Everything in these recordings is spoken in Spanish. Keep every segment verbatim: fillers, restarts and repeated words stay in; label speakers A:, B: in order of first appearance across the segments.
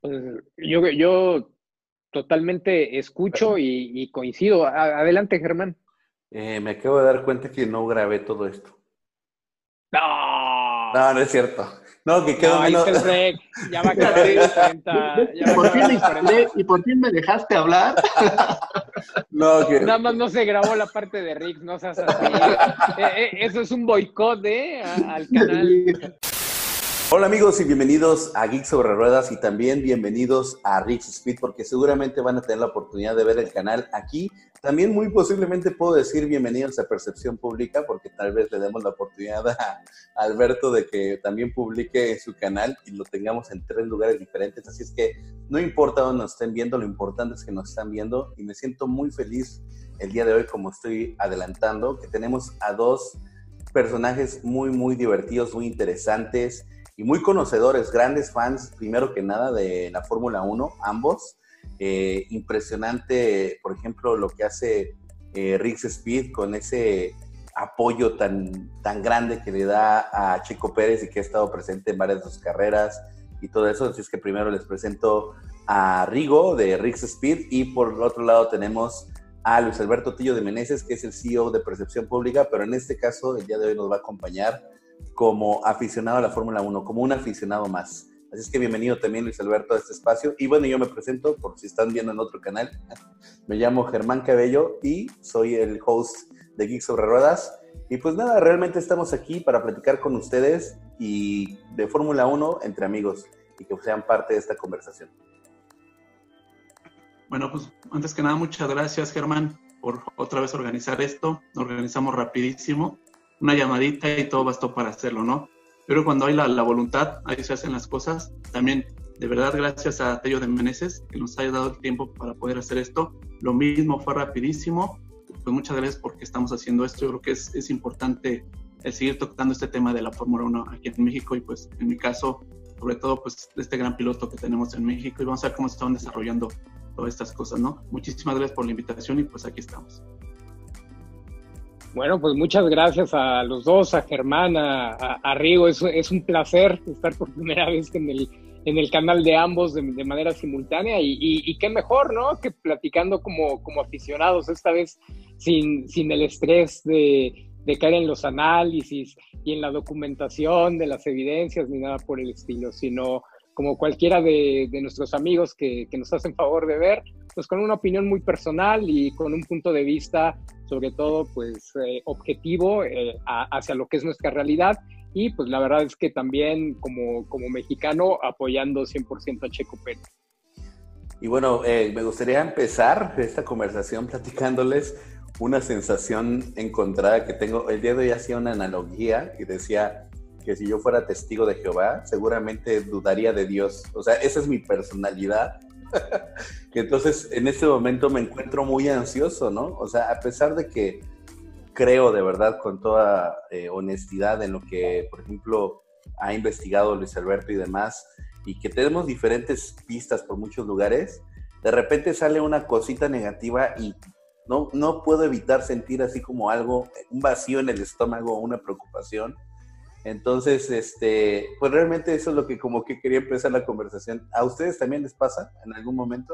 A: Pues, yo, yo totalmente escucho y, y coincido. A- adelante, Germán.
B: Eh, me acabo de dar cuenta que no grabé todo esto.
A: No,
B: No, no es cierto. No, que quedó
A: no, ahí
B: menos.
A: está el rec. Ya va a acabar
C: Fíjate,
A: los cuarenta. Ya
C: y
A: va a
C: por fin
A: acabar
C: me
A: los cuarenta.
C: inspiré y por fin me dejaste hablar.
B: No,
A: Nada
B: que.
A: más no se grabó la parte de Rick, no seas así. Eh, eh, eso es un boicot, ¿eh? A- al canal.
B: Hola amigos y bienvenidos a Geek sobre Ruedas y también bienvenidos a Rick's Speed porque seguramente van a tener la oportunidad de ver el canal aquí. También muy posiblemente puedo decir bienvenidos a Percepción Pública porque tal vez le demos la oportunidad a Alberto de que también publique su canal y lo tengamos en tres lugares diferentes. Así es que no importa dónde nos estén viendo, lo importante es que nos están viendo y me siento muy feliz el día de hoy, como estoy adelantando, que tenemos a dos personajes muy, muy divertidos, muy interesantes y muy conocedores, grandes fans, primero que nada, de la Fórmula uno, ambos. Eh, impresionante, por ejemplo, lo que hace eh, Rick's Speed con ese apoyo tan, tan grande que le da a Checo Pérez y que ha estado presente en varias de sus carreras y todo eso. Así es que primero les presento a Rigo de Rick's Speed y por el otro lado tenemos a Luis Alberto Tillo de Meneses, que es el C E O de Percepción Pública, pero en este caso el día de hoy nos va a acompañar como aficionado a la Fórmula uno, como un aficionado más. Así es que bienvenido también, Luis Alberto, a este espacio. Y bueno, yo me presento, por si están viendo en otro canal. Me llamo Germán Cabello y soy el host de Geek sobre Ruedas. Y pues nada, realmente estamos aquí para platicar con ustedes y de Fórmula uno entre amigos y que sean parte de esta conversación.
C: Bueno, pues antes que nada, muchas gracias, Germán, por otra vez organizar esto. Lo organizamos rapidísimo, una llamadita y todo bastó para hacerlo, ¿no? Pero cuando hay la, la voluntad, ahí se hacen las cosas. También, de verdad, gracias a Tello de Meneses, que nos haya dado el tiempo para poder hacer esto. Lo mismo fue rapidísimo. Pues muchas gracias porque estamos haciendo esto. Yo creo que es, es importante el seguir tocando este tema de la Fórmula uno aquí en México y pues en mi caso, sobre todo, pues este gran piloto que tenemos en México y vamos a ver cómo se están desarrollando todas estas cosas, ¿no? Muchísimas gracias por la invitación y pues aquí estamos.
A: Bueno, pues muchas gracias a los dos, a Germán, a, a, a Rigo. Es, es un placer estar por primera vez en el, en el canal de ambos de, de manera simultánea y, y, y qué mejor, ¿no? Que platicando como, como aficionados, esta vez sin, sin el estrés de, de caer en los análisis y en la documentación de las evidencias ni nada por el estilo, sino como cualquiera de, de nuestros amigos que, que nos hacen favor de ver, pues con una opinión muy personal y con un punto de vista, sobre todo, pues eh, objetivo eh, a, hacia lo que es nuestra realidad. Y pues la verdad es que también como, como mexicano apoyando cien por ciento a Checo Pérez.
B: Y bueno, eh, me gustaría empezar esta conversación platicándoles una sensación encontrada que tengo. El día de hoy hacía una analogía y decía que si yo fuera testigo de Jehová, seguramente dudaría de Dios. O sea, esa es mi personalidad. Entonces, en este momento me encuentro muy ansioso, ¿no? O sea, a pesar de que creo de verdad con toda eh, honestidad en lo que, por ejemplo, ha investigado Luis Alberto y demás, y que tenemos diferentes pistas por muchos lugares, de repente sale una cosita negativa y no, no puedo evitar sentir así como algo, un vacío en el estómago, una preocupación. Entonces, este, pues realmente eso es lo que como que quería empezar la conversación. ¿A ustedes también les pasa en algún momento?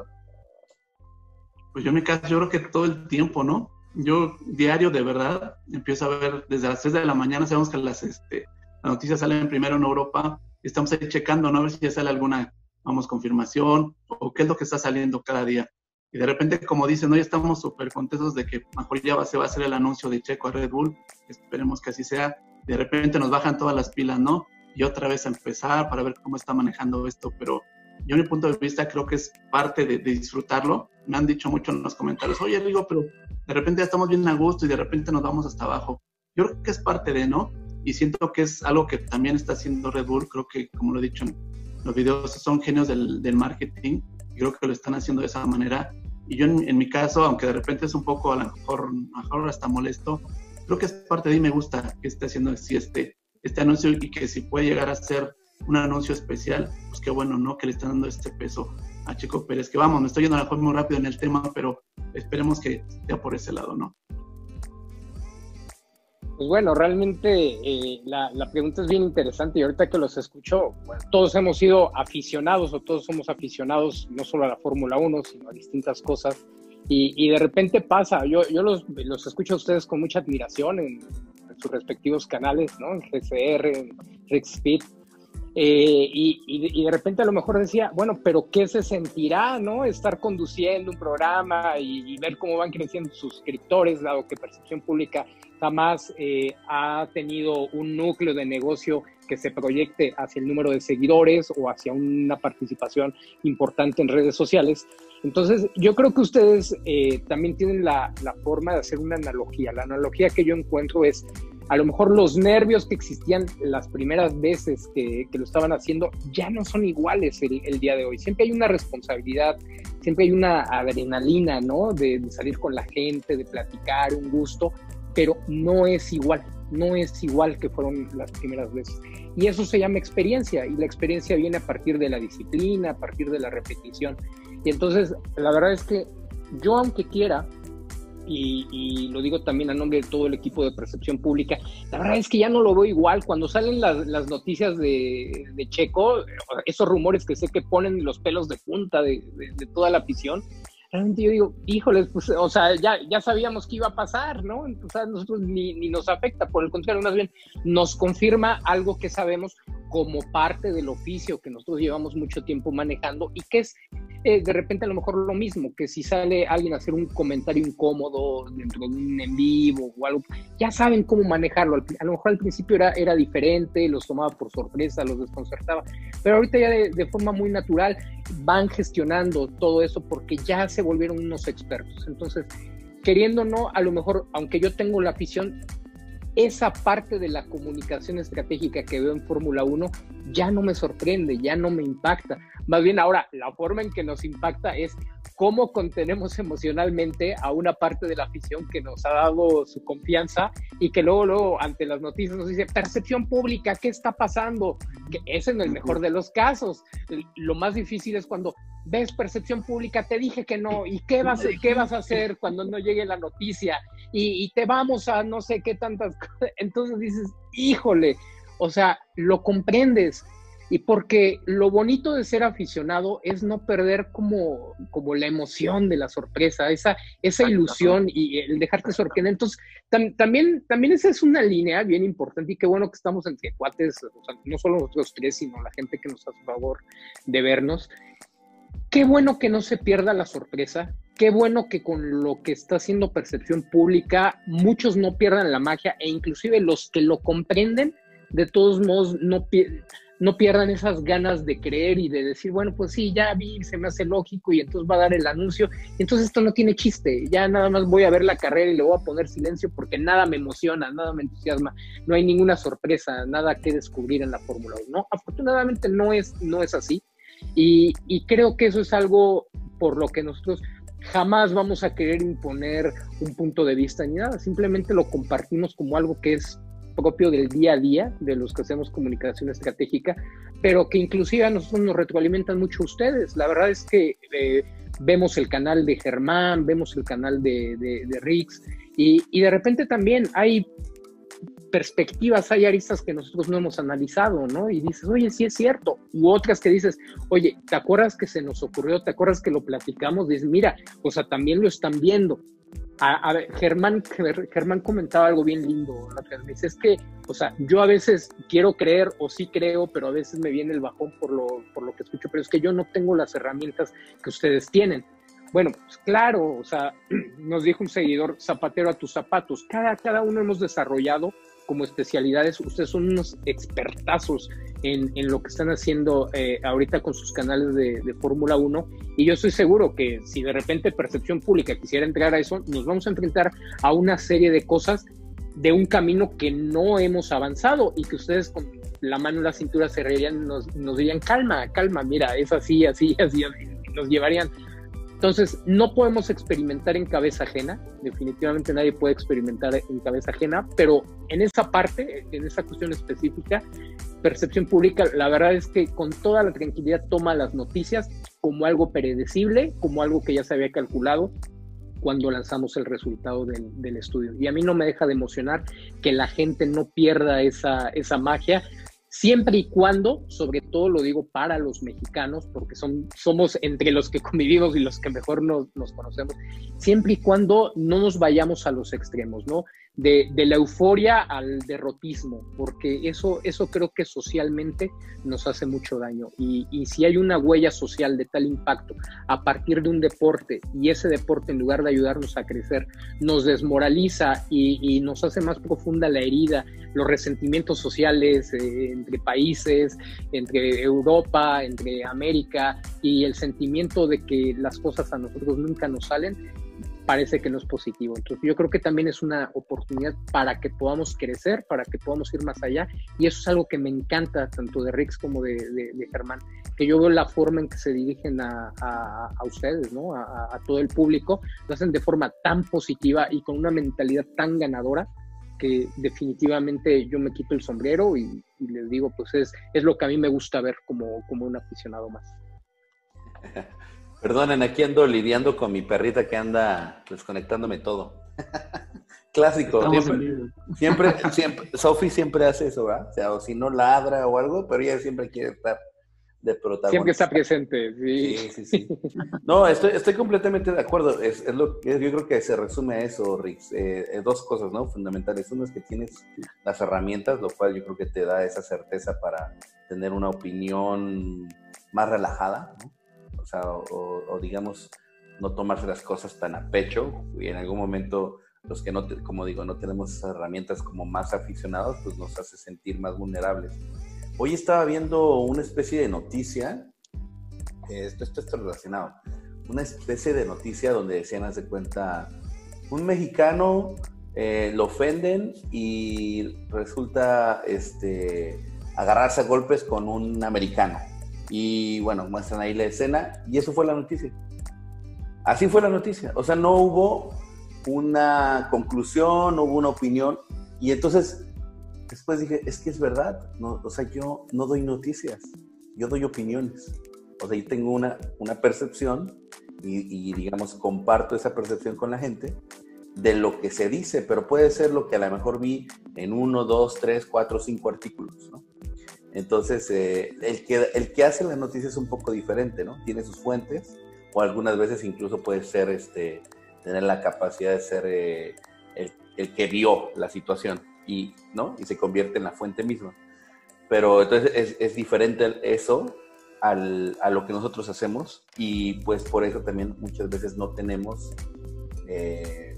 C: Pues yo en mi caso, yo creo que todo el tiempo, ¿no? Yo diario, de verdad, empiezo a ver desde las seis de la mañana, sabemos que las, este, las noticias salen primero en Europa, y estamos ahí checando, ¿no? A ver si ya sale alguna, vamos, confirmación, o qué es lo que está saliendo cada día. Y de repente, como dicen, ¿no? Ya estamos súper contentos de que mejor ya va, se va a hacer el anuncio de Checo a Red Bull, esperemos que así sea. De repente nos bajan todas las pilas, ¿no? Y otra vez a empezar para ver cómo está manejando esto, pero yo en mi punto de vista creo que es parte de, de disfrutarlo. Me han dicho mucho en los comentarios, oye, Rigo, pero de repente ya estamos bien a gusto y de repente nos vamos hasta abajo. Yo creo que es parte de, ¿no? Y siento que es algo que también está haciendo Red Bull. Creo que, como lo he dicho en los videos, son genios del, del marketing y creo que lo están haciendo de esa manera. Y yo en, en mi caso, aunque de repente es un poco a lo mejor, a lo mejor hasta molesto, creo que es parte de mí, me gusta que esté haciendo así este, este anuncio y que si puede llegar a ser un anuncio especial, pues qué bueno, ¿no? Que le están dando este peso a Checo Pérez, que vamos, me estoy yendo a la mejor muy rápido en el tema, pero esperemos que sea por ese lado, ¿no?
A: Pues bueno, realmente eh, la, la pregunta es bien interesante y ahorita que los escucho, bueno, todos hemos sido aficionados o todos somos aficionados no solo a la Fórmula uno, sino a distintas cosas y, y de repente pasa, yo, yo los, los escucho a ustedes con mucha admiración en, en sus respectivos canales, ¿no? En G C R, en Rick Speed. Eh, y, y, y de repente a lo mejor decía, bueno, pero ¿qué se sentirá, no? Estar conduciendo un programa y, y ver cómo van creciendo sus suscriptores, dado que Percepción Pública jamás eh, ha tenido un núcleo de negocio que se proyecte hacia el número de seguidores o hacia una participación importante en redes sociales. Entonces, yo creo que ustedes eh, también tienen la, la forma de hacer una analogía. La analogía que yo encuentro es, a lo mejor los nervios que existían las primeras veces que, que lo estaban haciendo ya no son iguales el, el día de hoy. Siempre hay una responsabilidad, siempre hay una adrenalina, ¿no? De, de salir con la gente, de platicar, un gusto, pero no es igual, no es igual que fueron las primeras veces. Y eso se llama experiencia, y la experiencia viene a partir de la disciplina, a partir de la repetición. Y entonces, la verdad es que yo, aunque quiera, Y, y lo digo también a nombre de todo el equipo de Percepción Pública, la verdad es que ya no lo veo igual. Cuando salen las, las noticias de, de Checo, esos rumores que sé que ponen los pelos de punta de, de, de toda la afición, realmente yo digo, híjoles, pues, o sea, ya, ya sabíamos que iba a pasar, ¿no? Entonces a nosotros ni, ni nos afecta, por el contrario, más bien nos confirma algo que sabemos como parte del oficio que nosotros llevamos mucho tiempo manejando y que es eh, de repente a lo mejor lo mismo, que si sale alguien a hacer un comentario incómodo dentro de un en vivo o algo, ya saben cómo manejarlo. A lo mejor al principio era, era diferente, los tomaba por sorpresa, los desconcertaba, pero ahorita ya de, de forma muy natural van gestionando todo eso porque ya se volvieron unos expertos. Entonces, queriendo o no, a lo mejor, aunque yo tengo la afición, esa parte de la comunicación estratégica que veo en Fórmula uno ya no me sorprende, ya no me impacta. Más bien ahora, la forma en que nos impacta es cómo contenemos emocionalmente a una parte de la afición que nos ha dado su confianza y que luego, luego ante las noticias nos dice, Percepción Pública, ¿qué está pasando? Que es en el mejor de los casos. Lo más difícil es cuando ves Percepción Pública, te dije que no, ¿y qué vas, qué vas a hacer cuando no llegue la noticia? Y, y te vamos a no sé qué tantas cosas. Entonces dices, híjole, o sea, lo comprendes. Y porque lo bonito de ser aficionado es no perder como, como la emoción de la sorpresa, esa, esa ilusión y el dejarte sorprender. Entonces, tam, también, también esa es una línea bien importante y qué bueno que estamos entre cuates, o sea, no solo nosotros tres, sino la gente que nos hace favor de vernos. Qué bueno que no se pierda la sorpresa, qué bueno que con lo que está haciendo Percepción Pública muchos no pierdan la magia e inclusive los que lo comprenden, de todos modos no pierdan. no pierdan esas ganas de creer y de decir, bueno, pues sí, ya vi, se me hace lógico y entonces va a dar el anuncio. Entonces esto no tiene chiste, ya nada más voy a ver la carrera y le voy a poner silencio porque nada me emociona, nada me entusiasma, no hay ninguna sorpresa, nada que descubrir en la Fórmula uno. No, afortunadamente no es, no es así y, y creo que eso es algo por lo que nosotros jamás vamos a querer imponer un punto de vista ni nada, simplemente lo compartimos como algo que es propio del día a día, de los que hacemos comunicación estratégica, pero que inclusive a nosotros nos retroalimentan mucho ustedes. La verdad es que eh, vemos el canal de Germán, vemos el canal de, de, de Rix, y, y de repente también hay perspectivas, hay aristas que nosotros no hemos analizado, ¿no? Y dices, oye, sí es cierto. U otras que dices, oye, ¿te acuerdas que se nos ocurrió? ¿Te acuerdas que lo platicamos? Dices, mira, o sea, también lo están viendo. A, a ver, Germán, Germán comentaba algo bien lindo, ¿no? Me dice, es que, o sea, yo a veces quiero creer o sí creo, pero a veces me viene el bajón por lo, por lo que escucho, pero es que yo no tengo las herramientas que ustedes tienen. Bueno, pues claro, o sea, nos dijo un seguidor, zapatero a tus zapatos. Cada, cada uno hemos desarrollado como especialidades. Ustedes son unos expertazos en, en lo que están haciendo eh, ahorita con sus canales de, de Fórmula uno, y yo estoy seguro que si de repente Percepción Pública quisiera entrar a eso, nos vamos a enfrentar a una serie de cosas de un camino que no hemos avanzado y que ustedes con la mano en la cintura se reirían, nos, nos dirían, calma, calma, mira, es así, así, así, y nos llevarían. Entonces, no podemos experimentar en cabeza ajena, definitivamente nadie puede experimentar en cabeza ajena, pero en esa parte, en esa cuestión específica, Percepción Pública, la verdad es que con toda la tranquilidad toma las noticias como algo predecible, como algo que ya se había calculado, cuando lanzamos el resultado del, del estudio. Y a mí no me deja de emocionar que la gente no pierda esa, esa magia, siempre y cuando, sobre todo lo digo para los mexicanos, porque son, somos entre los que convivimos y los que mejor nos, nos conocemos, siempre y cuando no nos vayamos a los extremos, ¿no? De, de la euforia al derrotismo, porque eso, eso creo que socialmente nos hace mucho daño. Y, y si hay una huella social de tal impacto a partir de un deporte, y ese deporte, en lugar de ayudarnos a crecer, nos desmoraliza y, y nos hace más profunda la herida, los resentimientos sociales eh, entre países, entre Europa, entre América, y el sentimiento de que las cosas a nosotros nunca nos salen, parece que no es positivo. Entonces yo creo que también es una oportunidad para que podamos crecer, para que podamos ir más allá, y eso es algo que me encanta tanto de Rix como de, de, de Germán, que yo veo la forma en que se dirigen a, a, a ustedes, ¿no? A, a todo el público, lo hacen de forma tan positiva y con una mentalidad tan ganadora, que definitivamente yo me quito el sombrero y, y les digo, pues es, es lo que a mí me gusta ver como, como un aficionado más.
B: Perdonen, aquí ando lidiando con mi perrita que anda desconectándome todo. Clásico. Siempre, siempre, siempre, Sophie siempre hace eso, ¿verdad? O sea, o si no ladra o algo, pero ella siempre quiere estar de protagonista.
A: Siempre está presente, sí.
B: Sí, sí, sí. No, estoy, estoy completamente de acuerdo. Es, es lo que yo creo que se resume a eso, Rix. Eh, dos cosas, ¿no? Fundamentales. Uno es que tienes las herramientas, lo cual yo creo que te da esa certeza para tener una opinión más relajada, ¿no? O sea, o, o digamos, no tomarse las cosas tan a pecho, y en algún momento los que no, te, como digo, no tenemos esas herramientas como más aficionados, pues nos hace sentir más vulnerables. Hoy estaba viendo una especie de noticia, esto, esto está relacionado, una especie de noticia donde decían, haz de cuenta, un mexicano eh, lo ofenden y resulta este, agarrarse a golpes con un americano. Y bueno, muestran ahí la escena y eso fue la noticia. Así fue la noticia. O sea, no hubo una conclusión, no hubo una opinión. Y entonces, después dije, es que es verdad. No, o sea, yo no doy noticias, yo doy opiniones. O sea, yo tengo una, una percepción y, y, digamos, comparto esa percepción con la gente de lo que se dice, pero puede ser lo que a lo mejor vi en uno, dos, tres, cuatro, cinco artículos, ¿no? Entonces, eh, el, que, el que hace la noticia es un poco diferente, ¿no? Tiene sus fuentes, o algunas veces incluso puede ser, este, tener la capacidad de ser eh, el, el que vio la situación, y, ¿no? Y se convierte en la fuente misma. Pero entonces es, es diferente eso al, a lo que nosotros hacemos, y pues por eso también muchas veces no tenemos eh,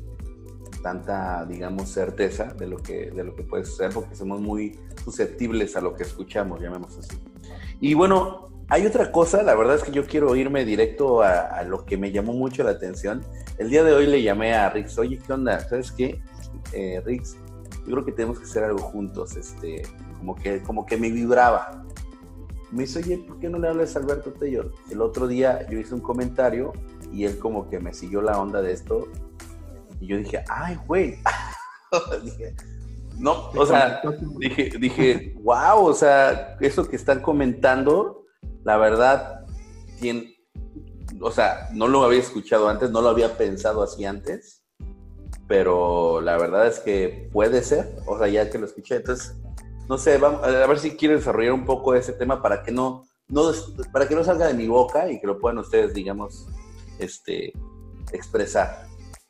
B: tanta, digamos, certeza de lo que, de lo que puede suceder, porque somos muy susceptibles a lo que escuchamos, llamemos así. Y bueno, hay otra cosa, la verdad es que yo quiero irme directo a, a lo que me llamó mucho la atención. El día de hoy le llamé a Rix, oye, ¿qué onda? ¿Sabes qué? Eh, Rix, yo creo que tenemos que hacer algo juntos, este, como que, como que me vibraba. Me dice, oye, ¿por qué no le hablas a Alberto Tello? El otro día yo hice un comentario y él como que me siguió la onda de esto. Y yo dije, ay, güey. dije, no, o sea, dije, dije, wow, o sea, eso que están comentando, la verdad, tiene, o sea, no lo había escuchado antes, no lo había pensado así antes, pero la verdad es que puede ser, o sea, ya que lo escuché, entonces, no sé, vamos, a ver si quiero desarrollar un poco ese tema para que no, no, para que no salga de mi boca y que lo puedan ustedes, digamos, este, expresar.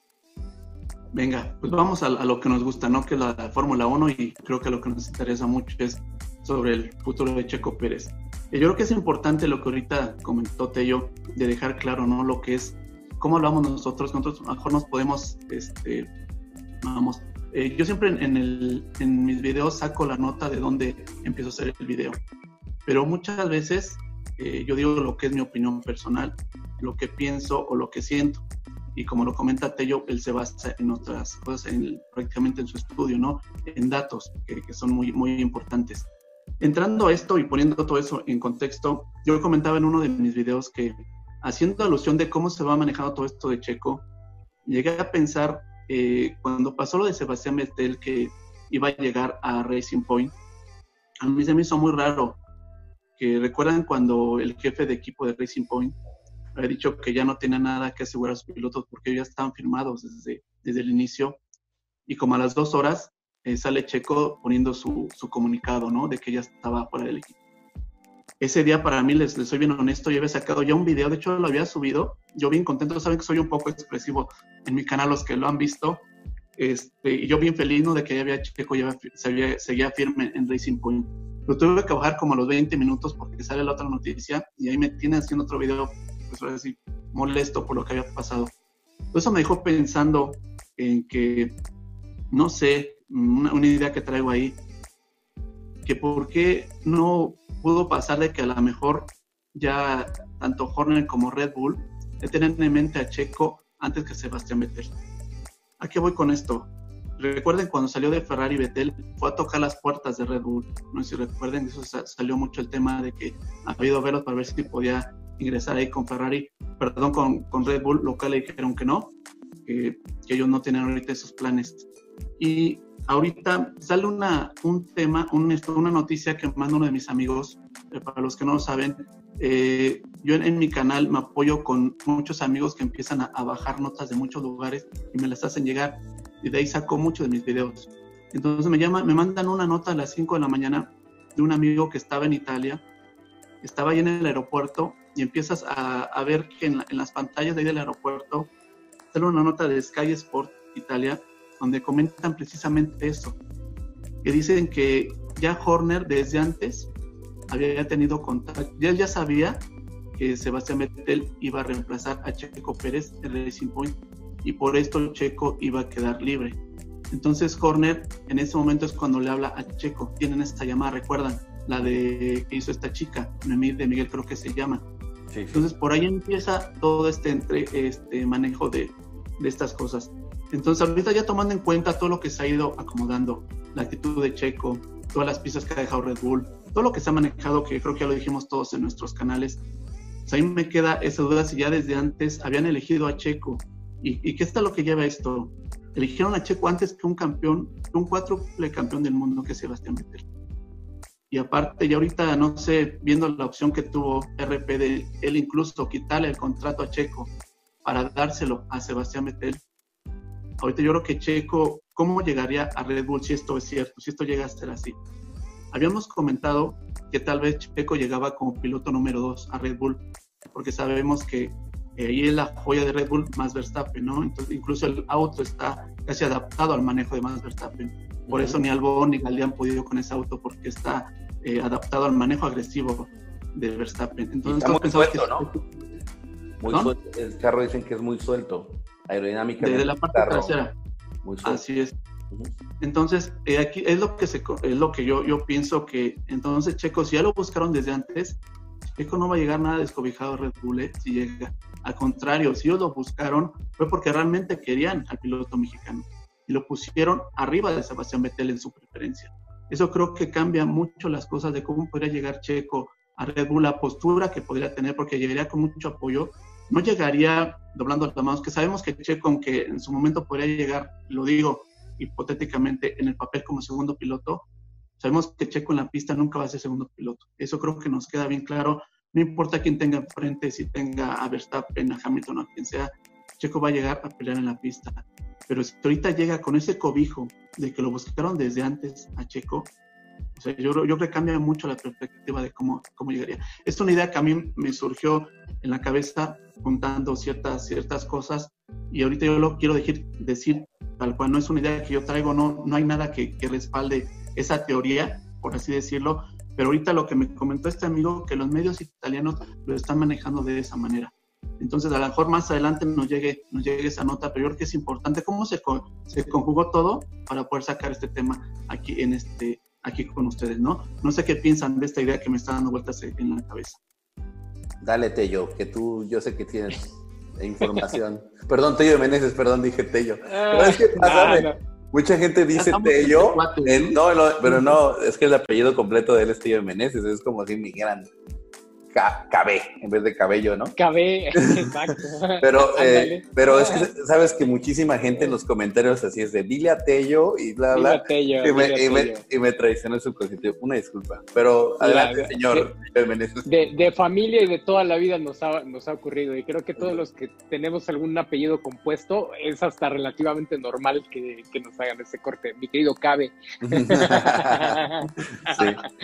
C: Venga, pues vamos a, a lo que nos gusta, ¿no? Que es la, la Fórmula uno, y creo que lo que nos interesa mucho es sobre el futuro de Checo Pérez. Y yo creo que es importante lo que ahorita comentó Tello, de dejar claro, ¿no? Lo que es, cómo hablamos nosotros, nosotros a lo mejor nos podemos, este, vamos, eh, yo siempre en, en, el, en mis videos saco la nota de dónde empiezo a hacer el video, pero muchas veces eh, yo digo lo que es mi opinión personal, lo que pienso o lo que siento. Y como lo comenta Tello, él se basa en otras cosas, en, prácticamente en su estudio, ¿no? En datos que, que son muy, muy importantes. Entrando a esto y poniendo todo eso en contexto, yo comentaba en uno de mis videos que, haciendo alusión de cómo se va manejando todo esto de Checo, llegué a pensar, eh, cuando pasó lo de Sebastián Vettel, que iba a llegar a Racing Point, a mí se me hizo muy raro, que recuerdan cuando el jefe de equipo de Racing Point había dicho que ya no tenía nada que asegurar a sus pilotos porque ya estaban firmados desde, desde el inicio. Y como a las dos horas eh, sale Checo poniendo su, su comunicado, ¿no? De que ya estaba fuera del equipo. Ese día para mí, les, les soy bien honesto, yo había sacado ya un video, de hecho lo había subido, yo bien contento, saben que soy un poco expresivo en mi canal, los que lo han visto, este, y yo bien feliz, ¿no? De que ya había Checo, ya había, seguía firme en Racing Point. Lo tuve que bajar como a los veinte minutos porque sale la otra noticia y ahí me tiene haciendo otro video, pues voy a decir, molesto por lo que había pasado. Eso me dejó pensando en que, no sé, una, una idea que traigo ahí, que por qué no pudo pasar de que a lo mejor ya tanto Horner como Red Bull le tenían en mente a Checo antes que Sebastián Vettel. ¿A qué voy con esto? Recuerden cuando salió de Ferrari Vettel, fue a tocar las puertas de Red Bull. No sé si recuerden, eso salió mucho el tema de que ha habido velos para ver si podía ingresar ahí con Ferrari, perdón, con, con Red Bull, lo cual le dijeron que no, que, que ellos no tienen ahorita esos planes. Y ahorita sale una, un tema, un, una noticia que manda uno de mis amigos, eh, para los que no lo saben, eh, yo en, en mi canal me apoyo con muchos amigos que empiezan a, a bajar notas de muchos lugares y me las hacen llegar, y de ahí saco muchos de mis videos. Entonces me llama, me mandan una nota a las cinco de la mañana de un amigo que estaba en Italia, estaba ahí en el aeropuerto, y empiezas a, a ver que en, la, en las pantallas de ahí del aeropuerto sale una nota de Sky Sport Italia, donde comentan precisamente eso, que dicen que ya Horner desde antes había tenido contacto, ya él ya sabía que Sebastián Vettel iba a reemplazar a Checo Pérez en Racing Point, y por esto Checo iba a quedar libre. Entonces Horner en ese momento es cuando le habla a Checo, tienen esta llamada, recuerdan, la de que hizo esta chica, Noemí de Miguel creo que se llama. Sí, sí. Entonces por ahí empieza todo este, entre, este manejo de, de estas cosas. Entonces ahorita ya tomando en cuenta todo lo que se ha ido acomodando, la actitud de Checo, todas las pistas que ha dejado Red Bull, todo lo que se ha manejado, que creo que ya lo dijimos todos en nuestros canales, pues ahí me queda esa duda si ya desde antes habían elegido a Checo. ¿Y, y qué está lo que lleva esto? Eligieron a Checo antes que un campeón, un cuádruple campeón del mundo que es Sebastián Vettel. Y aparte, ya ahorita, no sé, viendo la opción que tuvo R P de él incluso quitarle el contrato a Checo para dárselo a Sebastián Vettel, ahorita yo creo que Checo, ¿cómo llegaría a Red Bull si esto es cierto, si esto llega a ser así? Habíamos comentado que tal vez Checo llegaba como piloto número dos a Red Bull, porque sabemos que eh, ahí es la joya de Red Bull, Max Verstappen, ¿no? Entonces, incluso el auto está casi adaptado al manejo de Max Verstappen. Por uh-huh. eso ni Albon ni Gasly han podido con ese auto, porque está eh, adaptado al manejo agresivo de Verstappen. Entonces,
B: está muy suelto,
C: que...
B: ¿no? Muy ¿no? suelto. El carro dicen que es muy suelto. Aerodinámicamente.
C: Desde la parte
B: carro,
C: trasera.
B: Muy suelto.
C: Así es. Uh-huh. Entonces, eh, aquí es lo que se, es lo que yo, yo pienso que entonces Checo, si ya lo buscaron desde antes, Checo no va a llegar nada descobijado a Red Bull, eh, si llega. Al contrario, si ellos lo buscaron fue porque realmente querían al piloto mexicano y lo pusieron arriba de Sebastián Vettel en su preferencia. Eso creo que cambia mucho las cosas de cómo podría llegar Checo a Red Bull, la postura que podría tener, porque llegaría con mucho apoyo. No llegaría doblando las manos, que sabemos que Checo, aunque en su momento podría llegar, lo digo hipotéticamente, en el papel como segundo piloto, sabemos que Checo en la pista nunca va a ser segundo piloto. Eso creo que nos queda bien claro. No importa quién tenga enfrente, si tenga a Verstappen, a Hamilton o a quien sea, Checo va a llegar a pelear en la pista. Pero si ahorita llega con ese cobijo de que lo buscaron desde antes a Checo, o sea, yo, yo creo que cambia mucho la perspectiva de cómo, cómo llegaría. Es una idea que a mí me surgió en la cabeza juntando ciertas, ciertas cosas, y ahorita yo lo quiero decir, decir tal cual, no es una idea que yo traigo, no, no hay nada que, que respalde esa teoría, por así decirlo, pero ahorita lo que me comentó este amigo, que los medios italianos lo están manejando de esa manera. Entonces, a lo mejor más adelante nos llegue, nos llegue esa nota, pero yo creo que es importante cómo se, se conjugó todo para poder sacar este tema aquí, en este, aquí con ustedes, ¿no? No sé qué piensan de esta idea que me está dando vueltas en la cabeza.
B: Dale, Tello, que tú, yo sé que tienes información. Perdón, Tello de Meneses, perdón, dije Tello. Pero es que pasa, no, no. Mucha gente dice Tello, el, no, no, pero no, es que el apellido completo de él es Tello de Meneses, es como así migrante. Cabé, en vez de cabello, ¿no?
A: Cabé, exacto.
B: Pero, eh, pero es que sabes que muchísima gente en los comentarios así es de dile a Tello y bla, bla.
A: Dile a Tello,
B: y, me,
A: dile a
B: y, me,
A: Tello.
B: y me traicionó el subconsciente. Una disculpa. Pero adelante,
A: Mira,
B: señor.
A: De, de, de familia y de toda la vida nos ha, nos ha ocurrido. Y creo que todos los que tenemos algún apellido compuesto es hasta relativamente normal que, que nos hagan ese corte. Mi querido Cabe. Sí.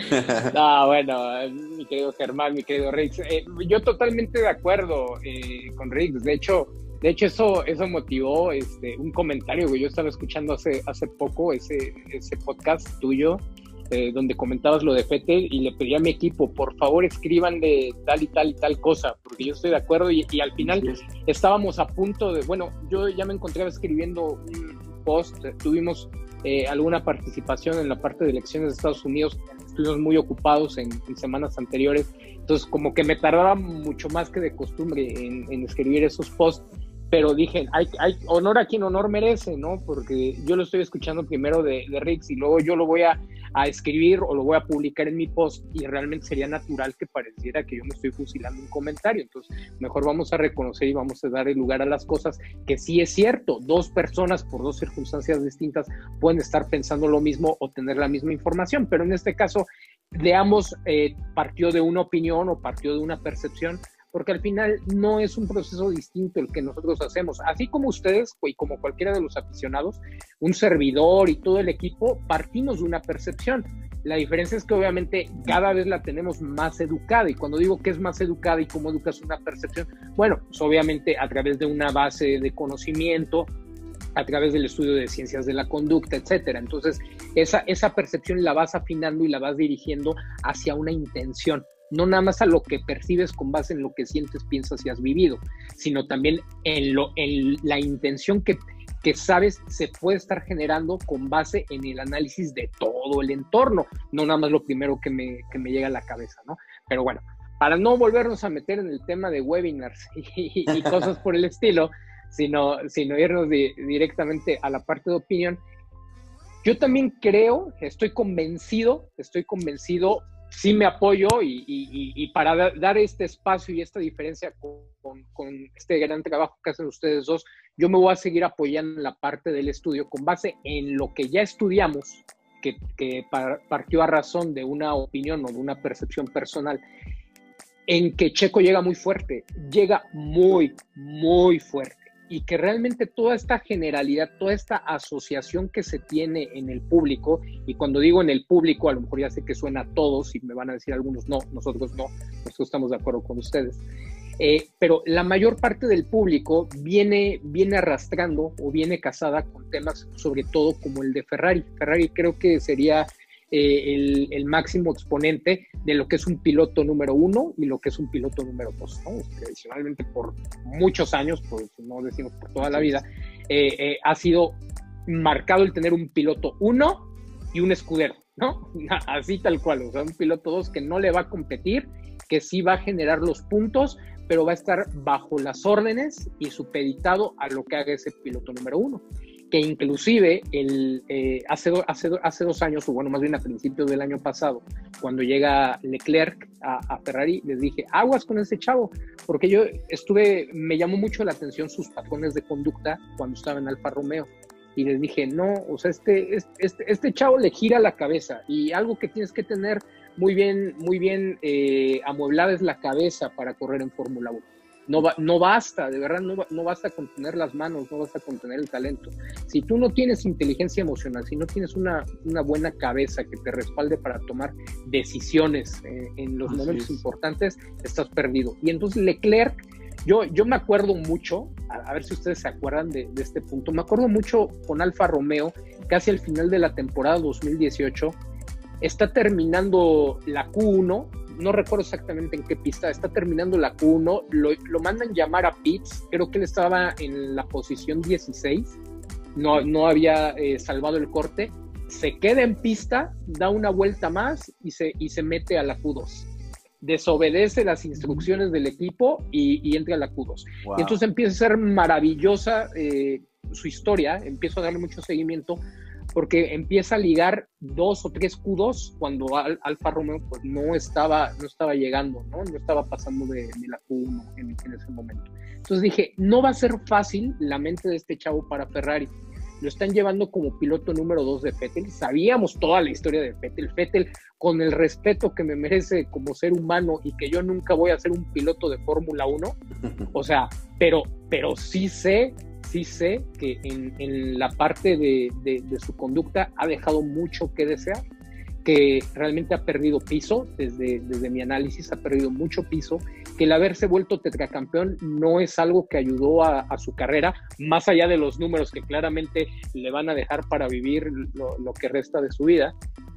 A: No, bueno, mi querido Germán, mi querido Rix. Eh, yo totalmente de acuerdo eh, con Rix. De hecho, de hecho eso, eso motivó este, un comentario que yo estaba escuchando hace, hace poco, ese, ese podcast tuyo, eh, donde comentabas lo de Fete, y le pedí a mi equipo, por favor escríbanle tal y tal y tal cosa, porque yo estoy de acuerdo, y, y al final estábamos a punto de, bueno, yo ya me encontraba escribiendo un post, tuvimos eh, alguna participación en la parte de elecciones de Estados Unidos, estuvimos muy ocupados en, en semanas anteriores, entonces como que me tardaba mucho más que de costumbre en, en escribir esos posts, pero dije, hay, hay honor a quien honor merece, ¿no? Porque yo lo estoy escuchando primero de, de Rix y luego yo lo voy a, a escribir o lo voy a publicar en mi post, y realmente sería natural que pareciera que yo me estoy fusilando un comentario. Entonces mejor vamos a reconocer y vamos a dar el lugar a las cosas, que sí es cierto, dos personas por dos circunstancias distintas pueden estar pensando lo mismo o tener la misma información, pero en este caso de ambos eh, partió de una opinión o partió de una percepción, porque al final no es un proceso distinto el que nosotros hacemos. Así como ustedes, y como cualquiera de los aficionados, un servidor y todo el equipo, partimos de una percepción. La diferencia es que obviamente cada vez la tenemos más educada, y cuando digo que es más educada y cómo educas una percepción, bueno, pues obviamente a través de una base de conocimiento, a través del estudio de ciencias de la conducta, etcétera. Entonces, esa, esa percepción la vas afinando y la vas dirigiendo hacia una intención. No nada más a lo que percibes con base en lo que sientes, piensas y has vivido, sino también en, lo, en la intención que, que sabes se puede estar generando con base en el análisis de todo el entorno, no nada más lo primero que me, que me llega a la cabeza, ¿no? Pero bueno, para no volvernos a meter en el tema de webinars y, y cosas por el estilo, sino, sino irnos de, directamente a la parte de opinión, yo también creo, estoy convencido, estoy convencido, sí me apoyo y, y, y para dar este espacio y esta diferencia con, con, con este gran trabajo que hacen ustedes dos, yo me voy a seguir apoyando en la parte del estudio con base en lo que ya estudiamos, que, que partió a razón de una opinión o de una percepción personal, en que Checo llega muy fuerte, llega muy, muy fuerte. Y que realmente toda esta generalidad, toda esta asociación que se tiene en el público, y cuando digo en el público, a lo mejor ya sé que suena a todos y me van a decir algunos no, nosotros no, nosotros estamos de acuerdo con ustedes, eh, pero la mayor parte del público viene, viene arrastrando o viene casada con temas sobre todo como el de Ferrari. Ferrari creo que sería eh, el, el máximo exponente de lo que es un piloto número uno y lo que es un piloto número dos, ¿no? Tradicionalmente por muchos años, por no decimos por toda la vida, eh, eh, ha sido marcado el tener un piloto uno y un escudero, ¿no? Así tal cual, o sea, un piloto dos que no le va a competir, que sí va a generar los puntos, pero va a estar bajo las órdenes y supeditado a lo que haga ese piloto número uno. Que inclusive el, eh, hace, do, hace, do, hace dos años, o bueno, más bien a principios del año pasado, cuando llega Leclerc a, a Ferrari, les dije, aguas con ese chavo, porque yo estuve, me llamó mucho la atención sus patrones de conducta cuando estaba en Alfa Romeo, y les dije, no, o sea, este, este, este chavo le gira la cabeza, y algo que tienes que tener muy bien, muy bien eh, amueblada es la cabeza para correr en Fórmula uno. No, va, no basta, de verdad, no, no basta con tener las manos, no basta con tener el talento. Si tú no tienes inteligencia emocional, si no tienes una, una buena cabeza que te respalde para tomar decisiones eh, en los Así momentos es. importantes, estás perdido. Y entonces Leclerc, yo, yo me acuerdo mucho, a, a ver si ustedes se acuerdan de, de este punto, me acuerdo mucho con Alfa Romeo, casi al final de la temporada dos mil dieciocho, está terminando la Q uno, no recuerdo exactamente en qué pista, está terminando la Q uno, lo, lo mandan llamar a pits, creo que él estaba en la posición dieciséis, no, no había eh, salvado el corte, se queda en pista, da una vuelta más y se, y se mete a la Q dos. Desobedece las instrucciones del equipo y, y entra a la Q dos. Wow. Y entonces empieza a ser maravillosa eh, su historia, empiezo a darle mucho seguimiento, porque empieza a ligar dos o tres Q dos cuando Al, Alfa Romeo pues no estaba, no estaba llegando, ¿no? No estaba pasando de, de la Q uno en, en ese momento. Entonces dije, no va a ser fácil la mente de este chavo para Ferrari. Lo están llevando como piloto número dos de Vettel. Sabíamos toda la historia de Vettel. Vettel, con el respeto que me merece como ser humano y que yo nunca voy a ser un piloto de Fórmula uno, o sea, pero, pero sí sé, sí sé que en, en la parte de, de, de su conducta ha dejado mucho que desear, que realmente ha perdido piso, desde, desde mi análisis ha perdido mucho piso, que el haberse vuelto tetracampeón no es algo que ayudó a, a su carrera, más allá de los números que claramente le van a dejar para vivir lo, lo que resta de su vida,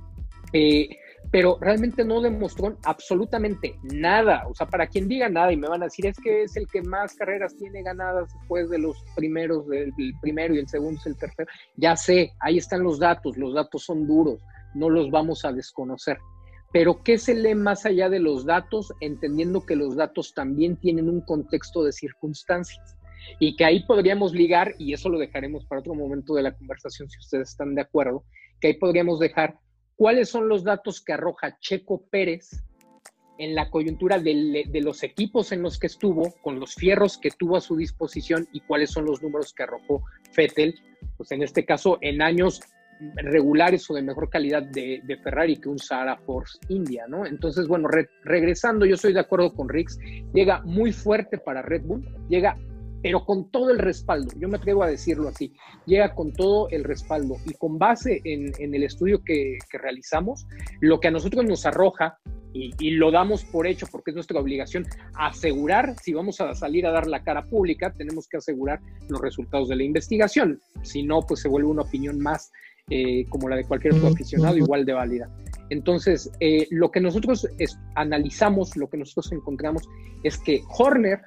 A: eh, pero realmente no demostró absolutamente nada. O sea, para quien diga nada y me van a decir, es que es el que más carreras tiene ganadas después de los primeros, del primero y el segundo es el tercero, ya sé, ahí están los datos, los datos son duros, no los vamos a desconocer. Pero ¿qué se lee más allá de los datos? Entendiendo que los datos también tienen un contexto de circunstancias y que ahí podríamos ligar, y eso lo dejaremos para otro momento de la conversación si ustedes están de acuerdo, que ahí podríamos dejar cuáles son los datos que arroja Checo Pérez en la coyuntura de, de los equipos en los que estuvo, con los fierros que tuvo a su disposición, y cuáles son los números que arrojó Vettel, pues en este caso en años regulares o de mejor calidad de, de Ferrari que un Sahara Force India, ¿no? Entonces, bueno, re, regresando, yo estoy de acuerdo con Rix, llega muy fuerte para Red Bull, llega, pero con todo el respaldo, yo me atrevo a decirlo así, llega con todo el respaldo, y con base en, en el estudio que, que realizamos, lo que a nosotros nos arroja, y, y lo damos por hecho porque es nuestra obligación, asegurar, si vamos a salir a dar la cara pública, tenemos que asegurar los resultados de la investigación, si no, pues se vuelve una opinión más Eh, como la de cualquier otro aficionado, igual de válida. Entonces, eh, lo que nosotros es, analizamos, lo que nosotros encontramos es que Horner,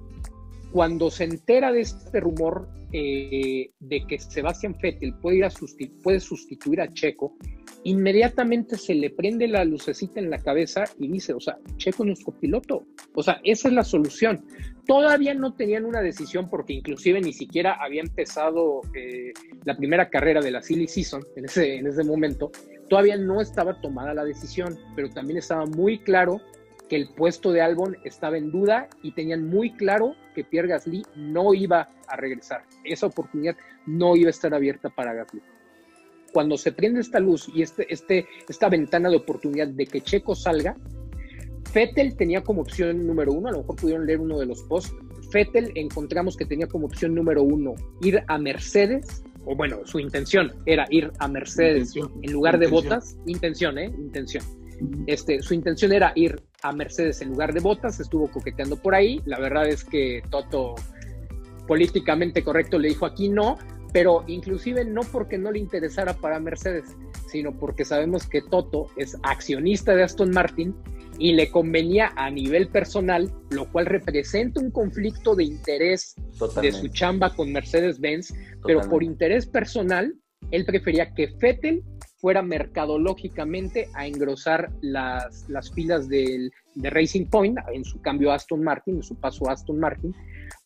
A: cuando se entera de este rumor eh, de que Sebastian Vettel puede, ir a sustitu- puede sustituir a Checo, inmediatamente se le prende la lucecita en la cabeza y dice, o sea, Checo es nuestro piloto, o sea, esa es la solución. Todavía no tenían una decisión porque inclusive ni siquiera había empezado eh, la primera carrera de la Silly Season en ese, en ese momento, todavía no estaba tomada la decisión, pero también estaba muy claro que el puesto de Albon estaba en duda y tenían muy claro que Pierre Gasly no iba a regresar, esa oportunidad no iba a estar abierta para Gasly. Cuando se prende esta luz y este, este, esta ventana de oportunidad de que Checo salga, Vettel tenía como opción número uno, a lo mejor pudieron leer uno de los posts, Vettel encontramos que tenía como opción número uno ir a Mercedes, o bueno, su intención era ir a Mercedes intención, en lugar intención. de Bottas, intención, ¿eh? Intención. Este, su intención era ir a Mercedes en lugar de Bottas, estuvo coqueteando por ahí, la verdad es que Toto, políticamente correcto, le dijo aquí no, pero inclusive no porque no le interesara para Mercedes, sino porque sabemos que Toto es accionista de Aston Martin y le convenía a nivel personal, lo cual representa un conflicto de interés Totalmente. de su chamba con Mercedes-Benz, pero por interés personal, él prefería que Vettel fuera mercadológicamente a engrosar las, las filas del, de Racing Point, en su cambio a Aston Martin, en su paso a Aston Martin,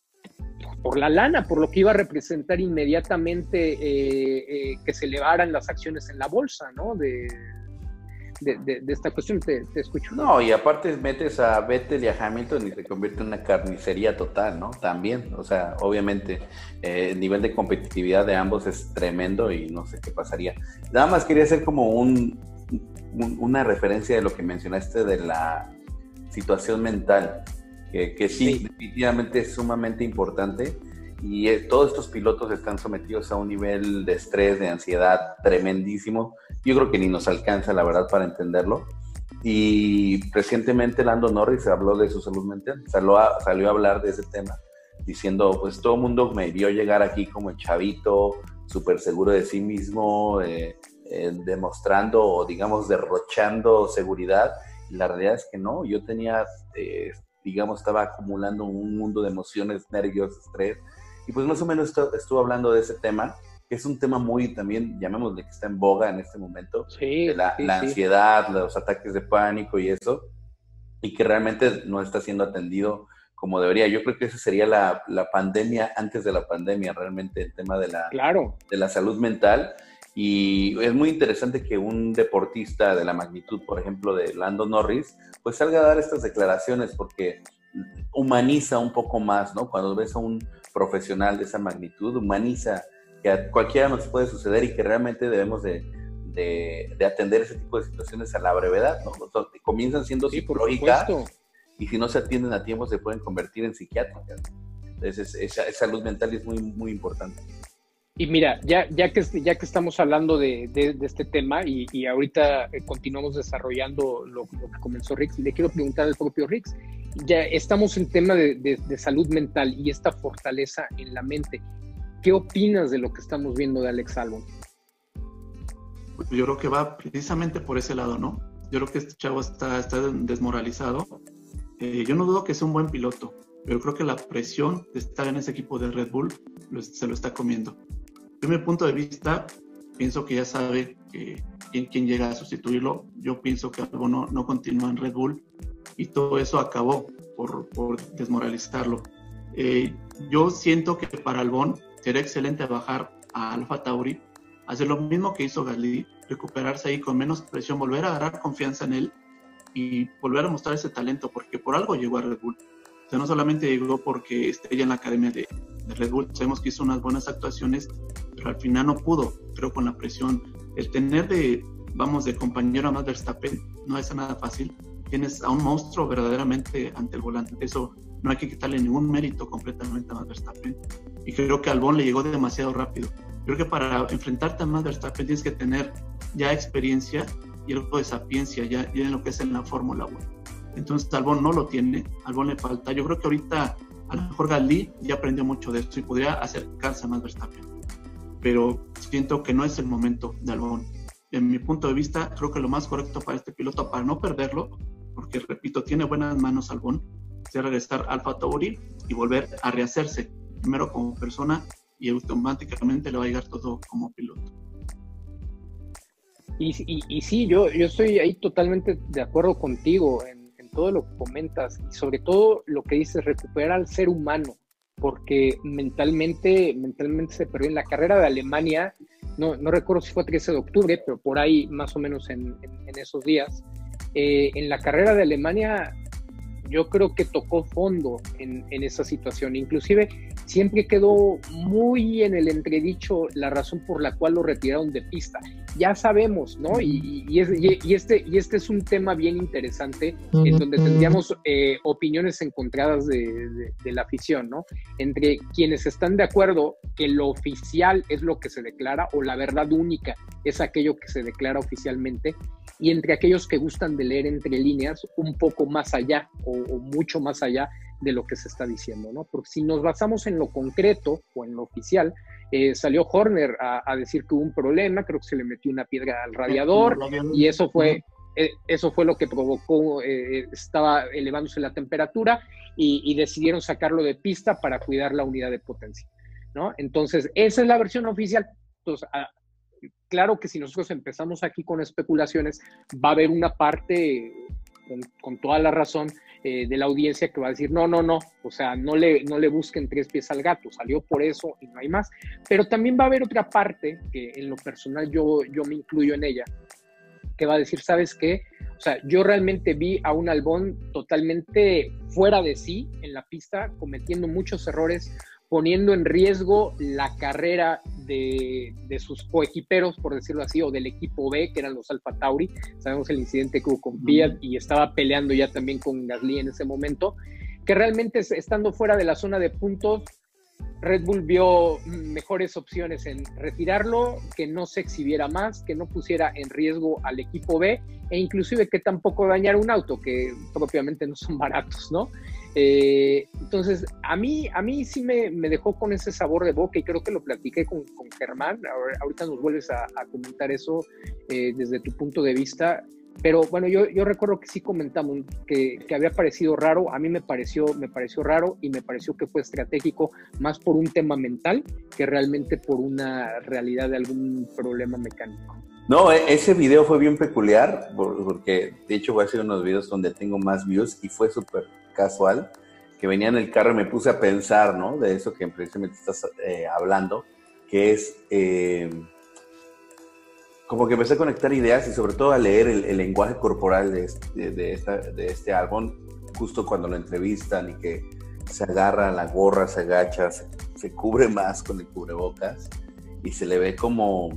A: por la lana, por lo que iba a representar inmediatamente eh, eh, que se elevaran las acciones en la bolsa, ¿no? De, de, de, de esta cuestión, te, te escucho.
B: No, y aparte metes a Vettel y a Hamilton y se convierte en una carnicería total, ¿no? También, o sea, obviamente eh, el nivel de competitividad de ambos es tremendo y no sé qué pasaría. Nada más quería hacer como un, un una referencia de lo que mencionaste de la situación mental. Que, que sí, sí, definitivamente es sumamente importante y eh, todos estos pilotos están sometidos a un nivel de estrés, de ansiedad tremendísimo. Yo creo que ni nos alcanza, la verdad, para entenderlo. Y recientemente Lando Norris habló de su salud mental, salió a, salió a hablar de ese tema, diciendo, pues todo el mundo me vio llegar aquí como el chavito, súper seguro de sí mismo, eh, eh, demostrando o digamos derrochando seguridad. Y la realidad es que no, yo tenía... Eh, digamos, estaba acumulando un mundo de emociones, nervios, estrés, y pues más o menos estu- estuvo hablando de ese tema, que es un tema muy también, llamémosle que está en boga en este momento,
A: sí,
B: de la,
A: sí,
B: la
A: sí.
B: ansiedad, los ataques de pánico y eso, y que realmente no está siendo atendido como debería. Yo creo que esa sería la, la pandemia antes de la pandemia, realmente el tema de la,
A: claro.
B: de la salud mental. Y es muy interesante que un deportista de la magnitud, por ejemplo, de Lando Norris, pues salga a dar estas declaraciones porque humaniza un poco más, ¿no? Cuando ves a un profesional de esa magnitud, humaniza que a cualquiera nos puede suceder y que realmente debemos de, de, de atender ese tipo de situaciones a la brevedad, ¿no? O sea, comienzan siendo
A: sí,
B: psicológicas y si no se atienden a tiempo se pueden convertir en psiquiátricas. Entonces, esa, esa salud mental es muy, muy importante.
A: Y mira, ya, ya, que, ya que estamos hablando de, de, de este tema y, y ahorita eh, continuamos desarrollando lo, lo que comenzó Rix, le quiero preguntar al propio Rix, ya estamos en tema de, de, de salud mental y esta fortaleza en la mente. ¿Qué opinas de lo que estamos viendo de Alex Albon?
C: Pues yo creo que va precisamente por ese lado, ¿no? Yo creo que este chavo está, está desmoralizado. Eh, yo no dudo que sea un buen piloto, pero creo que la presión de estar en ese equipo de Red Bull lo, se lo está comiendo. Desde mi punto de vista, pienso que ya sabe que quién, quién llega a sustituirlo. Yo pienso que Albon no, no continúa en Red Bull y todo eso acabó por, por desmoralizarlo. Eh, yo siento que para Albon sería excelente bajar a Alfa Tauri, hacer lo mismo que hizo Gasly, recuperarse ahí con menos presión, volver a agarrar confianza en él y volver a mostrar ese talento, porque por algo llegó a Red Bull. O sea, no solamente llegó porque esté ya en la academia de, de Red Bull, sabemos que hizo unas buenas actuaciones, pero al final no pudo, creo, con la presión. El tener de, vamos, de compañero a Max Verstappen no es nada fácil. Tienes a un monstruo verdaderamente ante el volante. Eso no hay que quitarle ningún mérito completamente a Max Verstappen. Y creo que Albon le llegó demasiado rápido. Creo que para enfrentarte a Max Verstappen tienes que tener ya experiencia y algo de sapiencia ya, ya en lo que es en la Fórmula uno. Entonces Albon no lo tiene, Albon le falta. Yo creo que ahorita a lo mejor Gasly ya aprendió mucho de esto y podría acercarse a Max Verstappen, pero siento que no es el momento de Albon. En mi punto de vista, creo que lo más correcto para este piloto, para no perderlo, porque repito, tiene buenas manos Albon, es regresar a Alfa Tauri y volver a rehacerse, primero como persona y automáticamente le va a llegar todo como piloto.
A: Y, y, y sí, yo, yo estoy ahí totalmente de acuerdo contigo en, en todo lo que comentas y sobre todo lo que dices, recuperar al ser humano, porque mentalmente, mentalmente se perdió en la carrera de Alemania, no, no recuerdo si fue trece de octubre, pero por ahí más o menos en, en, en esos días. Eh, en la carrera de Alemania yo creo que tocó fondo en, en esa situación, inclusive siempre quedó muy en el entredicho la razón por la cual lo retiraron de pista. Ya sabemos, ¿no? Y, y, es, y, este, y este es un tema bien interesante en donde tendríamos eh, opiniones encontradas de, de, de la afición, ¿no? Entre quienes están de acuerdo que lo oficial es lo que se declara o la verdad única es aquello que se declara oficialmente, y entre aquellos que gustan de leer entre líneas un poco más allá o, o mucho más allá de lo que se está diciendo, ¿no? Porque si nos basamos en lo concreto o en lo oficial, eh, salió Horner a, a decir que hubo un problema, creo que se le metió una piedra al radiador y eso fue, eh, eso fue lo que provocó, eh, estaba elevándose la temperatura y, y decidieron sacarlo de pista para cuidar la unidad de potencia, ¿no? Entonces, esa es la versión oficial. Entonces, a, claro que si nosotros empezamos aquí con especulaciones, va a haber una parte, con, con toda la razón, eh, de la audiencia que va a decir, no, no, no, o sea, no le, no le busquen tres pies al gato, salió por eso y no hay más. Pero también va a haber otra parte, que en lo personal yo, yo me incluyo en ella, que va a decir, ¿sabes qué? O sea, yo realmente vi a un Albon totalmente fuera de sí en la pista, cometiendo muchos errores, poniendo en riesgo la carrera de, de sus coequiperos, por decirlo así, o del equipo B, que eran los Alfa Tauri. Sabemos el incidente que hubo con Fiat uh-huh. y estaba peleando ya también con Gasly en ese momento, que realmente estando fuera de la zona de puntos, Red Bull vio mejores opciones en retirarlo, que no se exhibiera más, que no pusiera en riesgo al equipo B, e inclusive que tampoco dañara un auto, que propiamente no son baratos, ¿no? Eh, entonces, a mí, a mí sí me, me dejó con ese sabor de boca y creo que lo platiqué con, con Germán. Ahorita nos vuelves a, a comentar eso eh, desde tu punto de vista. Pero bueno, yo, yo recuerdo que sí comentamos que, que había parecido raro. A mí me pareció, me pareció raro y me pareció que fue estratégico más por un tema mental que realmente por una realidad de algún problema mecánico.
B: No, ese video fue bien peculiar porque de hecho voy a hacer unos videos donde tengo más views y fue súper casual, que venía en el carro y me puse a pensar, ¿no? De eso que precisamente estás eh, hablando, que es, eh, como que empecé a conectar ideas y sobre todo a leer el, el lenguaje corporal de este, de, esta, de este álbum, justo cuando lo entrevistan y que se agarra la gorra, se agacha, se, se cubre más con el cubrebocas y se le ve como,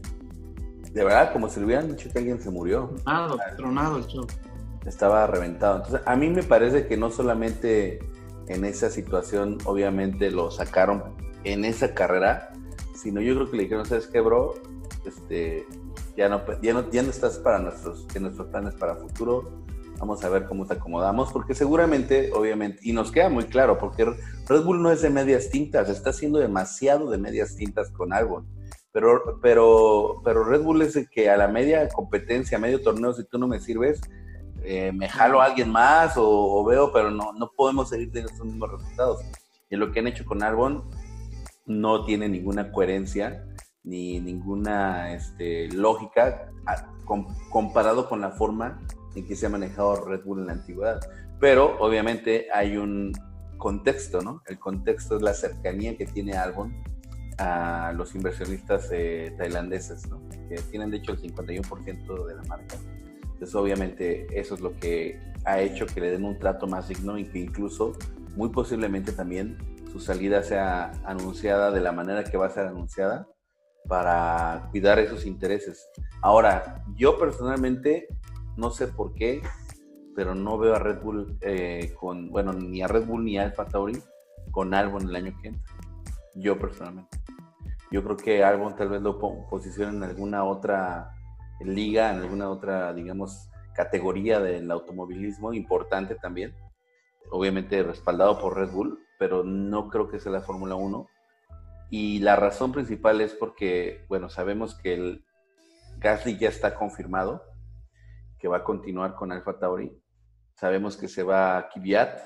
B: de verdad, como si le hubieran dicho que alguien se murió.
C: Tronado, tronado el show.
B: Estaba reventado. Entonces, a mí me parece que no solamente en esa situación, obviamente lo sacaron en esa carrera, sino yo creo que le dijeron, ¿sabes qué, bro? Este, ya no, ya no, ya no estás para nuestros, en nuestros planes para futuro. Vamos a ver cómo te acomodamos, porque seguramente, obviamente, y nos queda muy claro, porque Red Bull no es de medias tintas, está haciendo demasiado de medias tintas con Albon. Pero, pero, pero Red Bull es el que a la media competencia, a medio torneo, si tú no me sirves, Eh, me jalo a alguien más o, o veo, pero no, no podemos seguir teniendo estos mismos resultados. Y lo que han hecho con Albon no tiene ninguna coherencia ni ninguna este, lógica a, com, comparado con la forma en que se ha manejado Red Bull en la antigüedad. Pero obviamente hay un contexto, ¿no? El contexto es la cercanía que tiene Albon a los inversionistas eh, tailandeses, ¿no? Que tienen de hecho el cincuenta y uno por ciento de la marca. Entonces, obviamente, eso es lo que ha hecho que le den un trato más digno y que incluso, muy posiblemente también, su salida sea anunciada de la manera que va a ser anunciada para cuidar esos intereses. Ahora, yo personalmente, no sé por qué, pero no veo a Red Bull eh, con, bueno, ni a Red Bull ni a Alfa Tauri con Albon el año que entra. Yo personalmente. Yo creo que Albon tal vez lo posiciona en alguna otra liga, en alguna otra, digamos, categoría del automovilismo importante también, obviamente respaldado por Red Bull, pero no creo que sea la Fórmula uno. Y la razón principal es porque, bueno, sabemos que el Gasly ya está confirmado, que va a continuar con Alfa Tauri, sabemos que se va a Kvyat,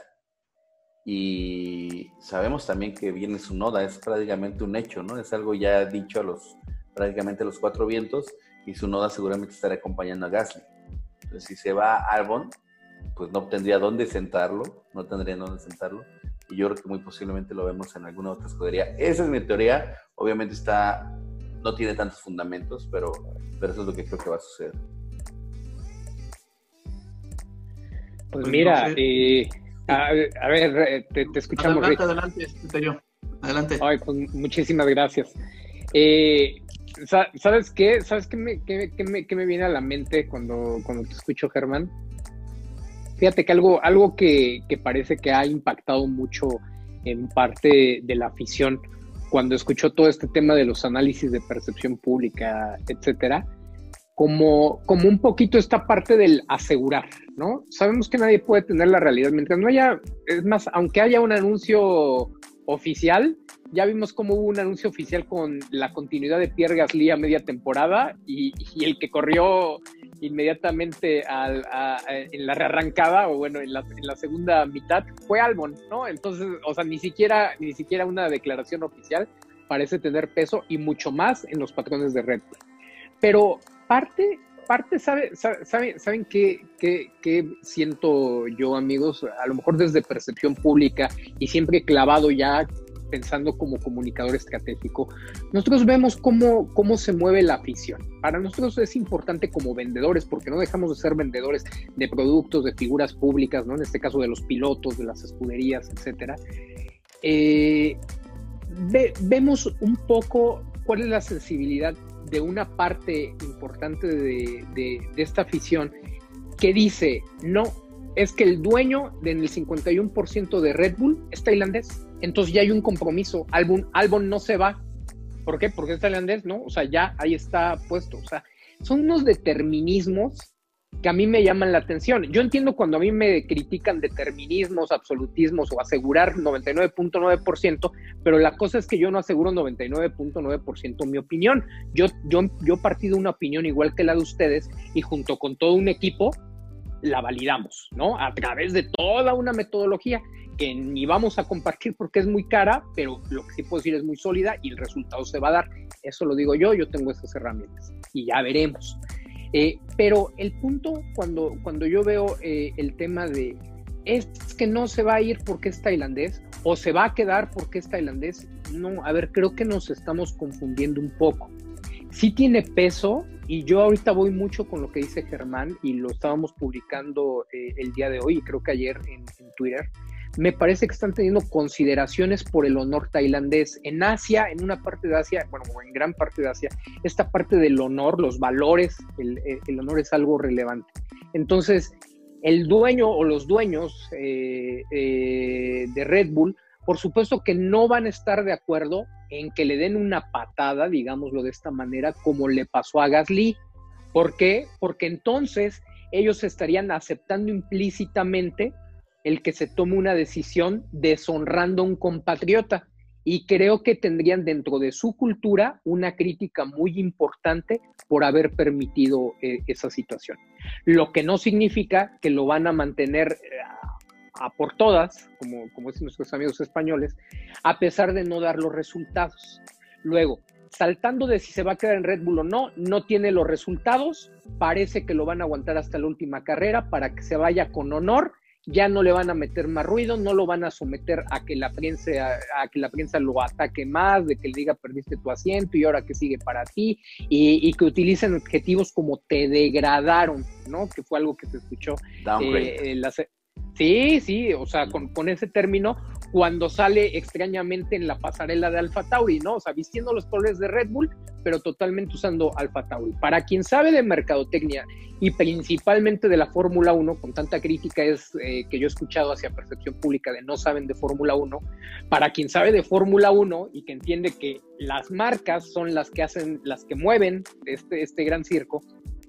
B: y sabemos también que viene Tsunoda, es prácticamente un hecho, ¿no? Es algo ya dicho a los, prácticamente a los cuatro vientos, y Tsunoda seguramente estará acompañando a Gasly. Entonces, si se va a Albon, pues no tendría dónde sentarlo, no tendría dónde sentarlo, y yo creo que muy posiblemente lo vemos en alguna otra escudería. Esa es mi teoría, obviamente está, no tiene tantos fundamentos, pero, pero eso es lo que creo que va a suceder.
A: Pues mira, eh, a, a ver, te, te escuchamos.
C: Adelante, adelante, adelante. adelante.
A: Ay, pues muchísimas gracias. Eh, ¿Sabes qué? ¿Sabes qué me, qué, qué me, qué me viene a la mente cuando, cuando te escucho, Germán? Fíjate que algo, algo que, que parece que ha impactado mucho en parte de la afición cuando escuchó todo este tema de los análisis de percepción pública, etcétera, como, como un poquito esta parte del asegurar, ¿no? Sabemos que nadie puede tener la realidad. Mientras no haya, es más, aunque haya un anuncio oficial, ya vimos cómo hubo un anuncio oficial con la continuidad de Pierre Gasly a media temporada y, y el que corrió inmediatamente al, a, a, en la rearrancada o bueno, en la, en la segunda mitad fue Albon, ¿no? Entonces, o sea, ni siquiera, ni siquiera una declaración oficial parece tener peso y mucho más en los patrones de Red Bull. Pero parte, parte sabe, sabe, sabe, ¿saben qué, qué, qué siento yo, amigos? A lo mejor desde percepción pública y siempre clavado ya pensando como comunicador estratégico, nosotros vemos cómo, cómo se mueve la afición. Para nosotros es importante como vendedores, porque no dejamos de ser vendedores de productos, de figuras públicas, ¿no? En este caso de los pilotos, de las escuderías, etcétera. Eh, ve, vemos un poco cuál es la sensibilidad de una parte importante de, de, de esta afición que dice, no, es que el dueño del cincuenta y uno por ciento de Red Bull es tailandés. Entonces ya hay un compromiso. Albon, Albon no se va. ¿Por qué? Porque es tailandés, ¿no? O sea, ya ahí está puesto. O sea, son unos determinismos que a mí me llaman la atención. Yo entiendo cuando a mí me critican determinismos, absolutismos o asegurar noventa y nueve punto nueve por ciento, pero la cosa es que yo no aseguro noventa y nueve punto nueve por ciento mi opinión. Yo, yo, yo partí de una opinión igual que la de ustedes y junto con todo un equipo la validamos, ¿no? A través de toda una metodología que ni vamos a compartir porque es muy cara, pero lo que sí puedo decir es muy sólida y el resultado se va a dar. Eso lo digo yo, yo tengo estas herramientas y ya veremos. Eh, pero el punto cuando, cuando yo veo eh, el tema de es que no se va a ir porque es tailandés o se va a quedar porque es tailandés, no, a ver, creo que nos estamos confundiendo un poco. sí tiene peso, y yo ahorita voy mucho con lo que dice Germán, y lo estábamos publicando eh, el día de hoy, y creo que ayer en, en Twitter. Me parece que están teniendo consideraciones por el honor tailandés. En Asia, en una parte de Asia, bueno, en gran parte de Asia, esta parte del honor, los valores, el, el honor es algo relevante. Entonces, el dueño o los dueños eh, eh, de Red Bull, por supuesto que no van a estar de acuerdo en que le den una patada, digámoslo de esta manera, como le pasó a Gasly. ¿Por qué? Porque entonces ellos estarían aceptando implícitamente el que se tome una decisión deshonrando a un compatriota, y creo que tendrían dentro de su cultura una crítica muy importante por haber permitido eh, esa situación. Lo que no significa que lo van a mantener eh, a por todas, como, como dicen nuestros amigos españoles, a pesar de no dar los resultados. Luego, saltando de si se va a quedar en Red Bull o no, no tiene los resultados, parece que lo van a aguantar hasta la última carrera para que se vaya con honor. Ya no le van a meter más ruido, no lo van a someter a que la prensa, a, a que la prensa lo ataque más, de que le diga perdiste tu asiento y ahora qué sigue para ti, y, y que utilicen adjetivos como te degradaron, ¿no? Que fue algo que se escuchó. Eh, eh, la, sí, sí, o sea, con, con ese término, cuando sale extrañamente en la pasarela de Alfa Tauri, ¿no? O sea, vistiendo los colores de Red Bull, pero totalmente usando Alfa Tauri. Para quien sabe de mercadotecnia y principalmente de la Fórmula uno, con tanta crítica es eh, que yo he escuchado hacia percepción pública de no saben de Fórmula uno, para quien sabe de Fórmula uno y que entiende que las marcas son las que hacen, las que mueven este, este gran circo,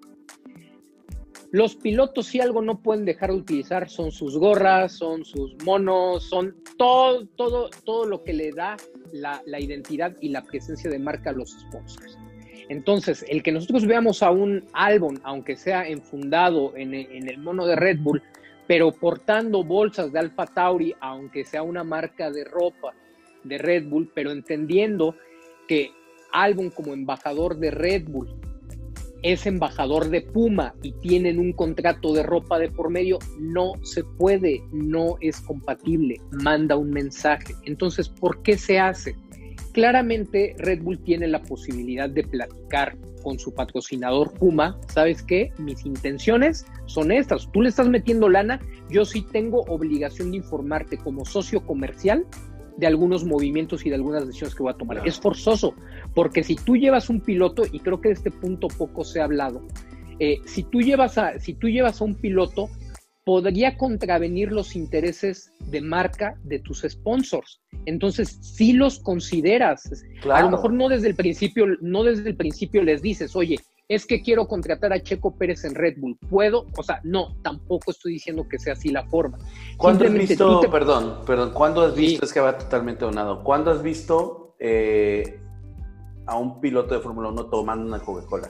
A: los pilotos, si algo no pueden dejar de utilizar, son sus gorras, son sus monos, son todo, todo, todo lo que le da la, la identidad y la presencia de marca a los sponsors. Entonces, el que nosotros veamos a un Albon, aunque sea enfundado en, en el mono de Red Bull, pero portando bolsas de Alfa Tauri, aunque sea una marca de ropa de Red Bull, pero entendiendo que Albon como embajador de Red Bull es embajador de Puma y tienen un contrato de ropa de por medio, no se puede, no es compatible, manda un mensaje. Entonces, ¿por qué se hace? Claramente Red Bull tiene la posibilidad de platicar con su patrocinador Puma. ¿Sabes qué? Mis intenciones son estas. Tú le estás metiendo lana, yo sí tengo obligación de informarte como socio comercial de algunos movimientos y de algunas decisiones que voy a tomar. Claro. Es forzoso, porque si tú llevas un piloto, y creo que de este punto poco se ha hablado, eh, si tú llevas a, si tú llevas a un piloto, podría contravenir los intereses de marca de tus sponsors. Entonces, si los consideras, claro. A lo mejor no desde el principio, no desde el principio les dices, oye, es que quiero contratar a Checo Pérez en Red Bull, ¿puedo? O sea, no, tampoco estoy diciendo que sea así la forma.
B: ¿Cuándo has visto, te... perdón, perdón, ¿cuándo has visto, sí. Es que va totalmente donado, ¿cuándo has visto eh, a un piloto de Fórmula uno tomando una Coca-Cola?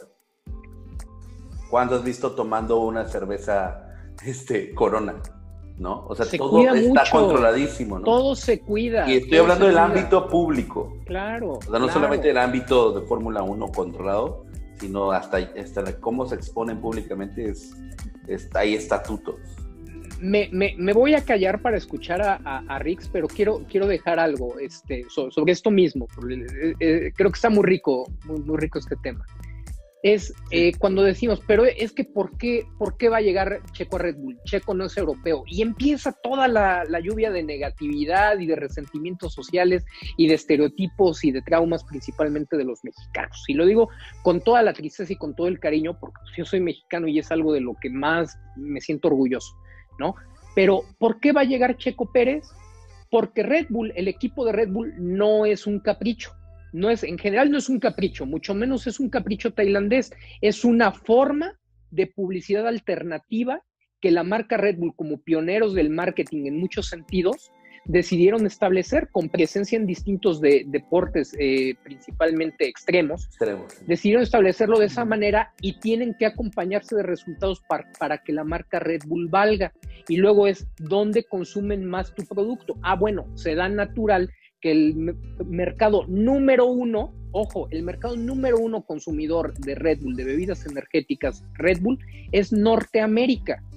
B: ¿Cuándo has visto tomando una cerveza este, Corona? ¿No? O sea, se todo está mucho. Controladísimo, ¿no?
A: Todo se cuida.
B: Y estoy hablando del cuida. ámbito público.
A: Claro.
B: O sea, no
A: claro.
B: solamente del ámbito de Fórmula uno controlado, sino hasta, hasta cómo se exponen públicamente, es, está, hay estatutos.
A: Me, me, me voy a callar para escuchar a, a, a Rix, pero quiero, quiero dejar algo este, so, sobre esto mismo. Eh, eh, creo que está muy rico, muy, muy rico este tema. Es eh, cuando decimos, pero es que ¿por qué, ¿por qué va a llegar Checo a Red Bull? Checo no es europeo. Y empieza toda la, la lluvia de negatividad y de resentimientos sociales y de estereotipos y de traumas principalmente de los mexicanos. Y lo digo con toda la tristeza y con todo el cariño, porque yo soy mexicano y es algo de lo que más me siento orgulloso, ¿no? Pero ¿por qué va a llegar Checo Pérez? Porque Red Bull, el equipo de Red Bull no es un capricho. No es, en general no es un capricho, mucho menos es un capricho tailandés, es una forma de publicidad alternativa que la marca Red Bull, como pioneros del marketing en muchos sentidos, decidieron establecer con presencia en distintos de, deportes, eh, principalmente extremos, extremos, decidieron establecerlo de esa manera y tienen que acompañarse de resultados para, para que la marca Red Bull valga. Y luego es, ¿dónde consumen más tu producto? Ah, bueno, se da natural que el mercado número uno, ojo, el mercado número uno consumidor de Red Bull, de bebidas energéticas Red Bull, es Norteamérica.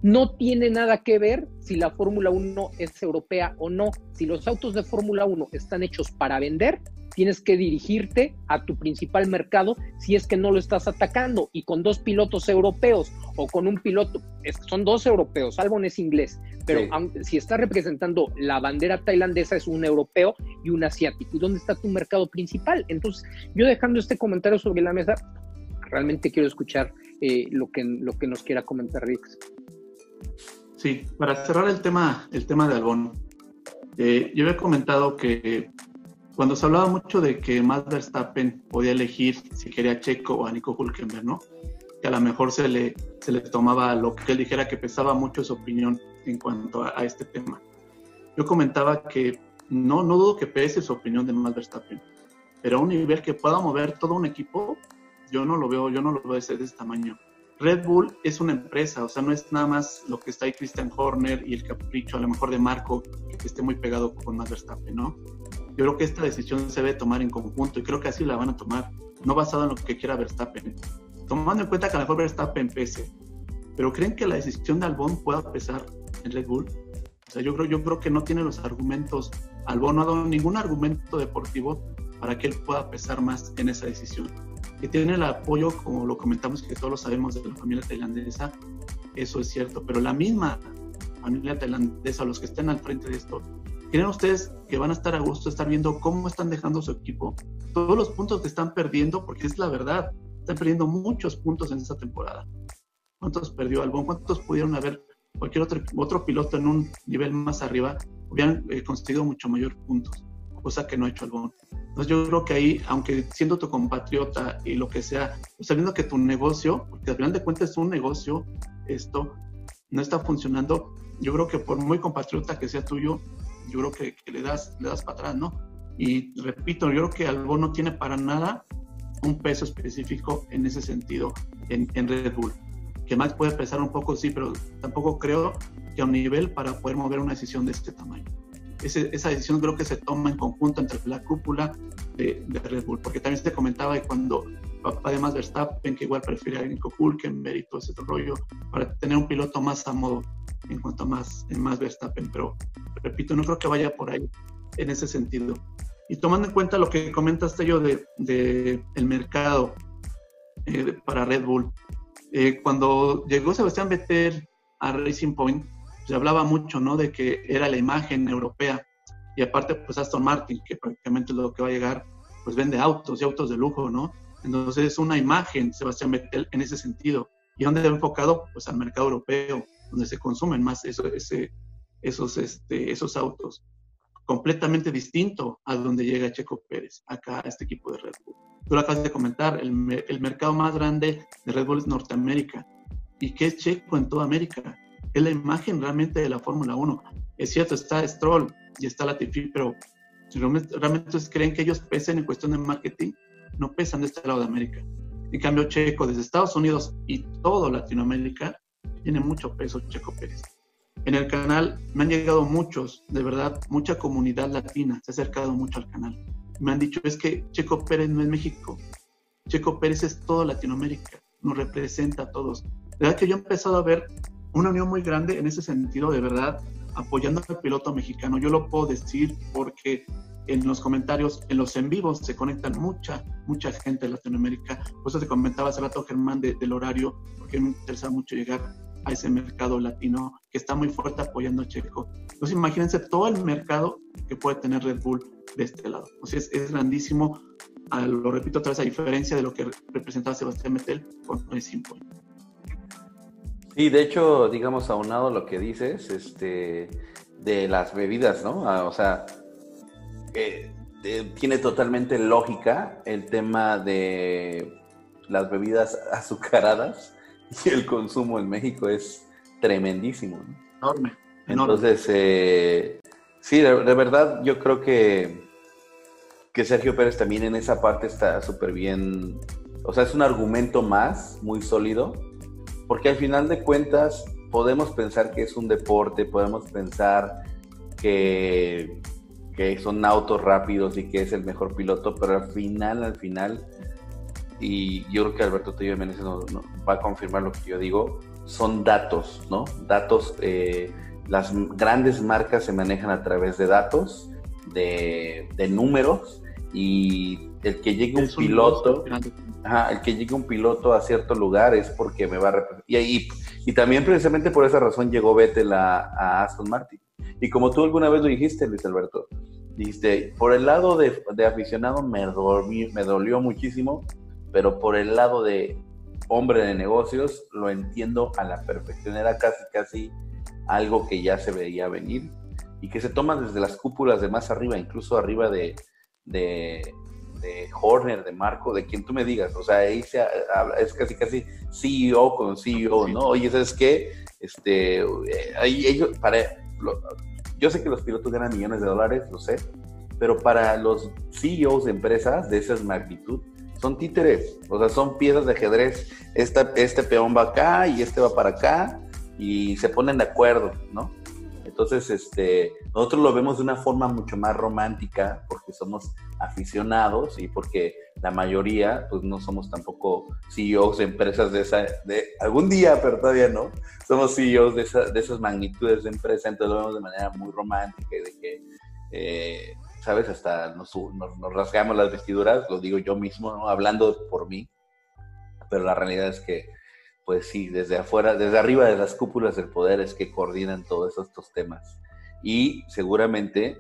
A: No tiene nada que ver si la Fórmula uno es europea o no. Si los autos de Fórmula uno están hechos para vender, tienes que dirigirte a tu principal mercado si es que no lo estás atacando. Y con dos pilotos europeos o con un piloto, es, son dos europeos, Albon es inglés, pero sí. aunque, si estás representando la bandera tailandesa, es un europeo y un asiático. ¿Y dónde está tu mercado principal? Entonces, yo dejando este comentario sobre la mesa, realmente quiero escuchar eh, lo, que, lo que nos quiera comentar Rix.
C: Sí, para cerrar el tema, el tema de Albon, eh, yo había comentado que cuando se hablaba mucho de que Max Verstappen podía elegir si quería a Checo o a Nico Hülkenberg, ¿no? Que a lo mejor se le, se le tomaba lo que él dijera, que pesaba mucho su opinión en cuanto a, a este tema. Yo comentaba que no, no dudo que pese su opinión de Max Verstappen, pero a un nivel que pueda mover todo un equipo, yo no lo veo, yo no lo veo de ese, de ese tamaño. Red Bull es una empresa, o sea, no es nada más lo que está ahí Christian Horner y el capricho a lo mejor de Marco, que esté muy pegado con Max Verstappen, ¿no? Yo creo que esta decisión se debe tomar en conjunto y creo que así la van a tomar, no basado en lo que quiera Verstappen. Tomando en cuenta que a lo mejor Verstappen pese, pero ¿creen que la decisión de Albon pueda pesar en Red Bull? O sea, yo creo, yo creo que no tiene los argumentos, Albon no ha dado ningún argumento deportivo para que él pueda pesar más en esa decisión. Que tiene el apoyo, como lo comentamos, que todos lo sabemos, de la familia tailandesa, eso es cierto, pero la misma familia tailandesa, los que estén al frente de esto, ¿creen ustedes que van a estar a gusto de estar viendo cómo están dejando su equipo? Todos los puntos que están perdiendo, porque es la verdad, están perdiendo muchos puntos en esta temporada. ¿Cuántos perdió Albon? ¿Cuántos pudieron haber cualquier otro, otro piloto en un nivel más arriba? Hubieran eh, conseguido mucho mayor puntos, cosa que no ha hecho Albon. Entonces yo creo que ahí, aunque siendo tu compatriota y lo que sea, pues sabiendo que tu negocio, porque al final de cuentas es un negocio, esto no está funcionando, yo creo que por muy compatriota que sea tuyo, yo creo que, que le das le das para atrás, ¿no? Y repito, yo creo que Albon no tiene para nada un peso específico en ese sentido en, en Red Bull. Que Max puede pesar un poco, sí, pero tampoco creo que a un nivel para poder mover una decisión de este tamaño. Ese, esa decisión creo que se toma en conjunto entre la cúpula de, de Red Bull, porque también se comentaba que cuando papá de Max Verstappen, que igual prefiere a Nico Hülkenberg y todo ese rollo, para tener un piloto más a modo en cuanto a más, en más Verstappen, pero repito, no creo que vaya por ahí en ese sentido. Y tomando en cuenta lo que comentaste yo de, de el mercado eh, para Red Bull, eh, cuando llegó Sebastián Vettel a Racing Point, se hablaba mucho, ¿no?, de que era la imagen europea, y aparte pues Aston Martin, que prácticamente es lo que va a llegar, pues vende autos y autos de lujo, ¿no? Entonces es una imagen Sebastián Vettel en ese sentido. ¿Y dónde va enfocado? Pues al mercado europeo, donde se consumen más eso, ese, esos, este, esos autos. Completamente distinto a donde llega Checo Pérez, acá a este equipo de Red Bull. Tú lo acabas de comentar, el, el mercado más grande de Red Bull es Norteamérica. ¿Y qué es Checo en toda América? Es la imagen realmente de la Fórmula uno. Es cierto, está Stroll y está Latifi, pero si realmente, realmente creen que ellos pesen en cuestión de marketing, no pesan de este lado de América. En cambio, Checo desde Estados Unidos y todo Latinoamérica tiene mucho peso Checo Pérez. En el canal me han llegado muchos, de verdad, mucha comunidad latina se ha acercado mucho al canal. Me han dicho, es que Checo Pérez no es México, Checo Pérez es toda Latinoamérica, nos representa a todos. De verdad que yo he empezado a ver una unión muy grande en ese sentido, de verdad, apoyando al piloto mexicano. Yo lo puedo decir porque en los comentarios, en los en vivos, se conectan mucha, mucha gente de Latinoamérica. Por eso te comentaba hace rato, Germán, de, del horario, porque me interesa mucho llegar a ese mercado latino que está muy fuerte apoyando a Checo. Entonces imagínense todo el mercado que puede tener Red Bull de este lado. O sea, es, es grandísimo, a, lo repito otra vez, a diferencia de lo que representaba Sebastián Vettel con Racing Point.
B: Sí, de hecho, digamos, aunado lo que dices, este, de las bebidas, ¿no? Ah, o sea, eh, eh, tiene totalmente lógica el tema de las bebidas azucaradas y el consumo en México es tremendísimo, ¿no?
C: Enorme, enorme.
B: Entonces, eh, sí, de, de verdad, yo creo que, que Sergio Pérez también en esa parte está súper bien. O sea, es un argumento más, muy sólido, porque al final de cuentas podemos pensar que es un deporte, podemos pensar que, que son autos rápidos y que es el mejor piloto, pero al final, al final, y yo creo que Alberto Tello Meneses no, no, va a confirmar lo que yo digo, son datos, ¿no? Datos, eh, las grandes marcas se manejan a través de datos, de, de números, y el que llegue un piloto, ajá, el que llegue un piloto a cierto lugar es porque me va a representar. Y, y, y también precisamente por esa razón llegó Vettel a, a Aston Martin. Y como tú alguna vez lo dijiste, Luis Alberto, dijiste, por el lado de, de aficionado me, dormí, me dolió muchísimo, pero por el lado de hombre de negocios lo entiendo a la perfección. Era casi, casi algo que ya se veía venir y que se toma desde las cúpulas de más arriba, incluso arriba de, de, de Horner, de Marco, de quien tú me digas. O sea, ahí se habla, es casi, casi C E O con C E O, ¿no? Oye, ¿sabes qué? Este, ahí ellos, para, lo, yo sé que los pilotos ganan millones de dólares, lo sé, pero para los C E Os de empresas de esa magnitud, son títeres, o sea, son piezas de ajedrez. Esta, este peón va acá y este va para acá y se ponen de acuerdo, ¿no? Entonces, este, nosotros lo vemos de una forma mucho más romántica porque somos aficionados y porque la mayoría, pues no somos tampoco C E Os de empresas de esa, de algún día, pero todavía no, somos C E Os de, esa, de esas magnitudes de empresa, entonces lo vemos de manera muy romántica y de que, eh, ¿sabes? Hasta nos, nos, nos rasgamos las vestiduras, lo digo yo mismo, ¿no? Hablando por mí, pero la realidad es que, pues sí, desde afuera, desde arriba de las cúpulas del poder es que coordinan todos estos temas. Y seguramente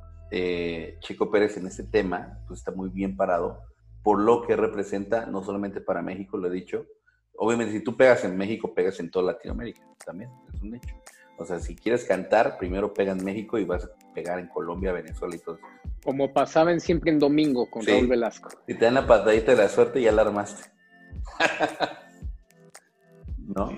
B: eh, Checo Pérez en este tema pues está muy bien parado por lo que representa, no solamente para México, lo he dicho. Obviamente, si tú pegas en México, pegas en toda Latinoamérica, también, es un hecho. O sea, si quieres cantar, primero pega en México y vas a pegar en Colombia, Venezuela y todo eso.
A: Como pasaban siempre en domingo con sí. Raúl Velasco.
B: Si te dan la patadita de la suerte, ya la armaste. ¿No?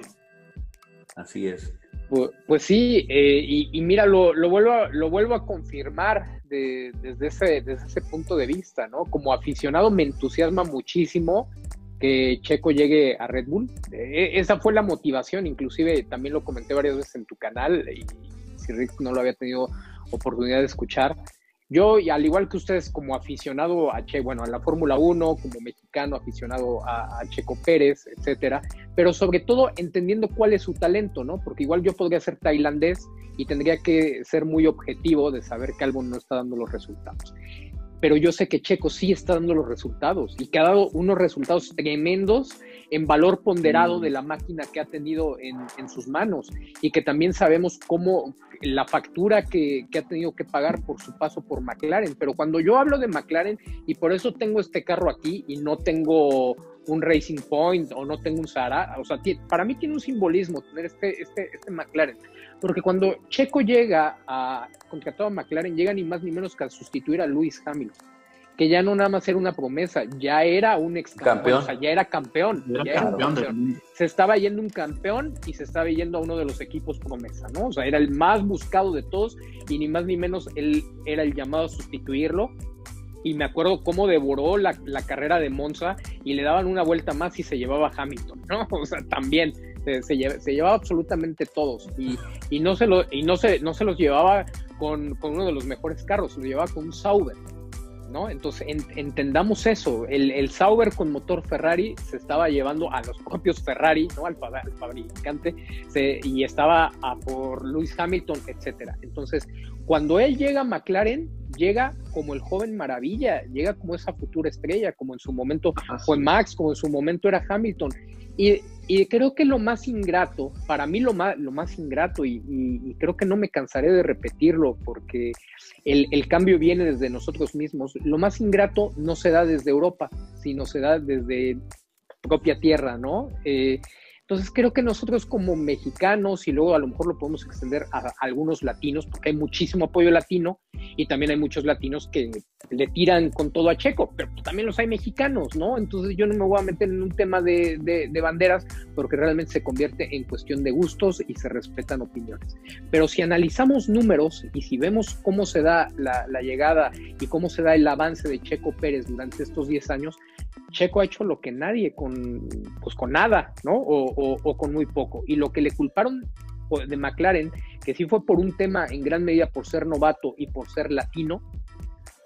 B: Así es.
A: Pues, pues sí, eh, y, y mira, lo, lo, vuelvo a, lo vuelvo a confirmar de, desde, ese, desde ese punto de vista, ¿no? Como aficionado me entusiasma muchísimo que Checo llegue a Red Bull. Eh, esa fue la motivación, inclusive también lo comenté varias veces en tu canal, y si Rick no lo había tenido oportunidad de escuchar. Yo, y al igual que ustedes, como aficionado a Che, bueno, a la Fórmula uno, como mexicano aficionado a, a Checo Pérez, etcétera, pero sobre todo entendiendo cuál es su talento, ¿no? Porque igual yo podría ser tailandés y tendría que ser muy objetivo de saber que Albon no está dando los resultados. Pero yo sé que Checo sí está dando los resultados y que ha dado unos resultados tremendos en valor ponderado de la máquina que ha tenido en, en sus manos, y que también sabemos cómo la factura que, que ha tenido que pagar por su paso por McLaren. Pero cuando yo hablo de McLaren, y por eso tengo este carro aquí y no tengo un Racing Point o no tengo un Sahara, o sea, para mí tiene un simbolismo tener este, este, este McLaren, porque cuando Checo llega a contratado a McLaren, llega ni más ni menos que a sustituir a Lewis Hamilton, que ya no nada más era una promesa, ya era un ex campeón, o sea, ya era campeón,
C: era
A: ya era
C: campeón,
A: campeón. Se estaba yendo un campeón y se estaba yendo a uno de los equipos promesa, ¿no? O sea, era el más buscado de todos y ni más ni menos él era el llamado a sustituirlo. Y me acuerdo cómo devoró la, la carrera de Monza y le daban una vuelta más y se llevaba a Hamilton, ¿no? O sea, también se, se, lleva, se llevaba absolutamente todos y, y, no, se lo, y no, se, no se los llevaba con, con uno de los mejores carros, se lo llevaba con un Sauber, ¿no? Entonces en, entendamos eso, el, el Sauber con motor Ferrari se estaba llevando a los propios Ferrari, ¿no? Al, al fabricante, se, y estaba a por Lewis Hamilton, etcétera. Entonces, cuando él llega a McLaren, llega como el joven maravilla, llega como esa futura estrella, como en su momento fue Max, como en su momento era Hamilton. Y, y creo que lo más ingrato, para mí lo más, lo más ingrato, y, y, y creo que no me cansaré de repetirlo porque el, el cambio viene desde nosotros mismos, lo más ingrato no se da desde Europa, sino se da desde propia tierra, ¿no? Eh, Entonces creo que nosotros como mexicanos, y luego a lo mejor lo podemos extender a, a algunos latinos, porque hay muchísimo apoyo latino y también hay muchos latinos que le tiran con todo a Checo, pero también los hay mexicanos, ¿no? Entonces yo no me voy a meter en un tema de, de, de banderas, porque realmente se convierte en cuestión de gustos y se respetan opiniones. Pero si analizamos números y si vemos cómo se da la, la llegada y cómo se da el avance de Checo Pérez durante estos diez años, Checo ha hecho lo que nadie con, pues con nada, ¿no? O, o, o con muy poco. Y lo que le culparon de McLaren, que sí fue por un tema en gran medida por ser novato y por ser latino,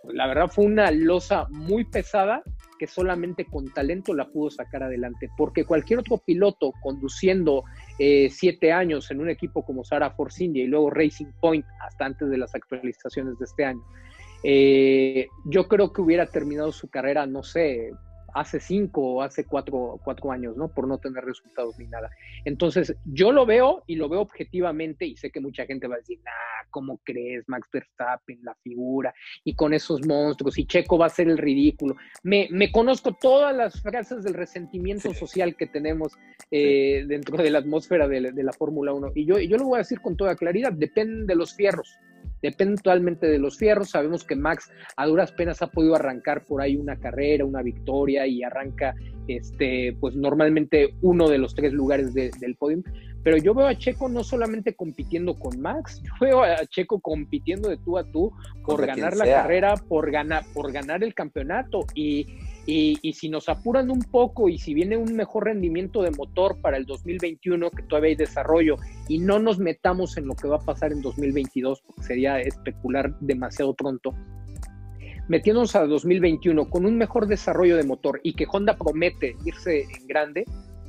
A: La verdad fue una losa muy pesada que solamente con talento la pudo sacar adelante, porque cualquier otro piloto conduciendo eh, siete años en un equipo como Sahara Force India y luego Racing Point hasta antes de las actualizaciones de este año, eh, yo creo que hubiera terminado su carrera, no sé, hace cinco o hace cuatro, cuatro años, ¿no? Por no tener resultados ni nada. Entonces, yo lo veo y lo veo objetivamente y sé que mucha gente va a decir, nah, ¿cómo crees? Max Verstappen, la figura, y con esos monstruos, y Checo va a ser el ridículo. Me, me conozco todas las frases del resentimiento
B: sí.
A: social que tenemos eh, sí. dentro de la atmósfera de, de la Fórmula uno. Y yo, yo lo voy a decir con toda claridad, dependen de los fierros. Depende totalmente de los fierros. Sabemos que Max a duras penas ha podido arrancar por ahí una carrera, una victoria, y arranca este, pues normalmente uno de los tres lugares de, del podium. Pero yo veo a Checo no solamente compitiendo con Max, yo veo a Checo compitiendo de tú a tú por ganar la sea. carrera, por ganar, por ganar el campeonato. Y, y, y si nos apuran un poco y si viene un mejor rendimiento de motor para el dos mil veintiuno, que todavía hay desarrollo, y no nos metamos en lo que va a pasar en dos mil veintidós, porque sería especular demasiado pronto, metiéndonos a dos mil veintiuno con un mejor desarrollo de motor y que Honda promete irse en grande,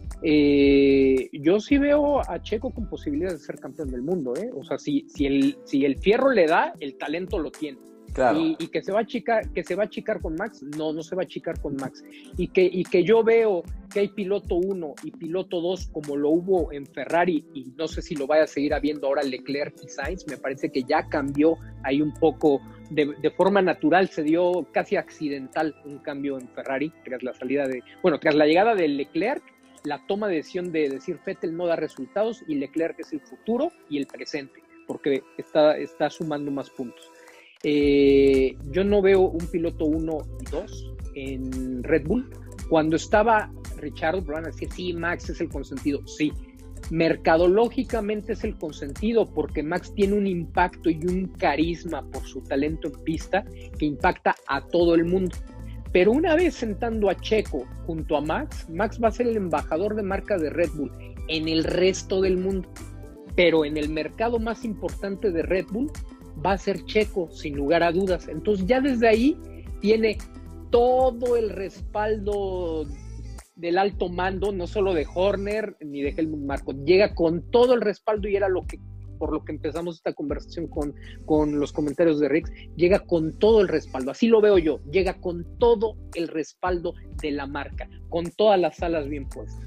A: eh, yo sí veo a Checo con posibilidades de ser campeón del mundo, ¿eh? O sea, si, si, el, si el fierro le da, el talento lo tiene. Claro. Y, y que se va a achicar, que se va a achicar con Max, no, no se va a achicar con Max. Y que, y que yo veo que hay piloto uno y piloto dos como lo hubo en Ferrari, y no sé si lo vaya a seguir habiendo ahora Leclerc y Sainz. Me parece que ya cambió ahí un poco, de, de forma natural, se dio casi accidental un cambio en Ferrari tras la salida de, bueno, tras la llegada de Leclerc, la toma de decisión de decir Vettel no da resultados y Leclerc es el futuro y el presente, porque está, está sumando más puntos. Eh, yo no veo un piloto uno y dos en Red Bull. Cuando estaba Richard, van a decir, sí, Max es el consentido. Sí, mercadológicamente es el consentido porque Max tiene un impacto y un carisma por su talento en pista que impacta a todo el mundo. Pero una vez sentando a Checo junto a Max, Max va a ser el embajador de marca de Red Bull en el resto del mundo. Pero en el mercado más importante de Red Bull va a ser Checo, sin lugar a dudas. Entonces ya desde ahí tiene todo el respaldo del alto mando, no solo de Horner ni de Helmut Marko, llega con todo el respaldo, y era lo que, por lo que empezamos esta conversación con, con los comentarios de Rix, llega con todo el respaldo, así lo veo yo, llega con todo el respaldo de la marca, con todas las alas bien puestas.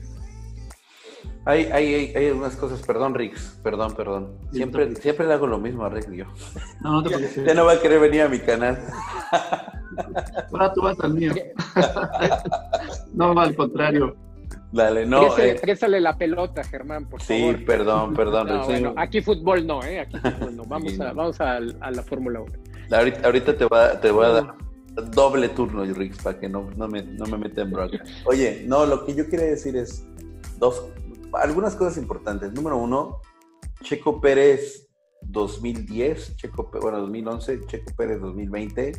B: Hay, hay, hay, hay algunas cosas, perdón, Rix, perdón, perdón. Siempre, siempre le hago lo mismo a Rix y yo. No, no te ya, ya no va a querer venir a mi canal.
C: Ahora tú vas al mío. No, al contrario.
B: Dale, no.
A: Présale eh. la pelota, Germán, por
B: sí,
A: favor.
B: Sí, perdón, perdón.
A: No, bueno, aquí fútbol no, ¿eh? Aquí fútbol no. Vamos, sí, a, no. vamos a, a la Fórmula uno.
B: Ahorita, ahorita te, va, te voy a dar doble turno, Rix, para que no, no, me, no me meta en bronca. Oye, no, lo que yo quería decir es dos, algunas cosas importantes. Número uno, Checo Pérez dos mil diez, Checo, bueno, dos mil once, Checo Pérez dos mil veinte.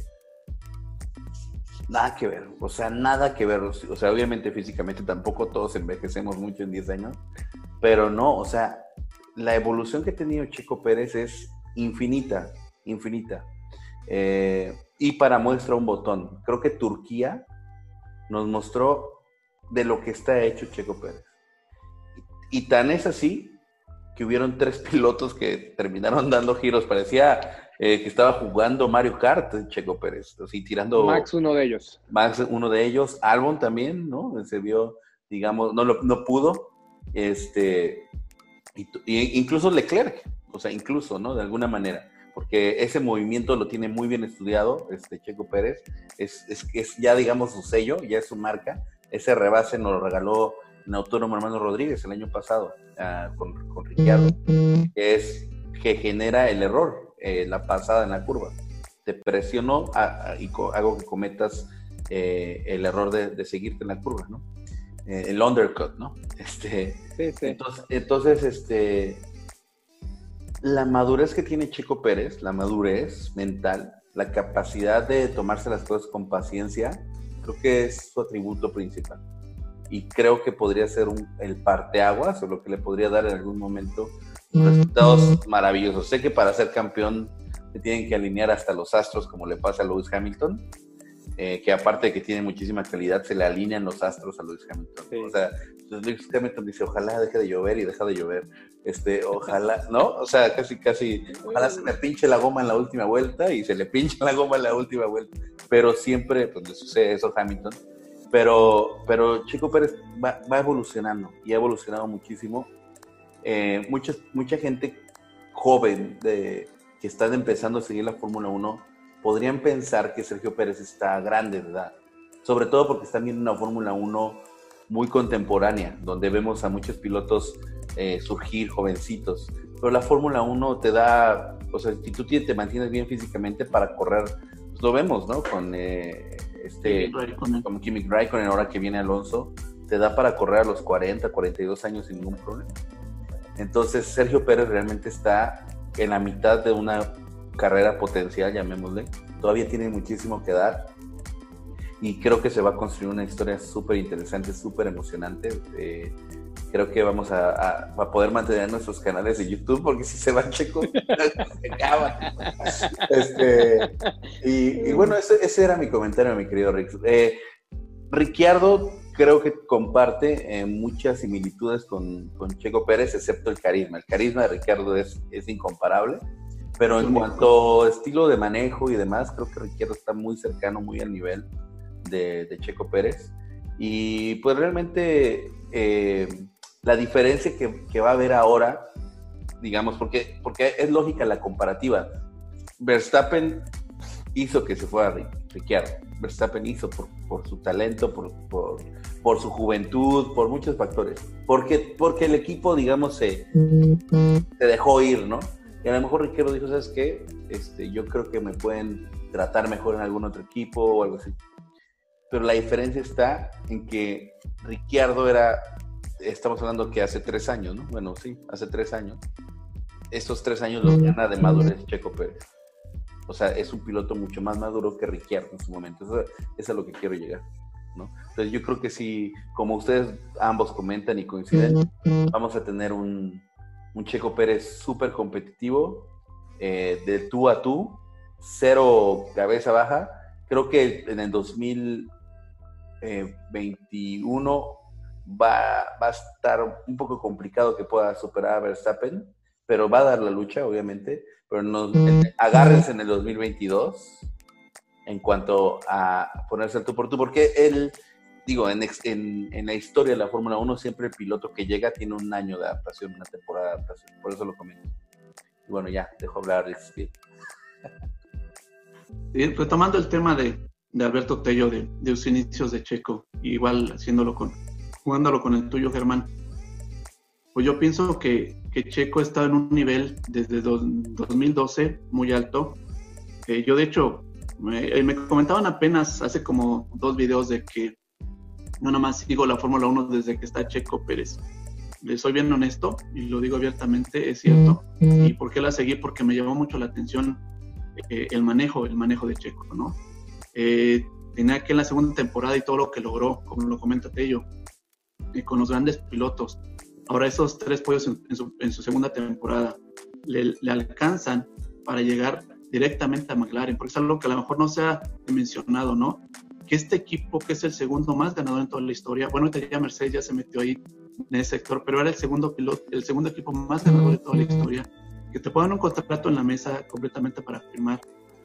B: Nada que ver, o sea, nada que ver. O sea, obviamente físicamente tampoco todos envejecemos mucho en diez años, pero no, o sea, la evolución que ha tenido Checo Pérez es infinita, infinita. Eh, y para muestra un botón, creo que Turquía nos mostró de lo que está hecho Checo Pérez. Y, y tan es así que hubieron tres pilotos que terminaron dando giros, parecía eh, que estaba jugando Mario Kart, Checo Pérez, así tirando...
A: Max uno de ellos.
B: Max uno de ellos, Albon también, ¿no? Se vio, digamos, no, lo, no pudo, este, y, y incluso Leclerc, o sea, incluso, ¿no? De alguna manera, porque ese movimiento lo tiene muy bien estudiado, este Checo Pérez, es, es, es ya, digamos, su sello, ya es su marca. Ese rebase nos lo regaló en Autódromo Hermano Rodríguez el año pasado, uh, con, con Ricciardo, que es que genera el error, eh, la pasada en la curva. Te presionó a, a, y co- hago que cometas eh, el error de, de seguirte en la curva, ¿no? Eh, el undercut, ¿no? Este,
A: sí, sí.
B: Entonces, entonces, este, la madurez que tiene Checo Pérez, la madurez mental, la capacidad de tomarse las cosas con paciencia, creo que es su atributo principal. Y creo que podría ser un, el parteaguas, o lo que le podría dar en algún momento resultados maravillosos. Sé que para ser campeón se tienen que alinear hasta los astros, como le pasa a Lewis Hamilton, eh, que aparte de que tiene muchísima calidad, se le alinean los astros a Lewis Hamilton. Sí. O sea, Lewis Hamilton dice, ojalá deje de llover y deja de llover. Este, ojalá, ¿no? O sea, casi, casi, ojalá se me pinche la goma en la última vuelta y se le pinche la goma en la última vuelta. Pero siempre, pues, le sucede eso a Hamilton. Pero, pero Checo Pérez va, va evolucionando y ha evolucionado muchísimo. Eh, mucha, mucha gente joven de, que están empezando a seguir la Fórmula uno podrían pensar que Sergio Pérez está grande de edad, sobre todo porque están viendo una Fórmula uno muy contemporánea, donde vemos a muchos pilotos eh, surgir jovencitos, pero la Fórmula uno te da, o sea, si tú te mantienes bien físicamente para correr, pues lo vemos, ¿no? Con eh, este, con Kimi Raikkonen, ahora que viene Alonso, te da para correr a los cuarenta, cuarenta y dos años sin ningún problema. Entonces Sergio Pérez realmente está en la mitad de una carrera potencial, llamémosle. Todavía tiene muchísimo que dar y creo que se va a construir una historia súper interesante, súper emocionante. Eh, creo que vamos a, a, a poder mantener nuestros canales de YouTube, porque si se va Checo, se acaba. Este, y, y bueno, ese, ese era mi comentario, mi querido Rick. Eh, Ricciardo creo que comparte eh, muchas similitudes con, con Checo Pérez, excepto el carisma. El carisma de Ricciardo es, es incomparable, pero en cuanto a estilo de manejo y demás, creo que Ricciardo está muy cercano, muy al nivel de, de Checo Pérez. Y pues realmente eh, la diferencia que, que va a haber ahora, digamos, porque, porque es lógica la comparativa. Verstappen hizo que se fuera Ricciardo. Verstappen hizo por, por su talento, por, por, por su juventud, por muchos factores. Porque, porque el equipo, digamos, se, se dejó ir, ¿no? Y a lo mejor Ricciardo dijo, ¿sabes qué? Este, yo creo que me pueden tratar mejor en algún otro equipo o algo así. Pero la diferencia está en que Ricciardo era, estamos hablando que hace tres años, ¿no? Bueno, sí, hace tres años. Estos tres años los gana de madurez Checo Pérez. O sea, es un piloto mucho más maduro que Ricciardo en su momento. Eso, eso es a lo que quiero llegar, ¿no? Entonces yo creo que si, como ustedes ambos comentan y coinciden, vamos a tener un, un Checo Pérez súper competitivo, eh, de tú a tú, cero cabeza baja. Creo que en el dos mil veintiuno va, va a estar un poco complicado que pueda superar a Verstappen, pero va a dar la lucha, obviamente. Pero nos, agárrense en el dos mil veintidós en cuanto a ponerse al tú por tú, porque él, digo, en, en, en la historia de la Fórmula uno siempre el piloto que llega tiene un año de adaptación, una temporada de adaptación, por eso lo comento. Y bueno, ya, dejo hablar de Speed.
C: Sí, retomando el tema de, de Alberto Tello, de, de los inicios de Checo, igual haciéndolo con, jugándolo con el tuyo, Germán. Pues yo pienso que, que Checo está en un nivel desde dos mil doce muy alto. Eh, yo, de hecho, me, me comentaban apenas hace como dos videos de que no nomás sigo la Fórmula uno desde que está Checo Pérez. Les soy bien honesto y lo digo abiertamente, es cierto. ¿Y por qué la seguí? Porque me llamó mucho la atención eh, el manejo, el manejo de Checo, ¿no? Eh, tenía que en la segunda temporada y todo lo que logró, como lo comenta Tello, eh, con los grandes pilotos. Ahora esos tres podios en, en, su, en su segunda temporada le, le alcanzan para llegar directamente a McLaren, porque es algo que a lo mejor no se ha mencionado, ¿no? Que este equipo, que es el segundo más ganador en toda la historia, bueno, ya Mercedes ya se metió ahí en ese sector, pero era el segundo piloto, el segundo equipo más ganador de toda la historia, que te ponen un contrato en la mesa completamente para firmar.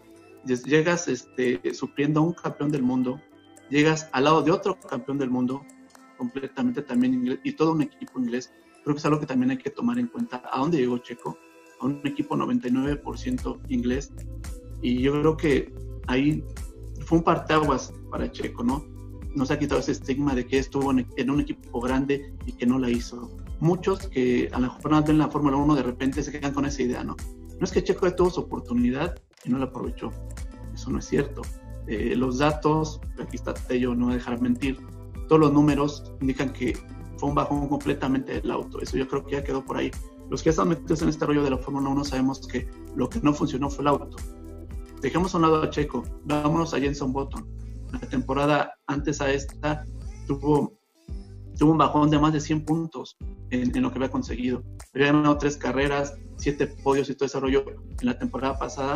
C: Llegas este, supliendo a un campeón del mundo, llegas al lado de otro campeón del mundo, completamente también inglés, y todo un equipo inglés. Creo que es algo que también hay que tomar en cuenta. ¿A dónde llegó Checo? A un equipo noventa y nueve por ciento inglés, y yo creo que ahí fue un parteaguas para Checo, ¿no? Nos ha quitado ese estigma de que estuvo en, en un equipo grande y que no la hizo. Muchos que a lo mejor no ven la Fórmula uno de repente se quedan con esa idea, ¿no? No es que Checo tuvo su oportunidad y no la aprovechó. Eso no es cierto. Eh, los datos, aquí está Tello, no voy a dejar mentir, todos los números indican que fue un bajón completamente del auto. Eso yo creo que ya quedó por ahí. Los que ya están metidos en este rollo de la Fórmula uno sabemos que lo que no funcionó fue el auto. Dejemos a un lado a Checo, vámonos a Jenson Button. La temporada antes a esta tuvo, tuvo un bajón de más de cien puntos en, en lo que había conseguido. Había ganado tres carreras, siete podios y todo ese rollo en la temporada pasada,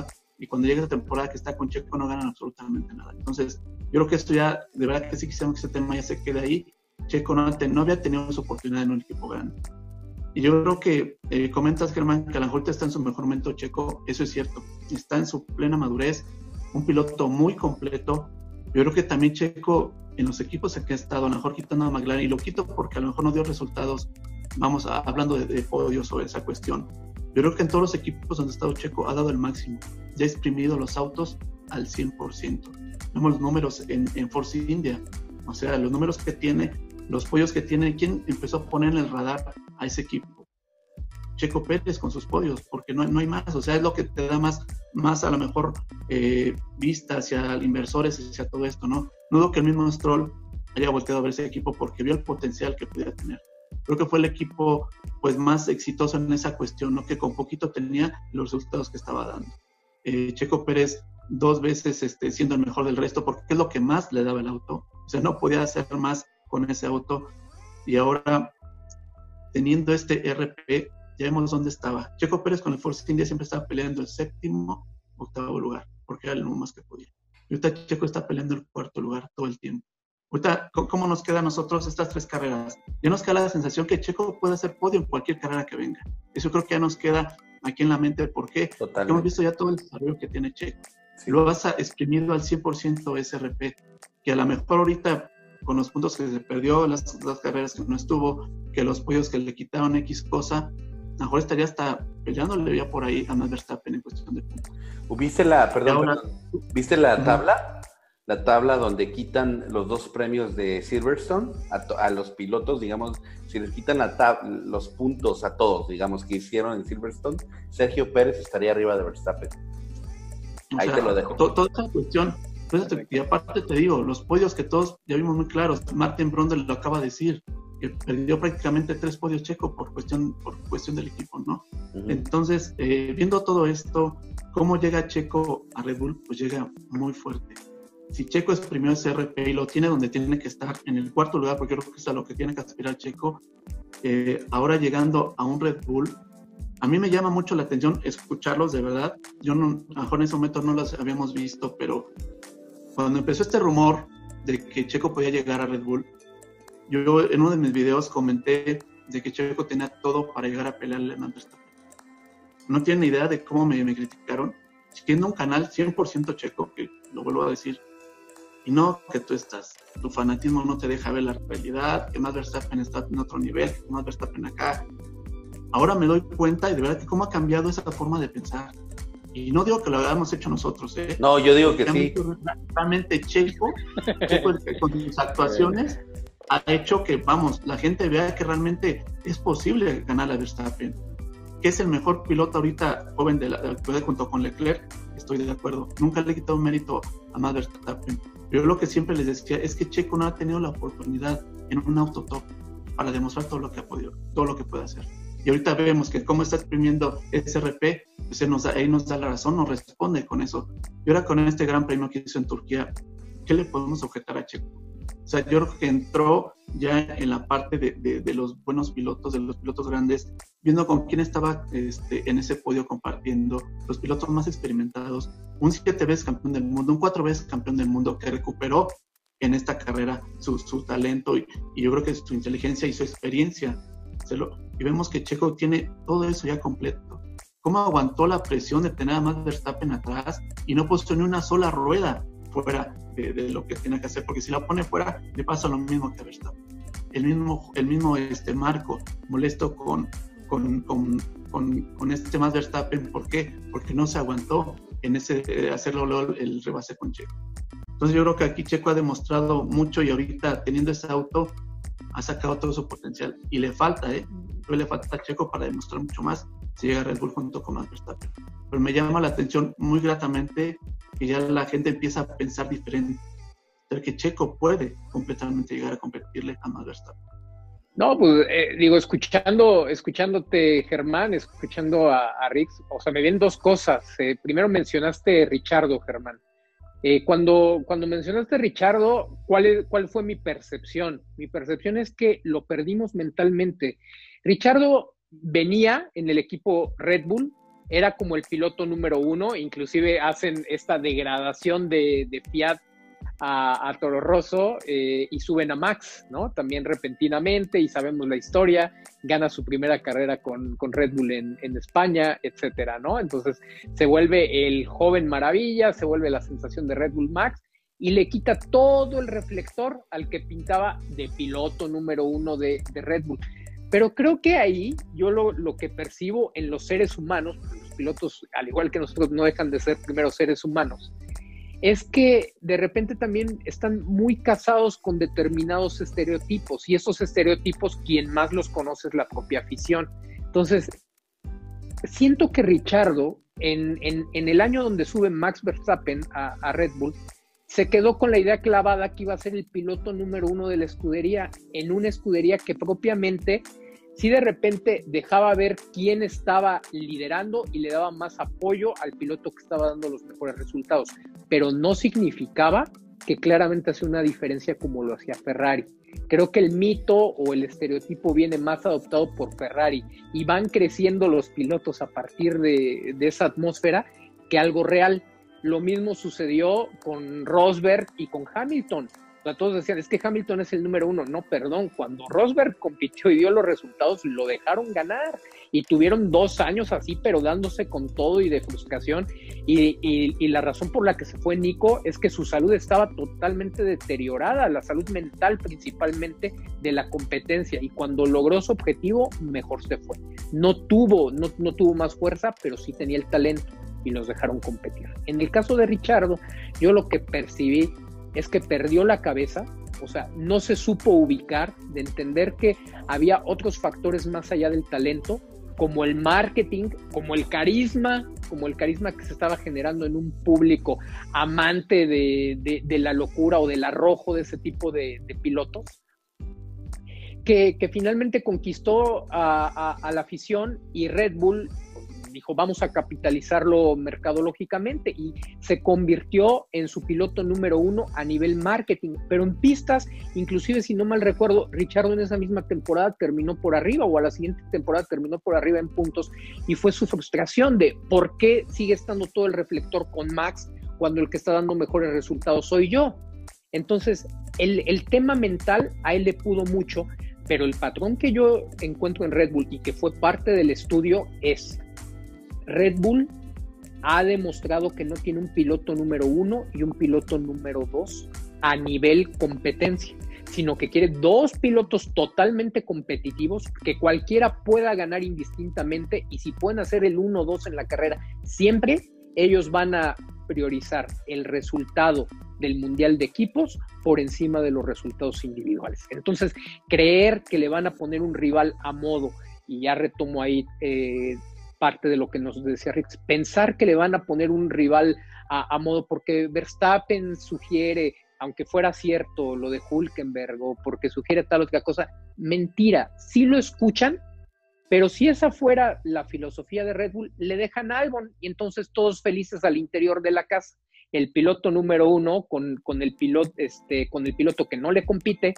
C: y cuando llega esa temporada que está con Checo no ganan absolutamente nada. Entonces, yo creo que esto ya, de verdad que sí quisiéramos que ese tema ya se quede ahí. Checo no, no había tenido su oportunidad en un equipo grande. Y yo creo que eh, comentas, Germán, que a la mejor está en su mejor momento Checo, eso es cierto, está en su plena madurez, un piloto muy completo. Yo creo que también Checo, en los equipos en que ha estado, a lo mejor quitando a McLaren, y lo quito porque a lo mejor no dio resultados, vamos a, hablando de, de podios sobre esa cuestión. Yo creo que en todos los equipos donde ha estado Checo ha dado el máximo, ya ha exprimido los autos al cien por ciento. Vemos los números en, en Force India, o sea, los números que tiene, los podios que tiene. ¿Quién empezó a poner en el radar a ese equipo? Checo Pérez con sus podios, porque no, no hay más, o sea, es lo que te da más, más a lo mejor eh, vista hacia inversores, hacia todo esto, ¿no? No dudo que el mismo Stroll haya volteado a ver ese equipo porque vio el potencial que podía tener. Creo que fue el equipo pues más exitoso en esa cuestión, ¿no? Que con poquito tenía los resultados que estaba dando. Eh, Checo Pérez dos veces este, siendo el mejor del resto, porque es lo que más le daba el auto, o sea, no podía hacer más con ese auto, y ahora teniendo este R P, ya vemos dónde estaba. Checo Pérez con el Force India siempre estaba peleando el séptimo, octavo lugar, porque era lo más que podía. Y ahorita Checo está peleando el cuarto lugar todo el tiempo. Ahorita, ¿cómo nos queda a nosotros estas tres carreras? Ya nos queda la sensación que Checo puede hacer podio en cualquier carrera que venga. Eso creo que ya nos queda aquí en la mente. ¿Por qué? Porque hemos visto ya todo el desarrollo que tiene Checo. Sí. Lo vas a exprimido al cien por ciento ese R P, que a lo mejor ahorita, con los puntos que se perdió, las, las carreras que no estuvo, que los podios que le quitaron X cosa, a lo mejor estaría hasta peleándole ya por ahí a Max Verstappen en cuestión de puntos.
B: ¿Viste la, perdón,
C: ahora,
B: perdón, ¿viste la uh-huh. tabla? La tabla donde quitan los dos premios de Silverstone a, a los pilotos, digamos, si les quitan la tab- los puntos a todos, digamos, que hicieron en Silverstone, Sergio Pérez estaría arriba de Verstappen. Ahí
C: sea,
B: te lo dejo.
C: To- toda esa cuestión, te, y aparte te digo, los podios que todos ya vimos muy claros, Martin Brundle lo acaba de decir, que perdió prácticamente tres podios Checo por cuestión, por cuestión del equipo, ¿no? Uh-huh. Entonces, eh, viendo todo esto, ¿cómo llega Checo a Red Bull? Pues llega muy fuerte. Si Checo exprimió ese R P y lo tiene donde tiene que estar, en el cuarto lugar, porque creo que es a lo que tiene que aspirar Checo, eh, ahora llegando a un Red Bull, a mí me llama mucho la atención escucharlos, de verdad. Yo no, a lo mejor en ese momento no los habíamos visto, pero cuando empezó este rumor de que Checo podía llegar a Red Bull, yo en uno de mis videos comenté de que Checo tenía todo para llegar a pelearle a Max Verstappen. No tienen idea de cómo me, me criticaron, siendo un canal cien por ciento Checo, que lo vuelvo a decir. Y no que tú estás, tu fanatismo no te deja ver la realidad, que Max Verstappen está en otro nivel, que Max Verstappen acá. Ahora me doy cuenta y de verdad que cómo ha cambiado esa forma de pensar. Y no digo que lo hayamos hecho nosotros, ¿eh?
B: No, yo digo que sí.
C: Realmente Checo, Checo con sus actuaciones ha hecho que, vamos, la gente vea que realmente es posible ganar a Verstappen. Que es el mejor piloto ahorita joven de la actualidad junto con Leclerc, estoy de acuerdo. Nunca le he quitado un mérito a Max Verstappen. Yo lo que siempre les decía es que Checo no ha tenido la oportunidad en un auto top para demostrar todo lo que ha podido, todo lo que puede hacer. Y ahorita vemos que cómo está exprimiendo ese R P, pues él nos da, ahí nos da la razón, nos responde con eso. Y ahora con este gran premio que hizo en Turquía, ¿qué le podemos objetar a Checo? O sea, yo creo que entró ya en la parte de, de, de los buenos pilotos, de los pilotos grandes, viendo con quién estaba este, en ese podio compartiendo, los pilotos más experimentados, un siete veces campeón del mundo, un cuatro veces campeón del mundo que recuperó en esta carrera su, su talento y, y yo creo que su inteligencia y su experiencia. Se lo, y vemos que Checo tiene todo eso ya completo. ¿Cómo aguantó la presión de tener a Max Verstappen atrás y no puso ni una sola rueda fuera de, de lo que tiene que hacer? Porque si la pone fuera, le pasa lo mismo que a Verstappen. El mismo, el mismo este, Marco molesto con, con, con, con, con este Max Verstappen. ¿Por qué? Porque no se aguantó en ese eh, hacerlo el rebase con Checo. Entonces yo creo que aquí Checo ha demostrado mucho y ahorita teniendo ese auto ha sacado todo su potencial y le falta, ¿eh? le falta a Checo para demostrar mucho más si llega a Red Bull junto con Max Verstappen. Pero me llama la atención muy gratamente que ya la gente empieza a pensar diferente, de que Checo puede completamente llegar a competirle a Max Verstappen.
A: No, pues eh, digo, escuchando, escuchándote, Germán, escuchando a, a Rix, o sea, me vienen dos cosas. Eh, primero mencionaste Richardo, Germán. Eh, cuando, cuando mencionaste Richardo, ¿cuál, es, ¿cuál fue mi percepción? Mi percepción es que lo perdimos mentalmente. Richardo venía en el equipo Red Bull era como el piloto número uno, inclusive hacen esta degradación de, de Fiat a, a Toro Rosso eh, y suben a Max, ¿no? También repentinamente, y sabemos la historia, gana su primera carrera con, con Red Bull en, en España, etcétera, ¿no? Entonces se vuelve el joven maravilla, se vuelve la sensación de Red Bull Max, y le quita todo el reflector al que pintaba de piloto número uno de, de Red Bull. Pero creo que ahí yo lo, lo que percibo en los seres humanos, los pilotos, al igual que nosotros, no dejan de ser primero seres humanos, es que de repente también están muy casados con determinados estereotipos, y esos estereotipos quien más los conoce es la propia afición. Entonces, siento que Richardo, en, en, en el año donde sube Max Verstappen a, a Red Bull, se quedó con la idea clavada que iba a ser el piloto número uno de la escudería, en una escudería que propiamente sí de repente dejaba ver quién estaba liderando y le daba más apoyo al piloto que estaba dando los mejores resultados, pero no significaba que claramente hacía una diferencia como lo hacía Ferrari. Creo que el mito o el estereotipo viene más adoptado por Ferrari, y van creciendo los pilotos a partir de, de esa atmósfera que algo real. Lo mismo sucedió con Rosberg y con Hamilton. O sea, todos decían, es que Hamilton es el número uno. No, perdón, cuando Rosberg compitió y dio los resultados, lo dejaron ganar. Y tuvieron dos años así, pero dándose con todo y de frustración. Y, y, y la razón por la que se fue Nico es que su salud estaba totalmente deteriorada, la salud mental principalmente de la competencia. Y cuando logró su objetivo, mejor se fue. No tuvo, no, no tuvo más fuerza, pero sí tenía el talento, y los dejaron competir. En el caso de Richardo, yo lo que percibí es que perdió la cabeza, o sea, no se supo ubicar, de entender que había otros factores más allá del talento, como el marketing, como el carisma, como el carisma que se estaba generando en un público amante de, de, de la locura o del arrojo de ese tipo de, de pilotos, que, que finalmente conquistó a, a, a la afición, y Red Bull dijo, vamos a capitalizarlo mercadológicamente, y se convirtió en su piloto número uno a nivel marketing. Pero en pistas, inclusive si no mal recuerdo, Richardo en esa misma temporada terminó por arriba, o a la siguiente temporada terminó por arriba en puntos, y fue su frustración de por qué sigue estando todo el reflector con Max cuando el que está dando mejores resultados soy yo. Entonces, el, el tema mental a él le pudo mucho, pero el patrón que yo encuentro en Red Bull y que fue parte del estudio es: Red Bull ha demostrado que no tiene un piloto número uno y un piloto número dos a nivel competencia, sino que quiere dos pilotos totalmente competitivos, que cualquiera pueda ganar indistintamente, y si pueden hacer el uno o dos en la carrera, siempre ellos van a priorizar el resultado del Mundial de Equipos por encima de los resultados individuales. Entonces, creer que le van a poner un rival a modo, y ya retomo ahí eh, parte de lo que nos decía Rix, pensar que le van a poner un rival a, a modo porque Verstappen sugiere, aunque fuera cierto lo de Hülkenberg, o porque sugiere tal o otra cosa, mentira, sí lo escuchan, pero si esa fuera la filosofía de Red Bull, le dejan a Albon, y entonces todos felices al interior de la casa. El piloto número uno con, con, el piloto, este, con el piloto que no le compite,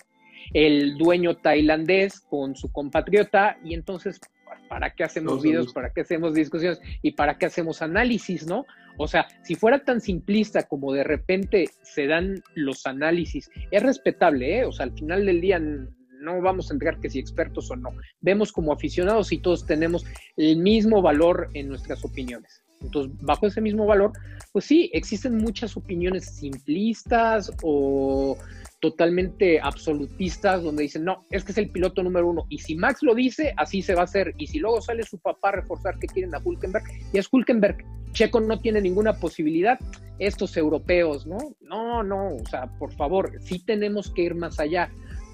A: el dueño tailandés con su compatriota, y entonces, ¿para qué hacemos videos? ¿Para qué hacemos discusiones? ¿Y para qué hacemos análisis, no? O sea, si fuera tan simplista como de repente se dan los análisis, es respetable, ¿eh? O sea, al final del día no vamos a entregar que si expertos o no. Vemos como aficionados y todos tenemos el mismo valor en nuestras opiniones. Entonces, bajo ese mismo valor, pues sí, existen muchas opiniones simplistas o totalmente absolutistas, donde dicen, no, es que es el piloto número uno, y si Max lo dice, así se va a hacer, y si luego sale su papá a reforzar que quieren a Hülkenberg, y es Hülkenberg, Checo no tiene ninguna posibilidad, estos europeos, ¿no? No, no, o sea, por favor, sí tenemos que ir más allá.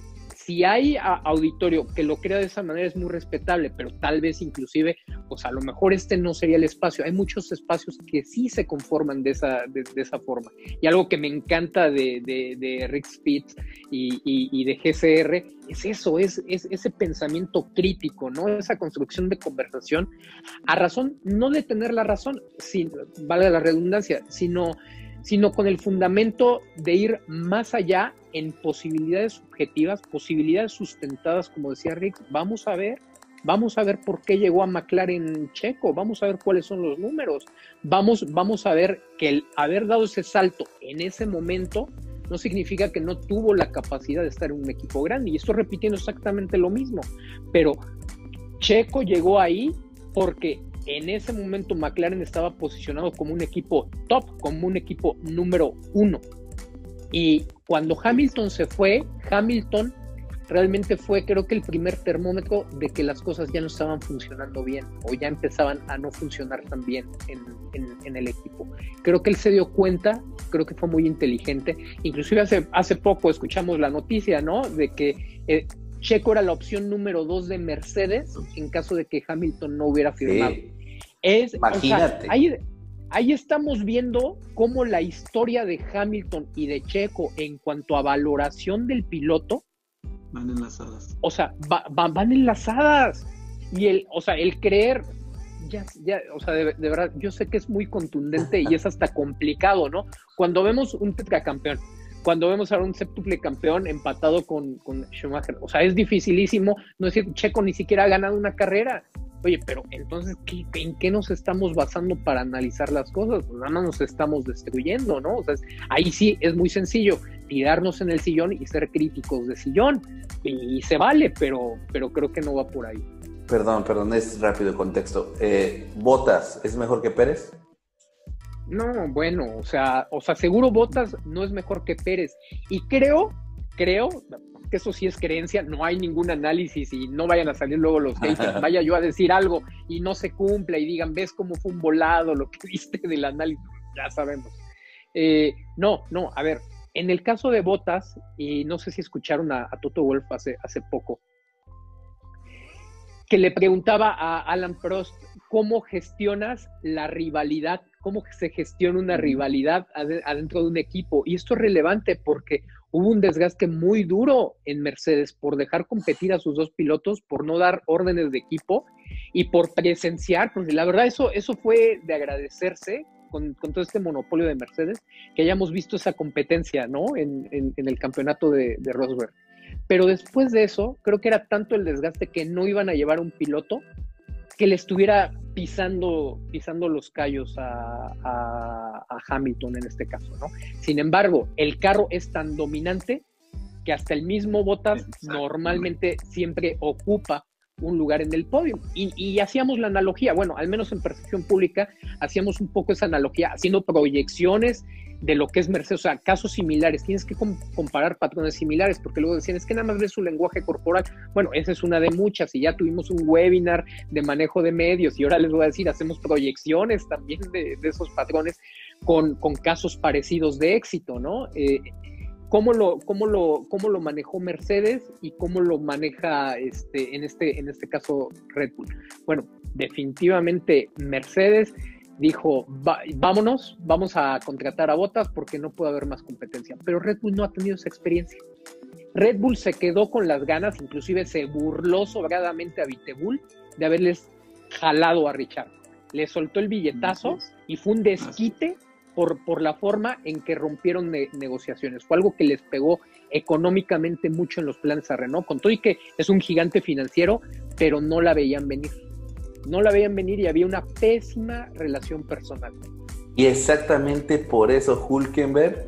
A: Si hay a, auditorio que lo crea de esa manera, es muy respetable, pero tal vez inclusive, pues a lo mejor este no sería el espacio. Hay muchos espacios que sí se conforman de esa, de, de esa forma. Y algo que me encanta de, de, de Rick Speed y, y, y de G C R es eso, es, es ese pensamiento crítico, ¿no? Esa construcción de conversación a razón, no de tener la razón, sin, vale la redundancia, sino... sino con el fundamento de ir más allá en posibilidades subjetivas, posibilidades sustentadas, como decía Rick. Vamos a ver vamos a ver por qué llegó a McLaren Checo, vamos a ver cuáles son los números, vamos, vamos a ver que el haber dado ese salto en ese momento no significa que no tuvo la capacidad de estar en un equipo grande, y estoy repitiendo exactamente lo mismo, pero Checo llegó ahí porque en ese momento McLaren estaba posicionado como un equipo top, como un equipo número uno, y cuando Hamilton se fue, Hamilton realmente fue, creo que el primer termómetro de que las cosas ya no estaban funcionando bien o ya empezaban a no funcionar tan bien en, en, en el equipo. Creo que él se dio cuenta, creo que fue muy inteligente. Inclusive hace, hace poco escuchamos la noticia, ¿no? De que eh, Checo era la opción número dos de Mercedes en caso de que Hamilton no hubiera firmado.
B: Sí.
A: Es,
B: Imagínate.
A: O sea, ahí, ahí estamos viendo cómo la historia de Hamilton y de Checo en cuanto a valoración del piloto
C: van enlazadas.
A: O sea, va, va, van enlazadas. Y el, o sea, el creer, ya, ya, o sea, de, de verdad, yo sé que es muy contundente y es hasta complicado, ¿no? Cuando vemos un tetracampeón, cuando vemos ahora un séptuple campeón empatado con, con Schumacher, o sea, es dificilísimo, no es decir, Checo ni siquiera ha ganado una carrera. Oye, pero entonces, ¿qué, ¿en qué nos estamos basando para analizar las cosas? Pues nada más nos estamos destruyendo, ¿no? O sea, es, ahí sí es muy sencillo, tirarnos en el sillón y ser críticos de sillón, y, y se vale, pero, pero creo que no va por ahí.
B: Perdón, perdón, es rápido el contexto. Eh, ¿Bottas es mejor que Pérez?
A: No, bueno, o sea, o sea, seguro Bottas no es mejor que Pérez, y creo, creo... que eso sí es creencia, no hay ningún análisis y no vayan a salir luego los haters, vaya yo a decir algo y no se cumpla y digan, ves cómo fue un volado lo que viste del análisis, ya sabemos. Eh, no, no, a ver, en el caso de Bottas, y no sé si escucharon a, a Toto Wolff hace, hace poco, que le preguntaba a Alan Prost, ¿cómo gestionas la rivalidad? ¿Cómo se gestiona una rivalidad adentro de un equipo? Y esto es relevante porque hubo un desgaste muy duro en Mercedes por dejar competir a sus dos pilotos, por no dar órdenes de equipo y por presenciar, porque la verdad eso, eso fue de agradecerse con, con todo este monopolio de Mercedes, que hayamos visto esa competencia, ¿no? En, en, en el campeonato de, de Rosberg. Pero después de eso, creo que era tanto el desgaste que no iban a llevar un piloto que le estuviera pisando, pisando los callos a, a, a Hamilton en este caso, ¿no? Sin embargo, el carro es tan dominante que hasta el mismo Bottas normalmente siempre ocupa un lugar en el podio. Y, y hacíamos la analogía, bueno, al menos en percepción pública, hacíamos un poco esa analogía, haciendo proyecciones de lo que es Mercedes, o sea, casos similares, tienes que com- comparar patrones similares, porque luego decían, es que nada más ves su lenguaje corporal. Bueno, esa es una de muchas, y ya tuvimos un webinar de manejo de medios, y ahora les voy a decir, hacemos proyecciones también de, de esos patrones con, con casos parecidos de éxito, ¿no? Eh, ¿Cómo lo, cómo lo, cómo lo manejó Mercedes y cómo lo maneja este, en, este, en este caso Red Bull? Bueno, definitivamente Mercedes dijo, Va, vámonos, vamos a contratar a Bottas porque no puede haber más competencia. Pero Red Bull no ha tenido esa experiencia. Red Bull se quedó con las ganas, inclusive se burló sobradamente a Vitebull de haberles jalado a Richard. Le soltó el billetazo y fue un desquite por, por la forma en que rompieron ne- negociaciones. Fue algo que les pegó económicamente mucho en los planes a Renault, con todo y que es un gigante financiero, pero no la veían venir. No la veían venir y había una pésima relación personal.
B: Y exactamente por eso Hülkenberg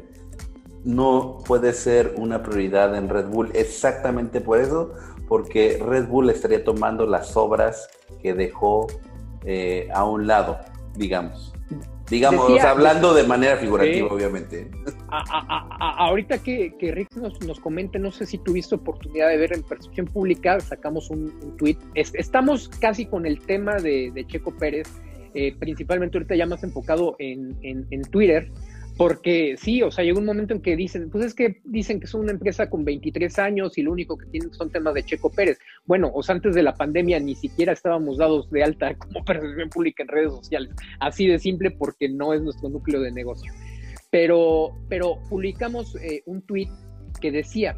B: no puede ser una prioridad en Red Bull. Exactamente por eso, porque Red Bull estaría tomando las obras que dejó eh, a un lado, digamos. Digamos,
A: Decía,
B: o sea, hablando de manera figurativa,
A: sí.
B: Obviamente.
A: A, a, a, ahorita que, que Rick nos, nos comente, no sé si tuviste oportunidad de ver en Percepción Pública, sacamos un, un tweet. Es, estamos casi con el tema de, de Checo Pérez, eh, principalmente ahorita ya más enfocado en, en, en Twitter, porque sí, o sea, llegó un momento en que dicen, pues es que dicen que son una empresa con veintitrés años y lo único que tienen son temas de Checo Pérez. Bueno, o sea, antes de la pandemia ni siquiera estábamos dados de alta como Percepción Pública en redes sociales, así de simple, porque no es nuestro núcleo de negocio. Pero, pero publicamos eh, un tweet que decía,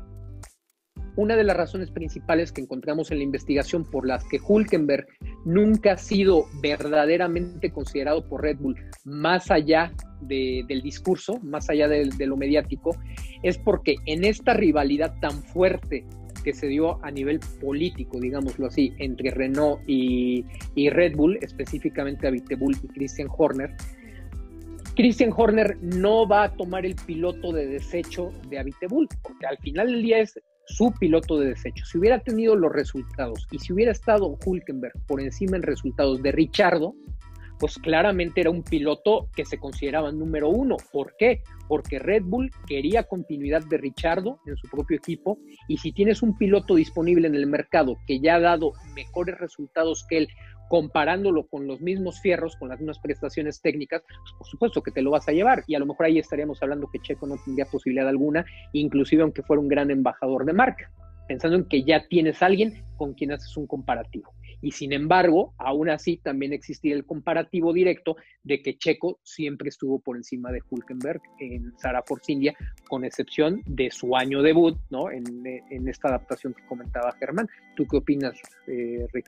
A: una de las razones principales que encontramos en la investigación por las que Hülkenberg nunca ha sido verdaderamente considerado por Red Bull más allá de, del discurso, más allá de, de lo mediático, es porque en esta rivalidad tan fuerte que se dio a nivel político, digámoslo así, entre Renault y, y Red Bull, específicamente Abiteboul y Christian Horner, Christian Horner no va a tomar el piloto de desecho de Abiteboul, porque al final del día es su piloto de desecho. Si hubiera tenido los resultados y si hubiera estado Hülkenberg por encima en resultados de Ricciardo, pues claramente era un piloto que se consideraba número uno. ¿Por qué? Porque Red Bull quería continuidad de Ricciardo en su propio equipo, y si tienes un piloto disponible en el mercado que ya ha dado mejores resultados que él, comparándolo con los mismos fierros, con las mismas prestaciones técnicas, pues por supuesto que te lo vas a llevar, y a lo mejor ahí estaríamos hablando que Checo no tendría posibilidad alguna, inclusive aunque fuera un gran embajador de marca, pensando en que ya tienes a alguien con quien haces un comparativo. Y sin embargo, aún así también existía el comparativo directo de que Checo siempre estuvo por encima de Hülkenberg en Sarah Force India, con excepción de su año debut, ¿no? En, en esta adaptación que comentaba Germán. ¿Tú qué opinas, eh, Rix?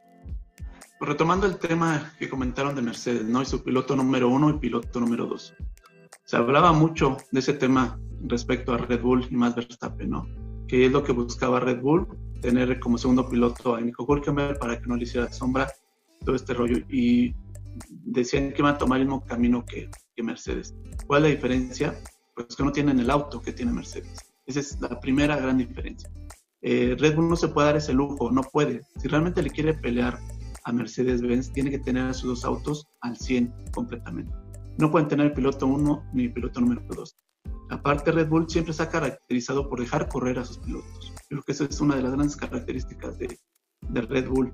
C: Retomando el tema que comentaron de Mercedes, ¿no? Y su piloto número uno y piloto número dos. Se hablaba mucho de ese tema respecto a Red Bull y Max Verstappen, ¿no? Que es lo que buscaba Red Bull, tener como segundo piloto a Nico Hülkenberg para que no le hiciera sombra todo este rollo. Y decían que iban a tomar el mismo camino que, que Mercedes. ¿Cuál es la diferencia? Pues que no tienen el auto que tiene Mercedes. Esa es la primera gran diferencia. Eh, Red Bull no se puede dar ese lujo, no puede. Si realmente le quiere pelear a Mercedes-Benz, tiene que tener a sus dos autos al cien completamente. No pueden tener piloto uno ni piloto número dos. Aparte, Red Bull siempre se ha caracterizado por dejar correr a sus pilotos. Yo creo que esa es una de las grandes características de, de Red Bull.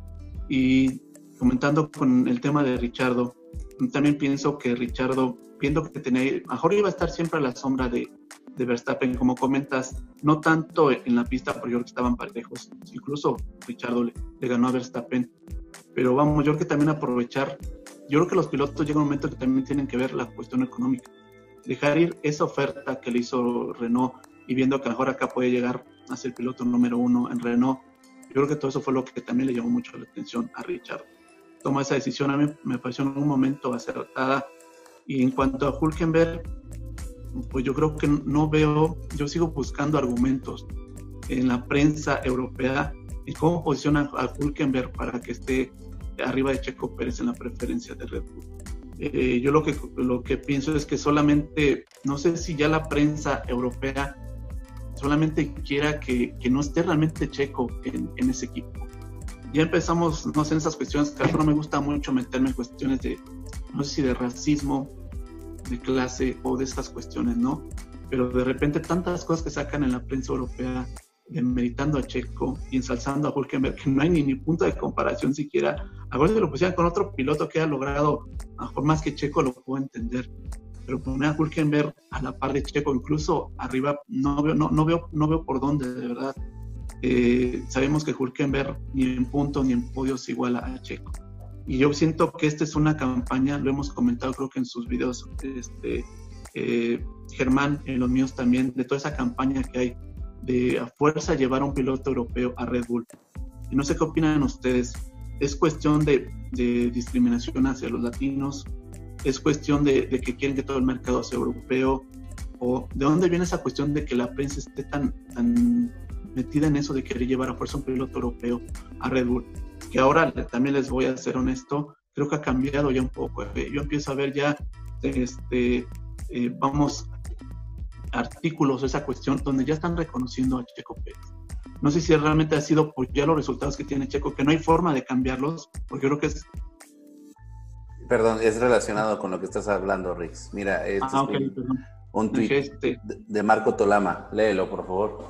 C: Y comentando con el tema de Ricciardo, también pienso que Ricciardo, viendo que tenía, mejor iba a estar siempre a la sombra de, de Verstappen, como comentas, no tanto en la pista, porque yo creo que estaban parejos. Incluso Ricciardo le, le ganó a Verstappen. Pero vamos, yo creo que también aprovechar, yo creo que los pilotos llega un momento que también tienen que ver la cuestión económica. Dejar ir esa oferta que le hizo Renault y viendo que a lo mejor acá puede llegar a ser piloto número uno en Renault. Yo creo que todo eso fue lo que también le llamó mucho la atención a Richard. Toma esa decisión, a mí me pareció en un momento acertada. Y en cuanto a Hülkenberg, pues yo creo que no veo, yo sigo buscando argumentos en la prensa europea y cómo posicionan a Hülkenberg para que esté arriba de Checo Pérez en la preferencia de Red Bull. Eh, yo lo que, lo que pienso es que solamente, no sé si ya la prensa europea solamente quiera que, que no esté realmente Checo en, en ese equipo. Ya empezamos, no sé, en esas cuestiones, que a mí no me gusta mucho meterme en cuestiones de, no sé si de racismo, de clase o de esas cuestiones, ¿no? Pero de repente tantas cosas que sacan en la prensa europea demeritando a Checo y ensalzando a Hülkenberg, que no hay ni, ni punto de comparación siquiera. A veces lo pusieran con otro piloto que ha logrado, a lo mejor más que Checo, lo puedo entender, pero poner a Hülkenberg a la par de Checo, incluso arriba, no veo, no, no veo, no veo por dónde, de verdad. Eh, sabemos que Hülkenberg ni en punto ni en podio es igual a, a Checo. Y yo siento que esta es una campaña, lo hemos comentado creo que en sus videos, este, eh, Germán, en los míos también, de toda esa campaña que hay de a fuerza llevar a un piloto europeo a Red Bull. Y no sé qué opinan ustedes. ¿Es cuestión de, de discriminación hacia los latinos? ¿Es cuestión de, de que quieren que todo el mercado sea europeo? ¿O de dónde viene esa cuestión de que la prensa esté tan, tan metida en eso de querer llevar a fuerza un piloto europeo a Red Bull? Que ahora también les voy a ser honesto, creo que ha cambiado ya un poco. Yo empiezo a ver ya, este, eh, vamos, artículos o esa cuestión donde ya están reconociendo a Checo Pérez. No sé si realmente ha sido por ya los resultados que tiene Checo, que no hay forma de cambiarlos, porque yo creo que es...
B: Perdón, es relacionado con lo que estás hablando, Rix. Mira, este
C: ah,
B: es
C: okay,
B: un, un tuit
C: este...
B: de Marco Tolama. Léelo, por favor.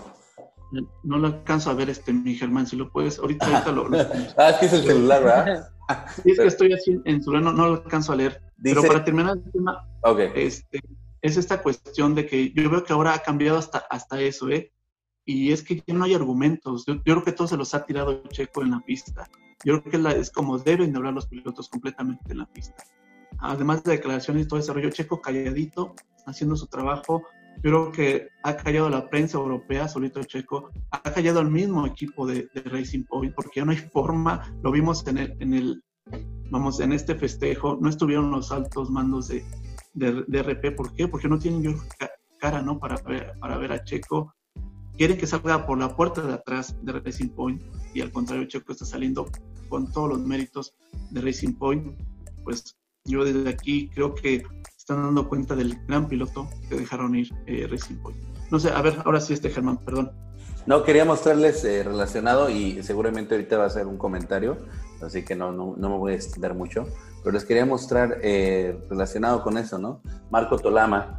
C: No lo alcanzo a ver, este, mi Germán, si lo puedes, ahorita, ahorita lo... lo...
B: ah, es que es el celular, ¿verdad?
C: Sí, es que estoy así en celular, no, no lo alcanzo a leer. Dice... Pero para terminar el tema,
B: okay.
C: este, es esta cuestión de que yo veo que ahora ha cambiado hasta, hasta eso, ¿eh? Y es que ya no hay argumentos. Yo, yo creo que todo se los ha tirado Checo en la pista. Yo creo que la, es como deben de hablar los pilotos completamente en la pista. Además de declaraciones y todo ese rollo, Checo calladito, haciendo su trabajo. Yo creo que ha callado a la prensa europea, solito Checo, ha callado al mismo equipo de, de Racing Point, porque ya no hay forma. Lo vimos en el, en el, vamos, en este festejo, no estuvieron los altos mandos de, de, de R P. ¿Por qué? Porque no tienen yo cara, ¿no? Para ver, para ver a Checo. quieren que salga por la puerta de atrás de Racing Point, y al contrario, Checo está saliendo con todos los méritos de Racing Point. Pues yo desde aquí creo que están dando cuenta del gran piloto que dejaron ir eh, Racing Point. No sé, a ver, ahora sí este Germán, perdón.
B: No, quería mostrarles eh, relacionado, y seguramente ahorita va a ser un comentario, así que no, no, no me voy a extender mucho, pero les quería mostrar eh, relacionado con eso, ¿no? Marco Tolama,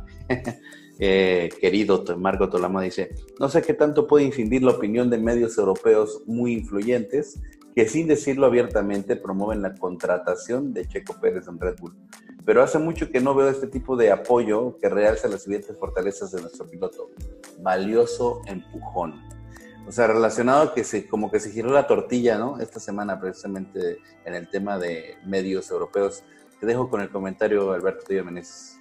B: eh, querido Marco Tolama, dice: no sé qué tanto puede incidir la opinión de medios europeos muy influyentes que, sin decirlo abiertamente, promueven la contratación de Checo Pérez en Red Bull. Pero hace mucho que no veo este tipo de apoyo que realza las siguientes fortalezas de nuestro piloto. Valioso empujón. O sea, relacionado a que se, como que se giró la tortilla, ¿no? Esta semana, precisamente, en el tema de medios europeos. Te dejo con el comentario, Alberto Tello Meneses.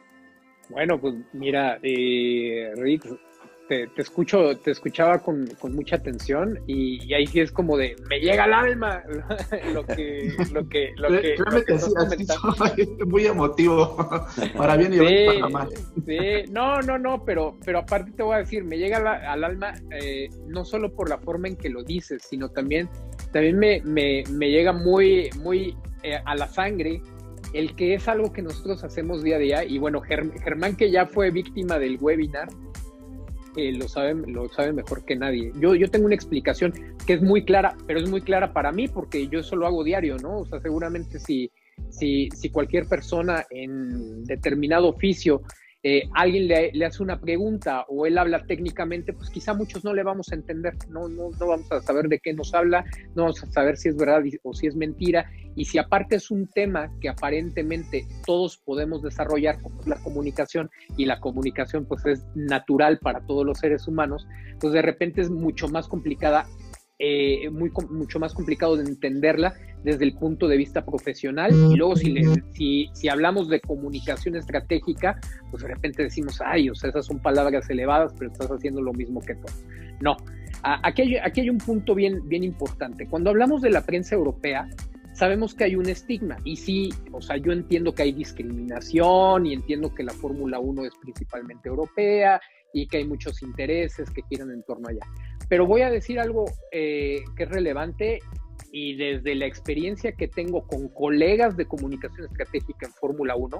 A: Bueno, pues mira, eh, Rick, te, te escucho, te escuchaba con, con mucha atención, y, y ahí sí es como de, me llega al alma lo que, lo que, lo que, lo que
C: sí, así muy emotivo, para bien y
A: sí,
C: para mal.
A: Sí, no, no, no, pero, pero aparte te voy a decir, me llega la, al alma, eh, no solo por la forma en que lo dices, sino también, también me, me, me llega muy, muy eh, a la sangre el que es algo que nosotros hacemos día a día. Y bueno, Germ- Germán, que ya fue víctima del webinar, Eh, lo saben, lo saben mejor que nadie. Yo, yo tengo una explicación que es muy clara, pero es muy clara para mí porque yo eso lo hago diario, ¿no? O sea, seguramente si, si, si cualquier persona en determinado oficio, eh, alguien le, le hace una pregunta o él habla técnicamente, pues quizá muchos no le vamos a entender, no, no, no vamos a saber de qué nos habla, no vamos a saber si es verdad o si es mentira. Y si aparte es un tema que aparentemente todos podemos desarrollar, como es la comunicación, y la comunicación pues es natural para todos los seres humanos, pues de repente es mucho más complicada, eh, muy, mucho más complicado de entenderla desde el punto de vista profesional. Y luego si, le, si, si hablamos de comunicación estratégica, pues de repente decimos, ay, o sea, esas son palabras elevadas, pero estás haciendo lo mismo que todo. No, aquí hay, aquí hay un punto bien, bien importante. Cuando hablamos de la prensa europea, sabemos que hay un estigma, y sí, o sea, yo entiendo que hay discriminación, y entiendo que la Fórmula uno es principalmente europea, y que hay muchos intereses que giran en torno allá. Pero voy a decir algo eh, que es relevante, y desde la experiencia que tengo con colegas de comunicación estratégica en Fórmula uno,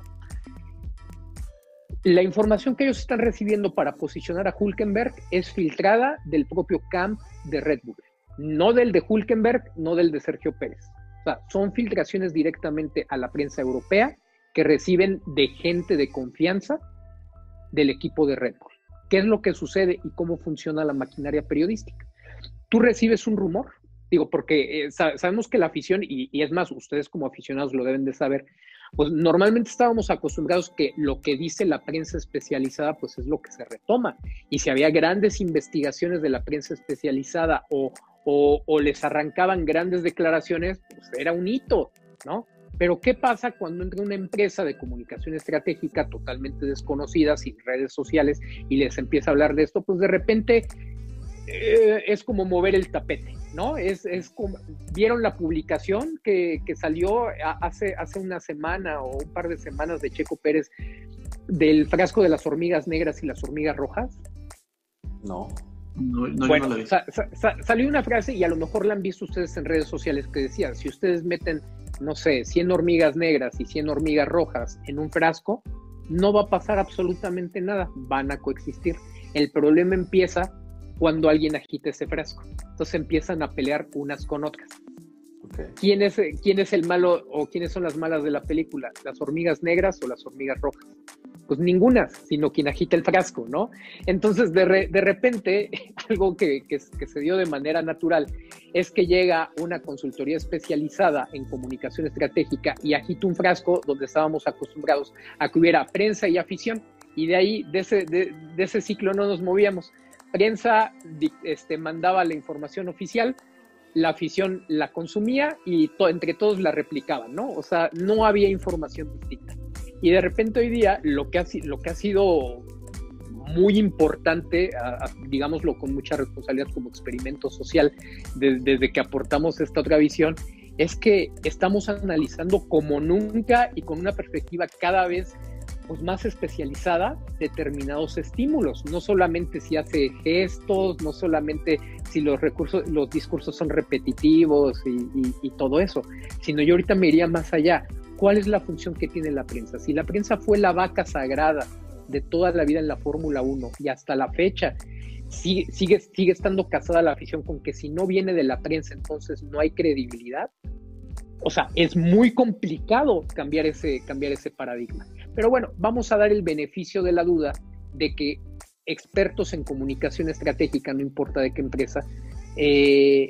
A: la información que ellos están recibiendo para posicionar a Hülkenberg es filtrada del propio camp de Red Bull, no del de Hülkenberg, no del de Sergio Pérez. O sea, son filtraciones directamente a la prensa europea que reciben de gente de confianza del equipo de Red Bull. ¿Qué es lo que sucede y cómo funciona la maquinaria periodística? Tú recibes un rumor, digo, porque eh, sabemos que la afición, y, y es más, ustedes como aficionados lo deben de saber, pues normalmente estábamos acostumbrados que lo que dice la prensa especializada pues es lo que se retoma, y si había grandes investigaciones de la prensa especializada o, o, o les arrancaban grandes declaraciones, pues era un hito, ¿no? Pero ¿qué pasa cuando entra una empresa de comunicación estratégica totalmente desconocida, sin redes sociales, y les empieza a hablar de esto? Pues de repente eh, es como mover el tapete, ¿no? Es, es como, ¿vieron la publicación que, que salió hace, hace una semana o un par de semanas de Checo Pérez del frasco de las hormigas negras y las hormigas rojas?
B: No.
C: No, no,
A: bueno,
C: no la vi.
A: sa, sa, sa, salió una frase, y a lo mejor la han visto ustedes en redes sociales, que decía, si ustedes meten, no sé, cien hormigas negras y cien hormigas rojas en un frasco, no va a pasar absolutamente nada, van a coexistir. El problema empieza cuando alguien agita ese frasco. Entonces empiezan a pelear unas con otras. Okay. ¿Quién es, quién es el malo o quiénes son las malas de la película? ¿Las hormigas negras o las hormigas rojas? Pues ninguna, sino quien agita el frasco, ¿no? Entonces, de, re, de repente, algo que, que, que se dio de manera natural es que llega una consultoría especializada en comunicación estratégica y agita un frasco donde estábamos acostumbrados a que hubiera prensa y afición, y de ahí, de ese, de, de ese ciclo no nos movíamos. Prensa este, mandaba la información oficial, la afición la consumía y to, entre todos la replicaban, ¿no? O sea, no había información distinta. Y de repente hoy día lo que ha, lo que ha sido muy importante, a, a, digámoslo con mucha responsabilidad como experimento social, de, desde que aportamos esta otra visión, es que estamos analizando como nunca y con una perspectiva cada vez pues más especializada determinados estímulos, no solamente si hace gestos, no solamente si los recursos, los discursos son repetitivos y, y, y todo eso, sino yo ahorita me iría más allá. ¿Cuál es la función que tiene la prensa? Si la prensa fue la vaca sagrada de toda la vida en la Fórmula uno y hasta la fecha sigue, sigue, sigue estando casada la afición con que si no viene de la prensa entonces no hay credibilidad, o sea, es muy complicado cambiar ese, cambiar ese paradigma. Pero bueno, vamos a dar el beneficio de la duda de que expertos en comunicación estratégica, no importa de qué empresa, eh,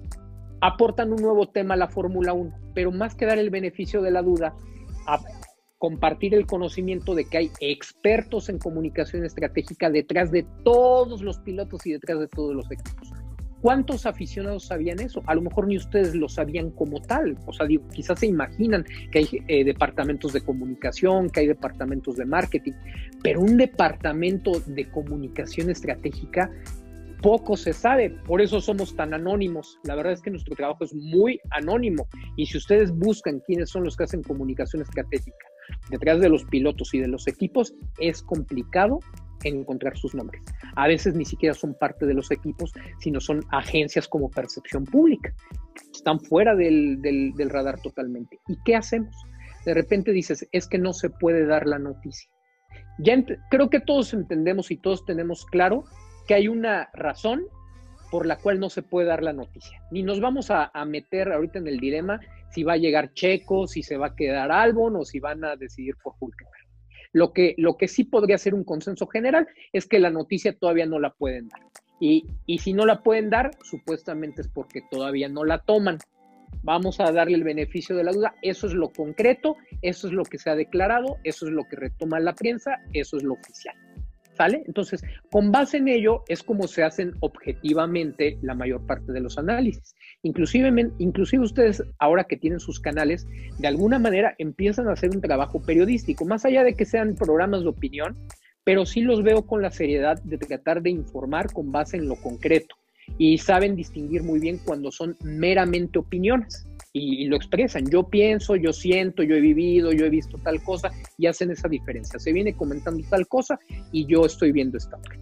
A: aportan un nuevo tema a la Fórmula uno, pero más que dar el beneficio de la duda, a compartir el conocimiento de que hay expertos en comunicación estratégica detrás de todos los pilotos y detrás de todos los equipos. ¿Cuántos aficionados sabían eso? A lo mejor ni ustedes lo sabían como tal. O sea, digo, quizás se imaginan que hay eh, departamentos de comunicación, que hay departamentos de marketing, pero un departamento de comunicación estratégica poco se sabe. Por eso somos tan anónimos. La verdad es que nuestro trabajo es muy anónimo. Y si ustedes buscan quiénes son los que hacen comunicación estratégica detrás de los pilotos y de los equipos, es complicado encontrar sus nombres. A veces ni siquiera son parte de los equipos, sino son agencias como Percepción Pública. Están fuera del, del, del radar totalmente. ¿Y qué hacemos? De repente dices, es que no se puede dar la noticia. Ya ent- creo que todos entendemos y todos tenemos claro que hay una razón por la cual no se puede dar la noticia. Ni nos vamos a, a meter ahorita en el dilema si va a llegar Checo, si se va a quedar Albon o si van a decidir por Hülkenberg. Lo que, lo que sí podría ser un consenso general es que la noticia todavía no la pueden dar. Y, y si no la pueden dar, supuestamente es porque todavía no la toman. Vamos a darle el beneficio de la duda. Eso es lo concreto, eso es lo que se ha declarado, eso es lo que retoma la prensa, eso es lo oficial. ¿Sale? Entonces, con base en ello es como se hacen objetivamente la mayor parte de los análisis. Inclusive, inclusive ustedes, ahora que tienen sus canales, de alguna manera empiezan a hacer un trabajo periodístico, más allá de que sean programas de opinión, pero sí los veo con la seriedad de tratar de informar con base en lo concreto. Y saben distinguir muy bien cuando son meramente opiniones. Y, y lo expresan, yo pienso, yo siento, yo he vivido, yo he visto tal cosa, y hacen esa diferencia. Se viene comentando tal cosa y yo estoy viendo esta otra.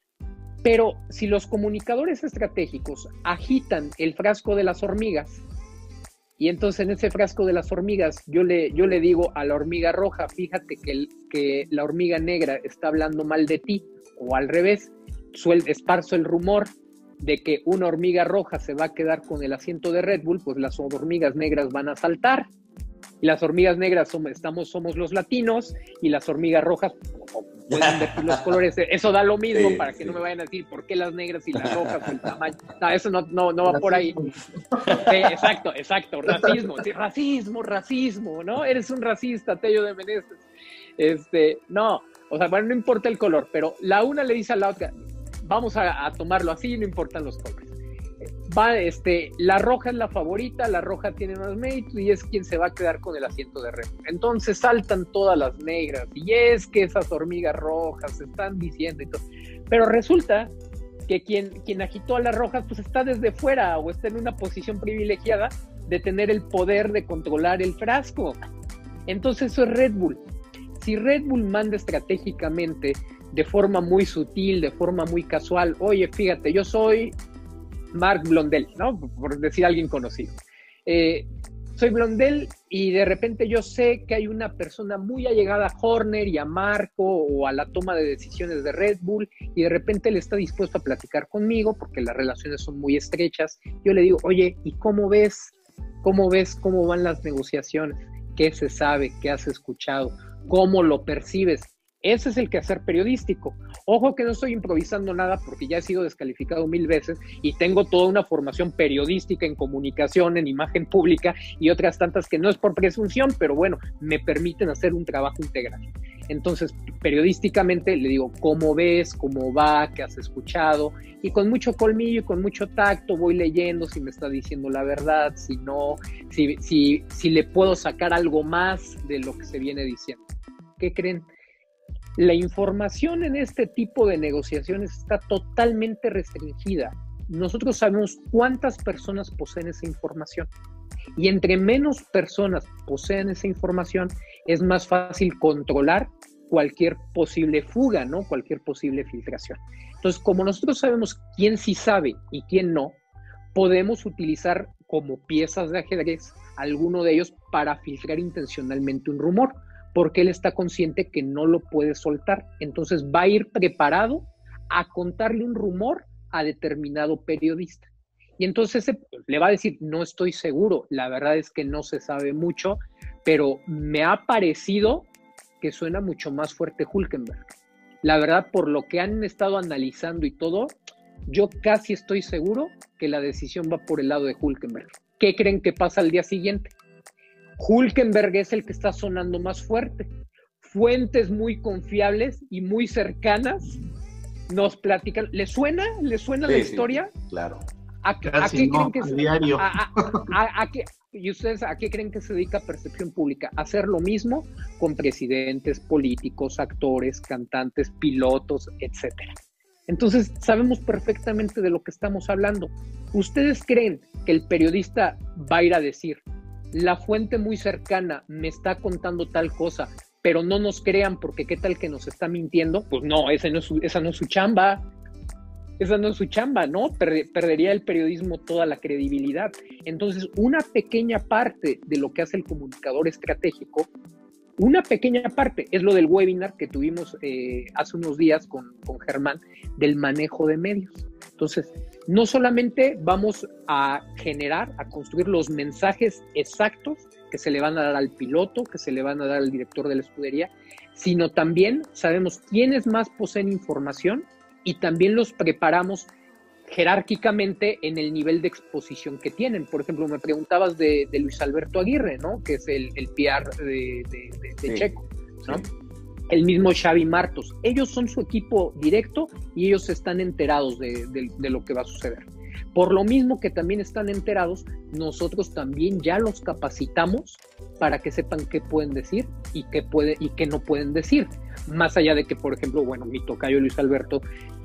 A: Pero si los comunicadores estratégicos agitan el frasco de las hormigas, y entonces en ese frasco de las hormigas yo le, yo le digo a la hormiga roja, fíjate que, el, que la hormiga negra está hablando mal de ti, o al revés, suel, esparzo el rumor de que una hormiga roja se va a quedar con el asiento de Red Bull, pues las hormigas negras van a saltar. Y las hormigas negras somos, estamos, somos los latinos, y las hormigas rojas pueden ver los colores. Eso da lo mismo, sí, para que sí. No me vayan a decir por qué las negras y las rojas o el tamaño. No, eso no, no, no va racismo. Por ahí. Sí, exacto, exacto. Racismo, sí, racismo, racismo, ¿no? Eres un racista, Tello de Meneses. Este, no, o sea, bueno, no importa el color, pero la una le dice a la otra, vamos a, a tomarlo así, no importan los colores. Va, este, la roja es la favorita, la roja tiene más mérito y es quien se va a quedar con el asiento de Red Bull. Entonces saltan todas las negras y es que esas hormigas rojas se están diciendo y todo. Pero resulta que quien, quien agitó a las rojas pues está desde fuera o está en una posición privilegiada de tener el poder de controlar el frasco. Entonces eso es Red Bull. Si Red Bull manda estratégicamente de forma muy sutil, de forma muy casual, oye, fíjate, yo soy Marc Blondel, ¿no? Por decir a alguien conocido. Eh, soy Blondel y de repente yo sé que hay una persona muy allegada a Horner y a Marco o a la toma de decisiones de Red Bull y de repente él está dispuesto a platicar conmigo porque las relaciones son muy estrechas. Yo le digo, oye, ¿y cómo ves? ¿Cómo ves cómo van las negociaciones? ¿Qué se sabe? ¿Qué has escuchado? ¿Cómo lo percibes? Ese es el quehacer periodístico. Ojo que no estoy improvisando nada porque ya he sido descalificado mil veces y tengo toda una formación periodística en comunicación, en imagen pública y otras tantas que no es por presunción, pero bueno, me permiten hacer un trabajo integral. Entonces, periodísticamente le digo, ¿cómo ves? ¿Cómo va? ¿Qué has escuchado? Y con mucho colmillo y con mucho tacto voy leyendo si me está diciendo la verdad, si no, si, si, si le puedo sacar algo más de lo que se viene diciendo. ¿Qué creen? La información en este tipo de negociaciones está totalmente restringida. Nosotros sabemos cuántas personas poseen esa información. Y entre menos personas poseen esa información, es más fácil controlar cualquier posible fuga, ¿no? Cualquier posible filtración. Entonces, como nosotros sabemos quién sí sabe y quién no, podemos utilizar como piezas de ajedrez alguno de ellos para filtrar intencionalmente un rumor, porque él está consciente que no lo puede soltar. Entonces va a ir preparado a contarle un rumor a determinado periodista. Y entonces ese le va a decir, no estoy seguro, la verdad es que no se sabe mucho, pero me ha parecido que suena mucho más fuerte Hülkenberg. La verdad, por lo que han estado analizando y todo, yo casi estoy seguro que la decisión va por el lado de Hülkenberg. ¿Qué creen que pasa al día siguiente? Hülkenberg es el que está sonando más fuerte. Fuentes muy confiables y muy cercanas nos platican. ¿Le suena? ¿Le suena sí, la historia?
B: Sí, claro.
A: ¿A, ¿a qué
C: no,
A: creen que se,
C: diario.
A: A, a, a, a qué, ¿Y ustedes a qué creen que se dedica Percepción Pública? A hacer lo mismo con presidentes, políticos, actores, cantantes, pilotos, etcétera. Entonces, sabemos perfectamente de lo que estamos hablando. ¿Ustedes creen que el periodista va a ir a decir, la fuente muy cercana me está contando tal cosa, pero no nos crean porque qué tal que nos está mintiendo? Pues no, ese no es su, esa no es su chamba. Esa no es su chamba, ¿no? Per- perdería el periodismo toda la credibilidad. Entonces, una pequeña parte de lo que hace el comunicador estratégico, una pequeña parte, es lo del webinar que tuvimos eh, hace unos días con, con Germán, del manejo de medios. Entonces, no solamente vamos a generar, a construir los mensajes exactos que se le van a dar al piloto, que se le van a dar al director de la escudería, sino también sabemos quiénes más poseen información y también los preparamos jerárquicamente en el nivel de exposición que tienen. Por ejemplo, me preguntabas de, de Luis Alberto Aguirre, ¿no? Que es el, el P R de, de, de, de sí, Checo, ¿no? Sí. El mismo Xavi Martos. Ellos son su equipo directo y ellos están enterados de, de, de lo que va a suceder. Por lo mismo que también están enterados, nosotros también ya los capacitamos para que sepan qué pueden decir y qué, puede, y qué no pueden decir. Más allá de que, por ejemplo, bueno, mi tocayo Luis Alberto,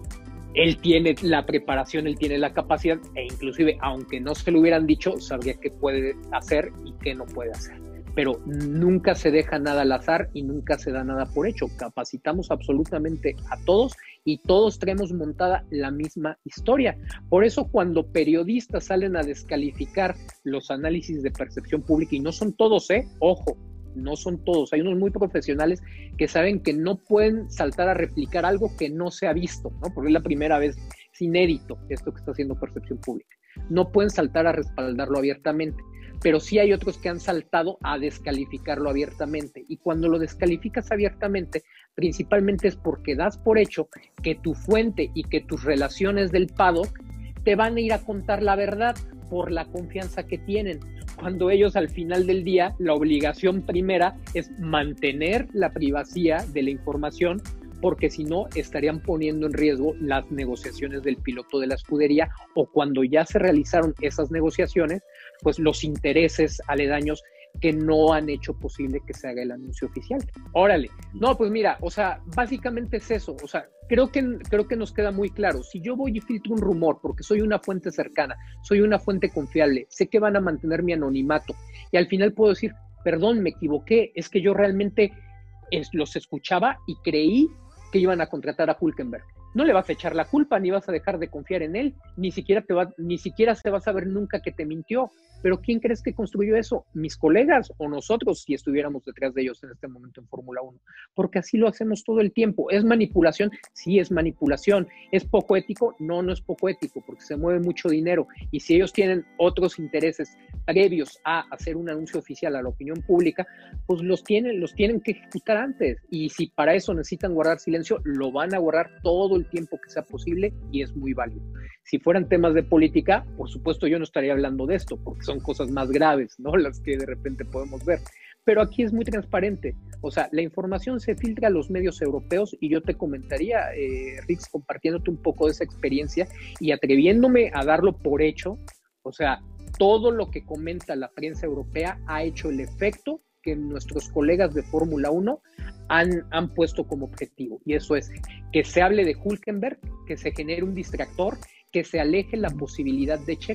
A: él tiene la preparación, él tiene la capacidad e inclusive, aunque no se lo hubieran dicho, sabría qué puede hacer y qué no puede hacer. Pero nunca se deja nada al azar y nunca se da nada por hecho. Capacitamos absolutamente a todos y todos traemos montada la misma historia. Por eso cuando periodistas salen a descalificar los análisis de Percepción Pública, y no son todos, ¿eh? Ojo, no son todos. Hay unos muy profesionales que saben que no pueden saltar a replicar algo que no se ha visto, ¿no? Porque es la primera vez, es inédito esto que está haciendo Percepción Pública. No pueden saltar a respaldarlo abiertamente. Pero sí hay otros que han saltado a descalificarlo abiertamente. Y cuando lo descalificas abiertamente, principalmente es porque das por hecho que tu fuente y que tus relaciones del paddock te van a ir a contar la verdad por la confianza que tienen. Cuando ellos al final del día, la obligación primera es mantener la privacidad de la información, porque si no estarían poniendo en riesgo las negociaciones del piloto de la escudería, o cuando ya se realizaron esas negociaciones, pues los intereses aledaños que no han hecho posible que se haga el anuncio oficial. Órale, no, pues mira, o sea, básicamente es eso, o sea, creo que, creo que nos queda muy claro. Si yo voy y filtro un rumor porque soy una fuente cercana, soy una fuente confiable, sé que van a mantener mi anonimato, y al final puedo decir, perdón, me equivoqué, es que yo realmente es, los escuchaba y creí que iban a contratar a Hülkenberg. No le vas a echar la culpa, ni vas a dejar de confiar en él, ni siquiera te va, ni siquiera se va a saber nunca que te mintió. Pero ¿quién crees que construyó eso? ¿Mis colegas o nosotros si estuviéramos detrás de ellos en este momento en Fórmula uno? Porque así lo hacemos todo el tiempo. ¿Es manipulación? Sí, es manipulación. ¿Es poco ético? No, no es poco ético, porque se mueve mucho dinero. Y si ellos tienen otros intereses previos a hacer un anuncio oficial a la opinión pública, pues los tienen, los tienen que ejecutar antes. Y si para eso necesitan guardar silencio, lo van a guardar todo el tiempo que sea posible y es muy válido. Si fueran temas de política, por supuesto yo no estaría hablando de esto, porque son cosas más graves, ¿no? Las que de repente podemos ver. Pero aquí es muy transparente. O sea, la información se filtra a los medios europeos y yo te comentaría, eh, Rix, compartiéndote un poco de esa experiencia y atreviéndome a darlo por hecho. O sea, todo lo que comenta la prensa europea ha hecho el efecto que nuestros colegas de Fórmula uno han, han puesto como objetivo. Y eso es que se hable de Hülkenberg, que se genere un distractor, que se aleje la posibilidad de Checo.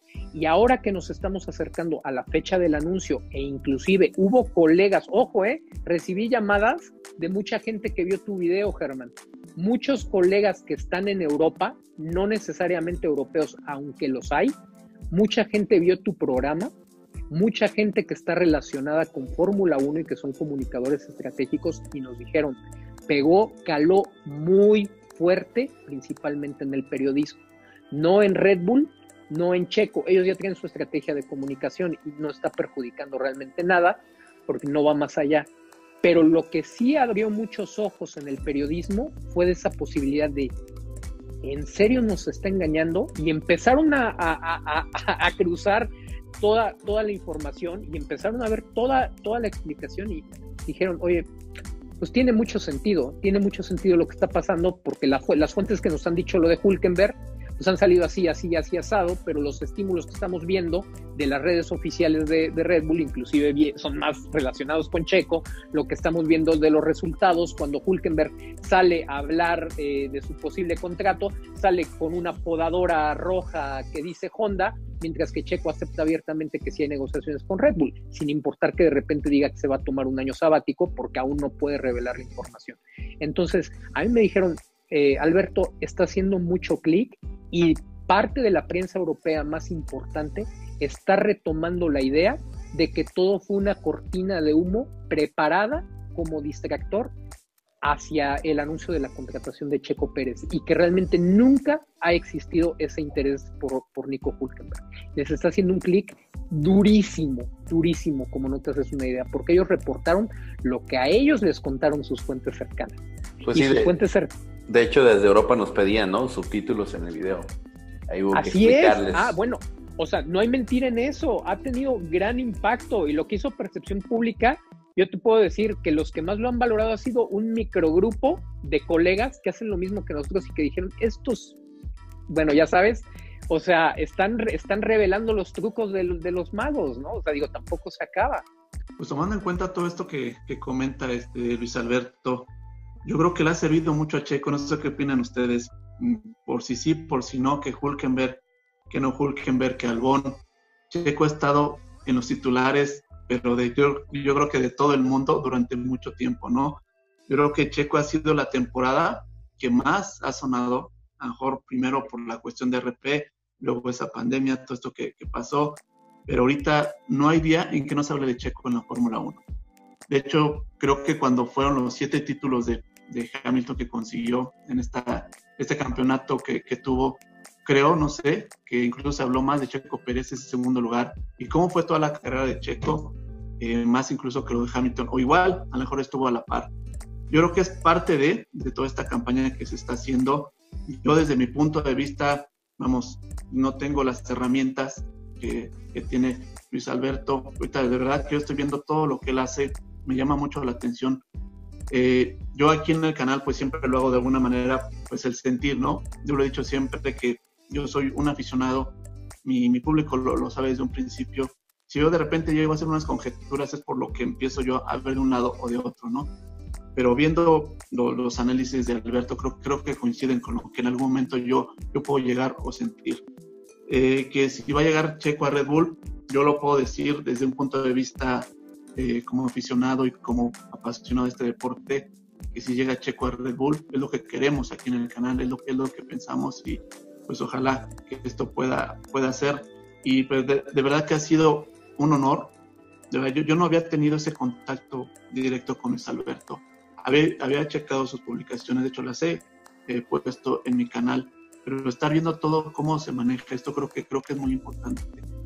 A: Y ahora que nos estamos acercando a la fecha del anuncio, e inclusive hubo colegas, ojo, eh, recibí llamadas de mucha gente que vio tu video, Germán. Muchos colegas que están en Europa, no necesariamente europeos, aunque los hay, mucha gente vio tu programa, mucha gente que está relacionada con Fórmula uno y que son comunicadores estratégicos y nos dijeron, pegó, caló muy fuerte, principalmente en el periodismo, no en Red Bull, no en Checo. Ellos ya tienen su estrategia de comunicación y no está perjudicando realmente nada porque no va más allá. Pero lo que sí abrió muchos ojos en el periodismo fue de esa posibilidad de, ¿en serio nos está engañando? Y empezaron a, a, a, a cruzar toda, toda la información y empezaron a ver toda, toda la explicación y dijeron, oye, pues tiene mucho sentido, tiene mucho sentido lo que está pasando porque la, las fuentes que nos han dicho lo de Hülkenberg pues han salido así, así, así asado, pero los estímulos que estamos viendo de las redes oficiales de, de Red Bull, inclusive son más relacionados con Checo, lo que estamos viendo de los resultados, cuando Hülkenberg sale a hablar eh, de su posible contrato, sale con una podadora roja que dice Honda, mientras que Checo acepta abiertamente que sí hay negociaciones con Red Bull, sin importar que de repente diga que se va a tomar un año sabático, porque aún no puede revelar la información. Entonces, a mí me dijeron, eh, Alberto, está haciendo mucho clic, y parte de la prensa europea más importante está retomando la idea de que todo fue una cortina de humo preparada como distractor hacia el anuncio de la contratación de Checo Pérez y que realmente nunca ha existido ese interés por, por Nico Hülkenberg. Les está haciendo un clic durísimo, durísimo, como no te haces una idea, porque ellos reportaron lo que a ellos les contaron sus fuentes cercanas.
B: Pues
A: y
B: sí,
A: sus
B: de,
A: fuentes cercanas.
B: De hecho, desde Europa nos pedían, ¿no? Subtítulos en el video. Ahí hubo
A: Así
B: que explicarles.
A: Es. Ah, bueno, o sea, no hay mentira en eso. Ha tenido gran impacto y lo que hizo Percepción Pública, yo te puedo decir que los que más lo han valorado ha sido un microgrupo de colegas que hacen lo mismo que nosotros y que dijeron, estos, bueno, ya sabes, o sea, están, están revelando los trucos de, de los magos, ¿no? O sea, digo, tampoco se acaba.
C: Pues tomando en cuenta todo esto que, que comenta este Luis Alberto, yo creo que le ha servido mucho a Checo, no sé qué opinan ustedes, por si sí, por si no, que Hülkenberg, que no Hülkenberg, que Albon. Checo ha estado en los titulares, pero de, yo, yo creo que de todo el mundo durante mucho tiempo, ¿no? Yo creo que Checo ha sido la temporada que más ha sonado, a lo mejor primero por la cuestión de R P, luego esa pandemia, todo esto que, que pasó, pero ahorita no hay día en que no se hable de Checo en la Fórmula uno. De hecho, creo que cuando fueron los siete títulos de de Hamilton que consiguió en esta, este campeonato que, que tuvo, creo, no sé, que incluso se habló más de Checo Pérez ese segundo lugar, y cómo fue toda la carrera de Checo, eh, más incluso que lo de Hamilton, o igual, a lo mejor estuvo a la par. Yo creo que es parte de, de toda esta campaña que se está haciendo. Yo desde mi punto de vista, vamos, no tengo las herramientas que, que tiene Luis Alberto. Ahorita de verdad que yo estoy viendo todo lo que él hace, me llama mucho la atención. Eh, yo aquí en el canal pues siempre lo hago de alguna manera, pues el sentir, ¿no? Yo lo he dicho siempre que yo soy un aficionado, mi, mi público lo, lo sabe desde un principio. Si yo de repente llego a hacer unas conjeturas es por lo que empiezo yo a ver de un lado o de otro, ¿no? Pero viendo lo, los análisis de Alberto creo, creo que coinciden con lo que en algún momento yo, yo puedo llegar o sentir. Eh, que si va a llegar Checo a Red Bull, yo lo puedo decir desde un punto de vista Eh, como aficionado y como apasionado de este deporte, que si llega Checo a Red Bull es lo que queremos aquí en el canal, es lo, es lo que pensamos y pues ojalá que esto pueda, pueda ser. Y pues de, de verdad que ha sido un honor. De verdad, yo, yo no había tenido ese contacto directo con Luis Alberto, había, había checado sus publicaciones, de hecho las he eh, puesto en mi canal, pero estar viendo todo cómo se maneja esto creo que, creo que es muy importante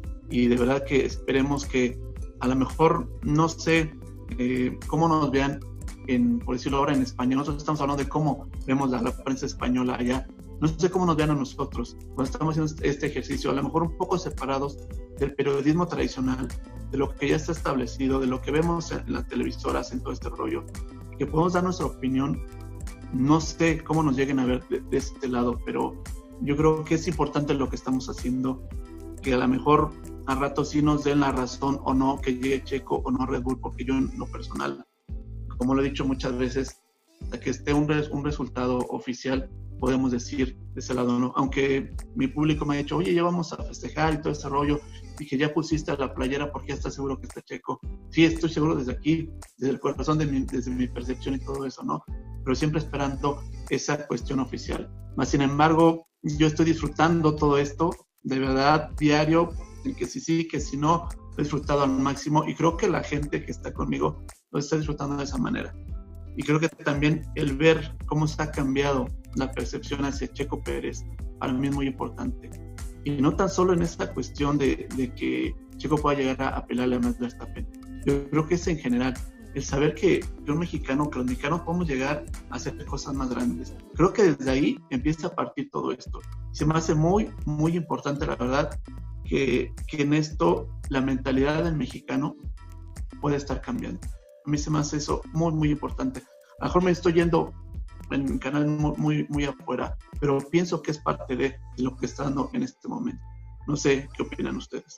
C: y de verdad que esperemos que a lo mejor, no sé eh, cómo nos vean, en, por decirlo ahora en español. Nosotros estamos hablando de cómo vemos la, la prensa española allá. No sé cómo nos vean a nosotros cuando estamos haciendo este ejercicio, a lo mejor un poco separados del periodismo tradicional, de lo que ya está establecido, de lo que vemos en las televisoras, en todo este rollo, que podemos dar nuestra opinión. No sé cómo nos lleguen a ver de, de este lado, pero yo creo que es importante lo que estamos haciendo, que a lo mejor a rato sí nos den la razón o no que llegue Checo o no Red Bull, porque yo en lo personal, como lo he dicho muchas veces, hasta que esté un, res, un resultado oficial, podemos decir de ese lado, ¿no? Aunque mi público me ha dicho, oye, ya vamos a festejar y todo ese rollo, y que ya pusiste la playera porque ya estás seguro que está Checo. Sí, estoy seguro desde aquí, desde el corazón, de mi, desde mi percepción y todo eso, ¿no? Pero siempre esperando esa cuestión oficial. Más sin embargo, yo estoy disfrutando todo esto, de verdad, diario, que si sí, que si no, he disfrutado al máximo, y creo que la gente que está conmigo lo está disfrutando de esa manera. Y creo que también el ver cómo se ha cambiado la percepción hacia Checo Pérez, para mí es muy importante. Y no tan solo en esta cuestión de, de que Checo pueda llegar a, a pelearle a Max Verstappen. Yo creo que es en general, el saber que, que un mexicano, que los mexicanos podemos llegar a hacer cosas más grandes. Creo que desde ahí empieza a partir todo esto. Se me hace muy, muy importante, la verdad, que, que en esto la mentalidad del mexicano puede estar cambiando. A mí se me hace eso muy, muy importante. A lo mejor me estoy yendo en un canal muy, muy, muy afuera, pero pienso que es parte de lo que está dando en este momento. No sé qué opinan ustedes.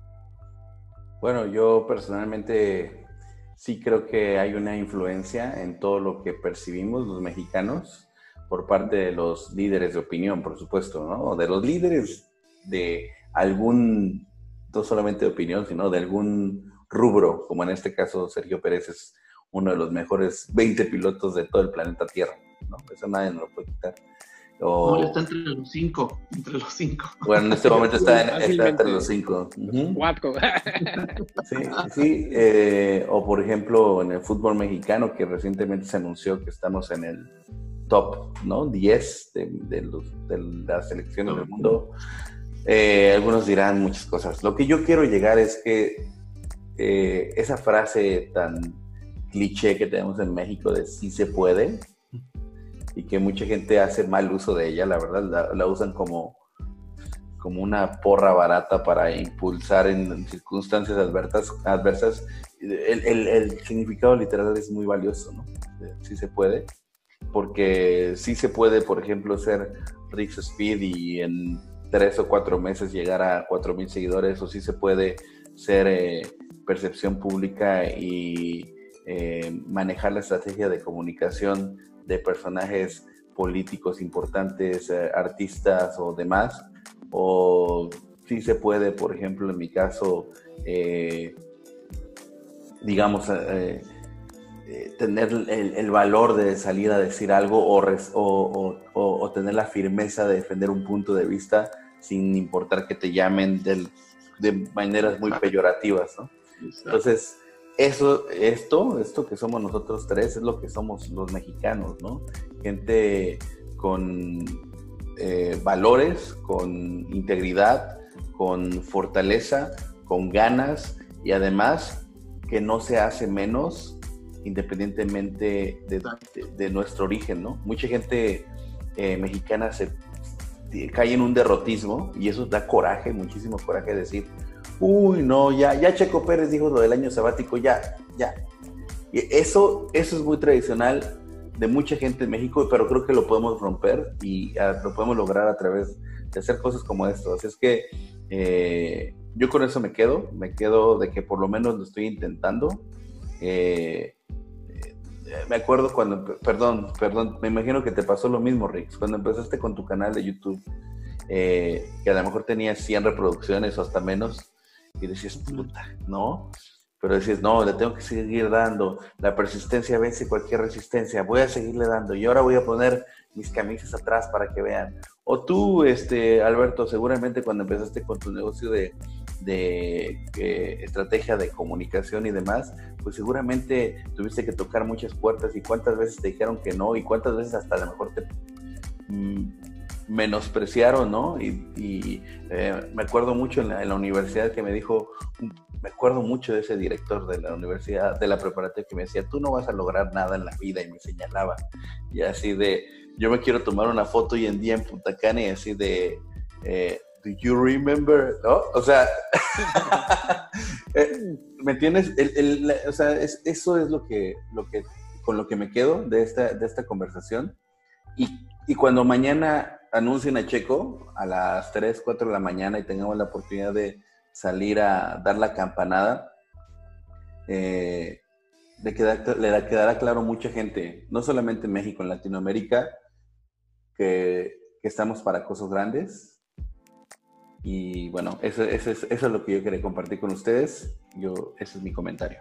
B: Bueno, yo personalmente sí creo que hay una influencia en todo lo que percibimos los mexicanos por parte de los líderes de opinión, por supuesto, ¿no? De los líderes de algún, no solamente de opinión, sino de algún rubro, como en este caso Sergio Pérez es uno de los mejores veinte pilotos de todo el planeta Tierra, ¿no? Eso nadie nos lo puede quitar.
C: O... No, está entre los cinco, entre los cinco.
B: Bueno, en este momento está, en, está entre los cinco. Uh-huh.
A: Cuatro.
B: Sí, sí. Eh, o por ejemplo, en el fútbol mexicano, que recientemente se anunció que estamos en el top, ¿no? diez de, de, los, de las selecciones no. del mundo. Eh, algunos dirán muchas cosas. Lo que yo quiero llegar es que eh, esa frase tan cliché que tenemos en México de sí se puede, y que mucha gente hace mal uso de ella, la verdad, la, la usan como, como una porra barata para impulsar en circunstancias adversas. adversas. El, el, el significado literal es muy valioso, ¿no? Sí se puede, porque sí se puede, por ejemplo, ser Rix Speed y en tres o cuatro meses llegar a cuatro mil seguidores, o sí se puede ser eh, percepción pública y eh, manejar la estrategia de comunicación de personajes políticos importantes, eh, artistas o demás, o sí se puede, por ejemplo, en mi caso, eh, digamos, eh, eh, tener el, el valor de salir a decir algo o, res, o, o, o tener la firmeza de defender un punto de vista sin importar que te llamen del, de maneras muy peyorativas, ¿no? Entonces, Eso, esto, esto que somos nosotros tres es lo que somos los mexicanos, ¿no? Gente con eh, valores, con integridad, con fortaleza, con ganas y además que no se hace menos independientemente de, de, de nuestro origen, ¿no? Mucha gente eh, mexicana se cae en un derrotismo y eso da coraje, muchísimo coraje decir, uy, no, ya, ya Checo Pérez dijo lo del año sabático, ya, ya. Y eso, eso es muy tradicional de mucha gente en México, pero creo que lo podemos romper y uh, lo podemos lograr a través de hacer cosas como esto. Así es que eh, yo con eso me quedo, me quedo de que por lo menos lo estoy intentando. Eh, eh, me acuerdo cuando, perdón, perdón, me imagino que te pasó lo mismo, Rix, cuando empezaste con tu canal de YouTube, eh, que a lo mejor tenías cien reproducciones o hasta menos, y decías, puta, ¿no? Pero decías, no, le tengo que seguir dando, la persistencia vence cualquier resistencia, voy a seguirle dando, y ahora voy a poner mis camisas atrás para que vean. O tú, este, Alberto, seguramente cuando empezaste con tu negocio de, de eh, estrategia de comunicación y demás, pues seguramente tuviste que tocar muchas puertas, y cuántas veces te dijeron que no, y cuántas veces hasta a lo mejor te mmm, menospreciaron, ¿no? Y, y eh, me acuerdo mucho en la, en la universidad que me dijo, me acuerdo mucho de ese director de la universidad, de la preparatoria, que me decía, tú no vas a lograr nada en la vida, y me señalaba, y así de, yo me quiero tomar una foto hoy en día en Punta Cana, y así de, eh, do you remember? ¿No? O sea, ¿me entiendes? El, el, la, o sea, es, eso es lo que, lo que, con lo que me quedo de esta, de esta conversación, y, y cuando mañana anuncien a Checo a las tres, cuatro de la mañana y tengamos la oportunidad de salir a dar la campanada, eh, le, queda, le quedará claro mucha gente, no solamente en México, en Latinoamérica, que, que estamos para cosas grandes. Y bueno, eso, eso, es, eso es lo que yo quería compartir con ustedes. Yo, ese es mi comentario.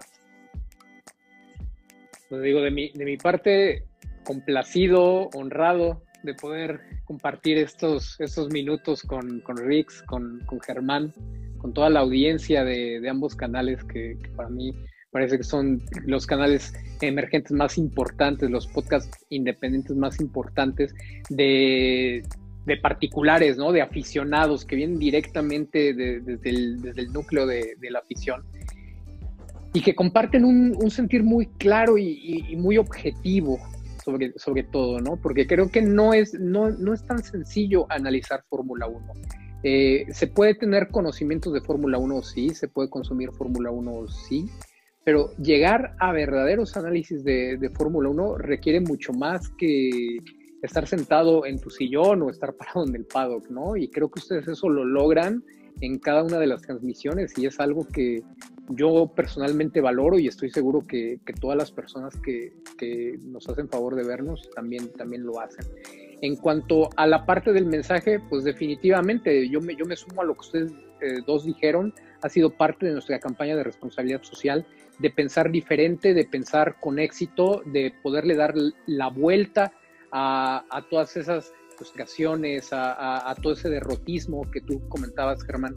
A: Pues digo, de mi, de mi parte, complacido, honrado de poder compartir estos, estos minutos con, con Rix, con, con Germán, con toda la audiencia de, de ambos canales que, que para mí parece que son los canales emergentes más importantes, los podcasts independientes más importantes de, de particulares, ¿no? De aficionados que vienen directamente de, desde, el, desde el núcleo de, de la afición y que comparten un, un sentir muy claro y, y, y muy objetivo sobre, sobre todo, ¿no? Porque creo que no es, no, no es tan sencillo analizar Fórmula uno. Eh, se puede tener conocimientos de Fórmula uno, sí, se puede consumir Fórmula uno, sí, pero llegar a verdaderos análisis de, de Fórmula uno requiere mucho más que estar sentado en tu sillón o estar parado en el paddock, ¿no? Y creo que ustedes eso lo logran en cada una de las transmisiones y es algo que yo personalmente valoro y estoy seguro que, que todas las personas que, que nos hacen favor de vernos también, también lo hacen. En cuanto a la parte del mensaje, pues definitivamente yo me, yo me sumo a lo que ustedes eh, dos dijeron. Ha sido parte de nuestra campaña de responsabilidad social, de pensar diferente, de pensar con éxito, de poderle dar la vuelta a, a todas esas frustraciones, a, a, a todo ese derrotismo que tú comentabas, Germán.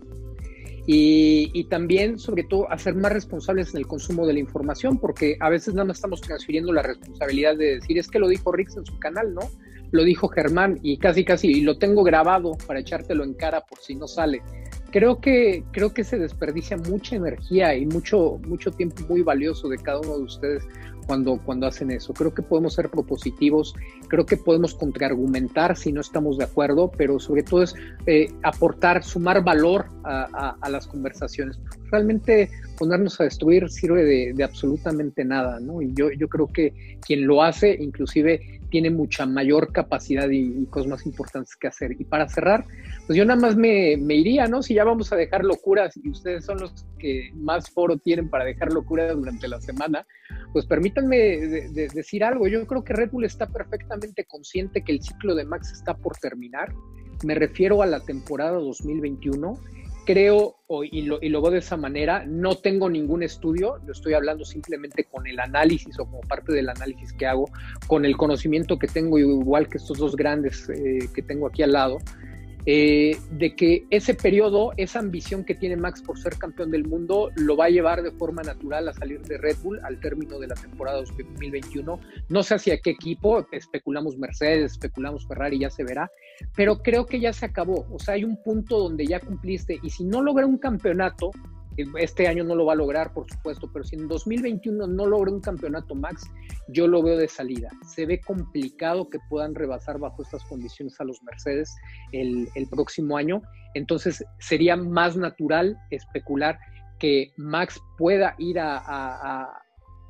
A: Y, y también, sobre todo, a ser más responsables en el consumo de la información, porque a veces nada más estamos transfiriendo la responsabilidad de decir, es que lo dijo Rix en su canal, ¿no? Lo dijo Germán y casi casi, y lo tengo grabado para echártelo en cara por si no sale. Creo que, creo que se desperdicia mucha energía y mucho, mucho tiempo muy valioso de cada uno de ustedes cuando, cuando hacen eso. Creo que podemos ser propositivos, creo que podemos contraargumentar si no estamos de acuerdo, pero sobre todo es eh, aportar, sumar valor a, a, a las conversaciones. Realmente ponernos a destruir sirve de, de absolutamente nada, ¿no? Y yo, yo creo que quien lo hace, inclusive, tiene mucha mayor capacidad y, y cosas más importantes que hacer. Y para cerrar, pues yo nada más me, me iría, ¿no? Si ya vamos a dejar locuras y ustedes son los que más foro tienen para dejar locuras durante la semana, pues permítanme de, de decir algo. Yo creo que Red Bull está perfectamente consciente que el ciclo de Max está por terminar. Me refiero a la temporada dos mil veintiuno. Creo, y lo, y lo veo de esa manera, no tengo ningún estudio, yo estoy hablando simplemente con el análisis o como parte del análisis que hago, con el conocimiento que tengo, igual que estos dos grandes eh, que tengo aquí al lado, eh, de que ese periodo, esa ambición que tiene Max por ser campeón del mundo, lo va a llevar de forma natural a salir de Red Bull al término de la temporada dos mil veintiuno. No sé hacia qué equipo, especulamos Mercedes, especulamos Ferrari, ya se verá, pero creo que ya se acabó. O sea, hay un punto donde ya cumpliste y si no logra un campeonato, este año no lo va a lograr, por supuesto, pero si en dos mil veintiuno no logra un campeonato Max, yo lo veo de salida. Se ve complicado que puedan rebasar bajo estas condiciones a los Mercedes el, el próximo año. Entonces sería más natural especular que Max pueda ir a, a, a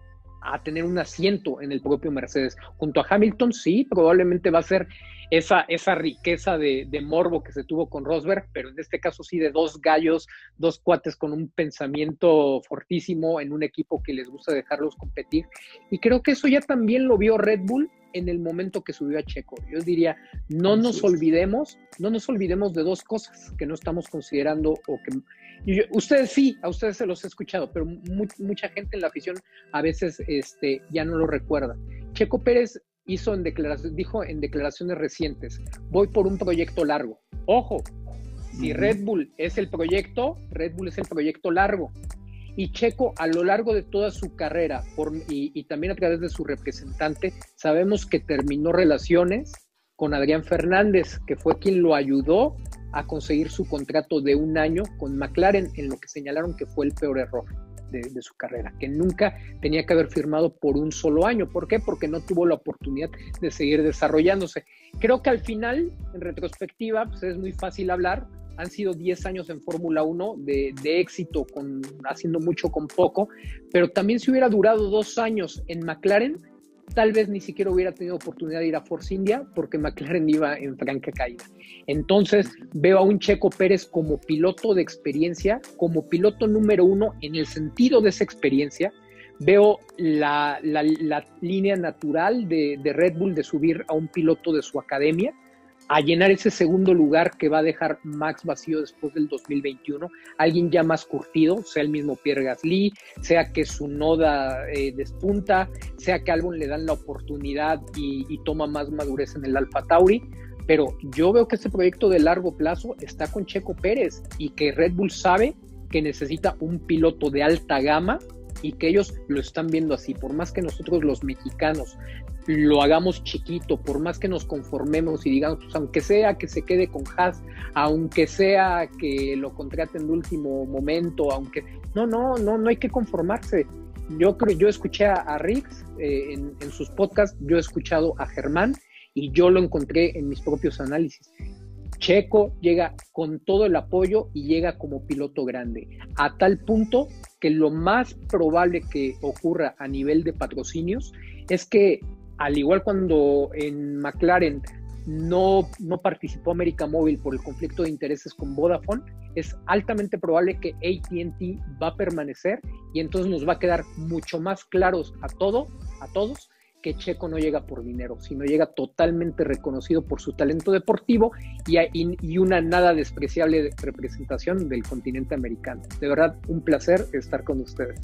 A: a tener un asiento en el propio Mercedes. Junto a Hamilton, sí, probablemente va a ser esa, esa riqueza de, de morbo que se tuvo con Rosberg, pero en este caso sí de dos gallos, dos cuates con un pensamiento fortísimo en un equipo que les gusta dejarlos competir. Y creo que eso ya también lo vio Red Bull en el momento que subió a Checo. Yo diría, no nos olvidemos, no nos olvidemos de dos cosas que no estamos considerando o que... Yo, ustedes sí, a ustedes se los he escuchado, pero mu- mucha gente en la afición a veces este, ya no lo recuerda. Checo Pérez hizo en declaraciones, dijo en declaraciones recientes, voy por un proyecto largo. Ojo, si Red Bull es el proyecto, Red Bull es el proyecto largo. Y Checo, a lo largo de toda su carrera por, y, y también a través de su representante, sabemos que terminó relaciones con Adrián Fernández, que fue quien lo ayudó a conseguir su contrato de un año con McLaren, en lo que señalaron que fue el peor error de, de su carrera, que nunca tenía que haber firmado por un solo año. ¿Por qué? Porque no tuvo la oportunidad de seguir desarrollándose. Creo que al final, en retrospectiva, pues es muy fácil hablar. Han sido diez años en Fórmula uno de, de éxito, con, haciendo mucho con poco, pero también si hubiera durado dos años en McLaren, tal vez ni siquiera hubiera tenido oportunidad de ir a Force India porque McLaren iba en franca caída. Entonces veo a un Checo Pérez como piloto de experiencia, como piloto número uno en el sentido de esa experiencia, veo la, la, la línea natural de, de Red Bull de subir a un piloto de su academia, a llenar ese segundo lugar que va a dejar Max vacío después del dos mil veintiuno, alguien ya más curtido, sea el mismo Pierre Gasly, sea que Tsunoda eh, despunta, sea que Albon le dan la oportunidad y, y toma más madurez en el Alfa Tauri, pero yo veo que este proyecto de largo plazo está con Checo Pérez y que Red Bull sabe que necesita un piloto de alta gama y que ellos lo están viendo así. Por más que nosotros los mexicanos lo hagamos chiquito, por más que nos conformemos y digamos, pues aunque sea que se quede con Haas, aunque sea que lo contraten de último momento, aunque no, no, no, no hay que conformarse. Yo creo, yo escuché a, a Riggs eh, en, en sus podcasts, yo he escuchado a Germán y yo lo encontré en mis propios análisis. Checo llega con todo el apoyo y llega como piloto grande, a tal punto que lo más probable que ocurra a nivel de patrocinios es que, al igual cuando en McLaren no, no participó América Móvil por el conflicto de intereses con Vodafone, es altamente probable que A T and T va a permanecer y entonces nos va a quedar mucho más claros a todo, a todos, que Checo no llega por dinero, sino llega totalmente reconocido por su talento deportivo y, y, y una nada despreciable representación del continente americano. De verdad, un placer estar con ustedes.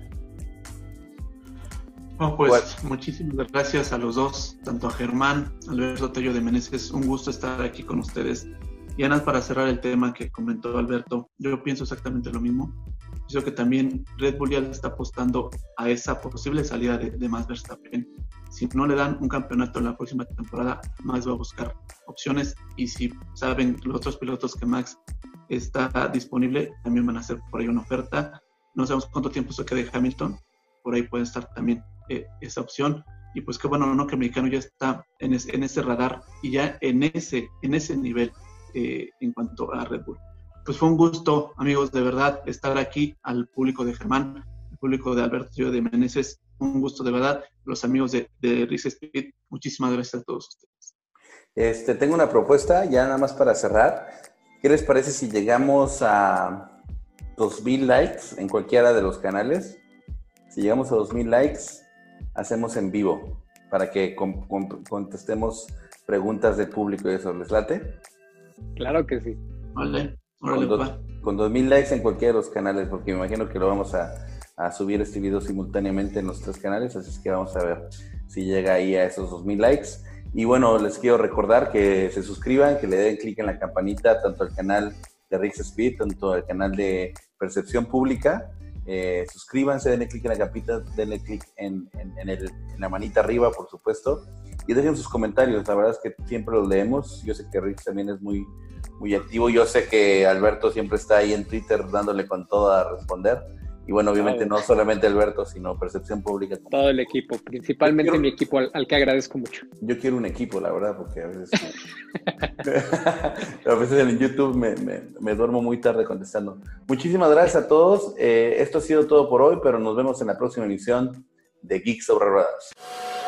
C: Oh, pues bueno, muchísimas gracias a los dos, tanto a Germán, Alberto Tello de Meneses, un gusto estar aquí con ustedes. Y además, para cerrar el tema que comentó Alberto, yo pienso exactamente lo mismo. Pienso que también Red Bull ya le está apostando a esa posible salida de, de Max Verstappen. Si no le dan un campeonato en la próxima temporada, Max va a buscar opciones, y si saben los otros pilotos que Max está disponible, también van a hacer por ahí una oferta. No sabemos cuánto tiempo se quede Hamilton, por ahí puede estar también eh, esa opción. Y pues qué bueno, ¿no?, que el mexicano ya está en, es, en ese radar y ya en ese, en ese nivel eh, en cuanto a Red Bull. Pues fue un gusto, amigos, de verdad, estar aquí, al público de Germán, al público de Alberto de Meneses, un gusto de verdad, los amigos de, de Riggs Speed, muchísimas gracias a todos ustedes.
B: Este, tengo una propuesta, ya nada más para cerrar. ¿Qué les parece si llegamos a dos mil likes en cualquiera de los canales? Si llegamos a dos mil likes, hacemos en vivo, para que con, con, contestemos preguntas del público y eso, ¿les late?
A: Claro que sí.
C: Vale.
B: Con, do, con dos mil likes en cualquiera de los canales, porque me imagino que lo vamos a, a subir este video simultáneamente en los tres canales, así es que vamos a ver si llega ahí a esos dos mil likes. Y bueno, les quiero recordar que se suscriban, que le den clic en la campanita, tanto al canal de Riggs Speed, tanto al canal de Percepción Pública. Eh, suscríbanse, denle clic en la campita, denle clic en, en, en, el, en la manita arriba, por supuesto, y dejen sus comentarios. La verdad es que siempre los leemos. Yo sé que Riggs también es muy, muy activo. Yo sé que Alberto siempre está ahí en Twitter dándole con todo a responder. Y bueno, obviamente no solamente Alberto, sino Percepción Pública.
A: Todo el equipo, principalmente quiero, mi equipo, al, al que agradezco mucho.
B: Yo quiero un equipo, la verdad, porque a veces, a veces en YouTube me, me, me duermo muy tarde contestando. Muchísimas gracias a todos. Eh, esto ha sido todo por hoy, pero nos vemos en la próxima emisión de Geeks sobre Ruedas.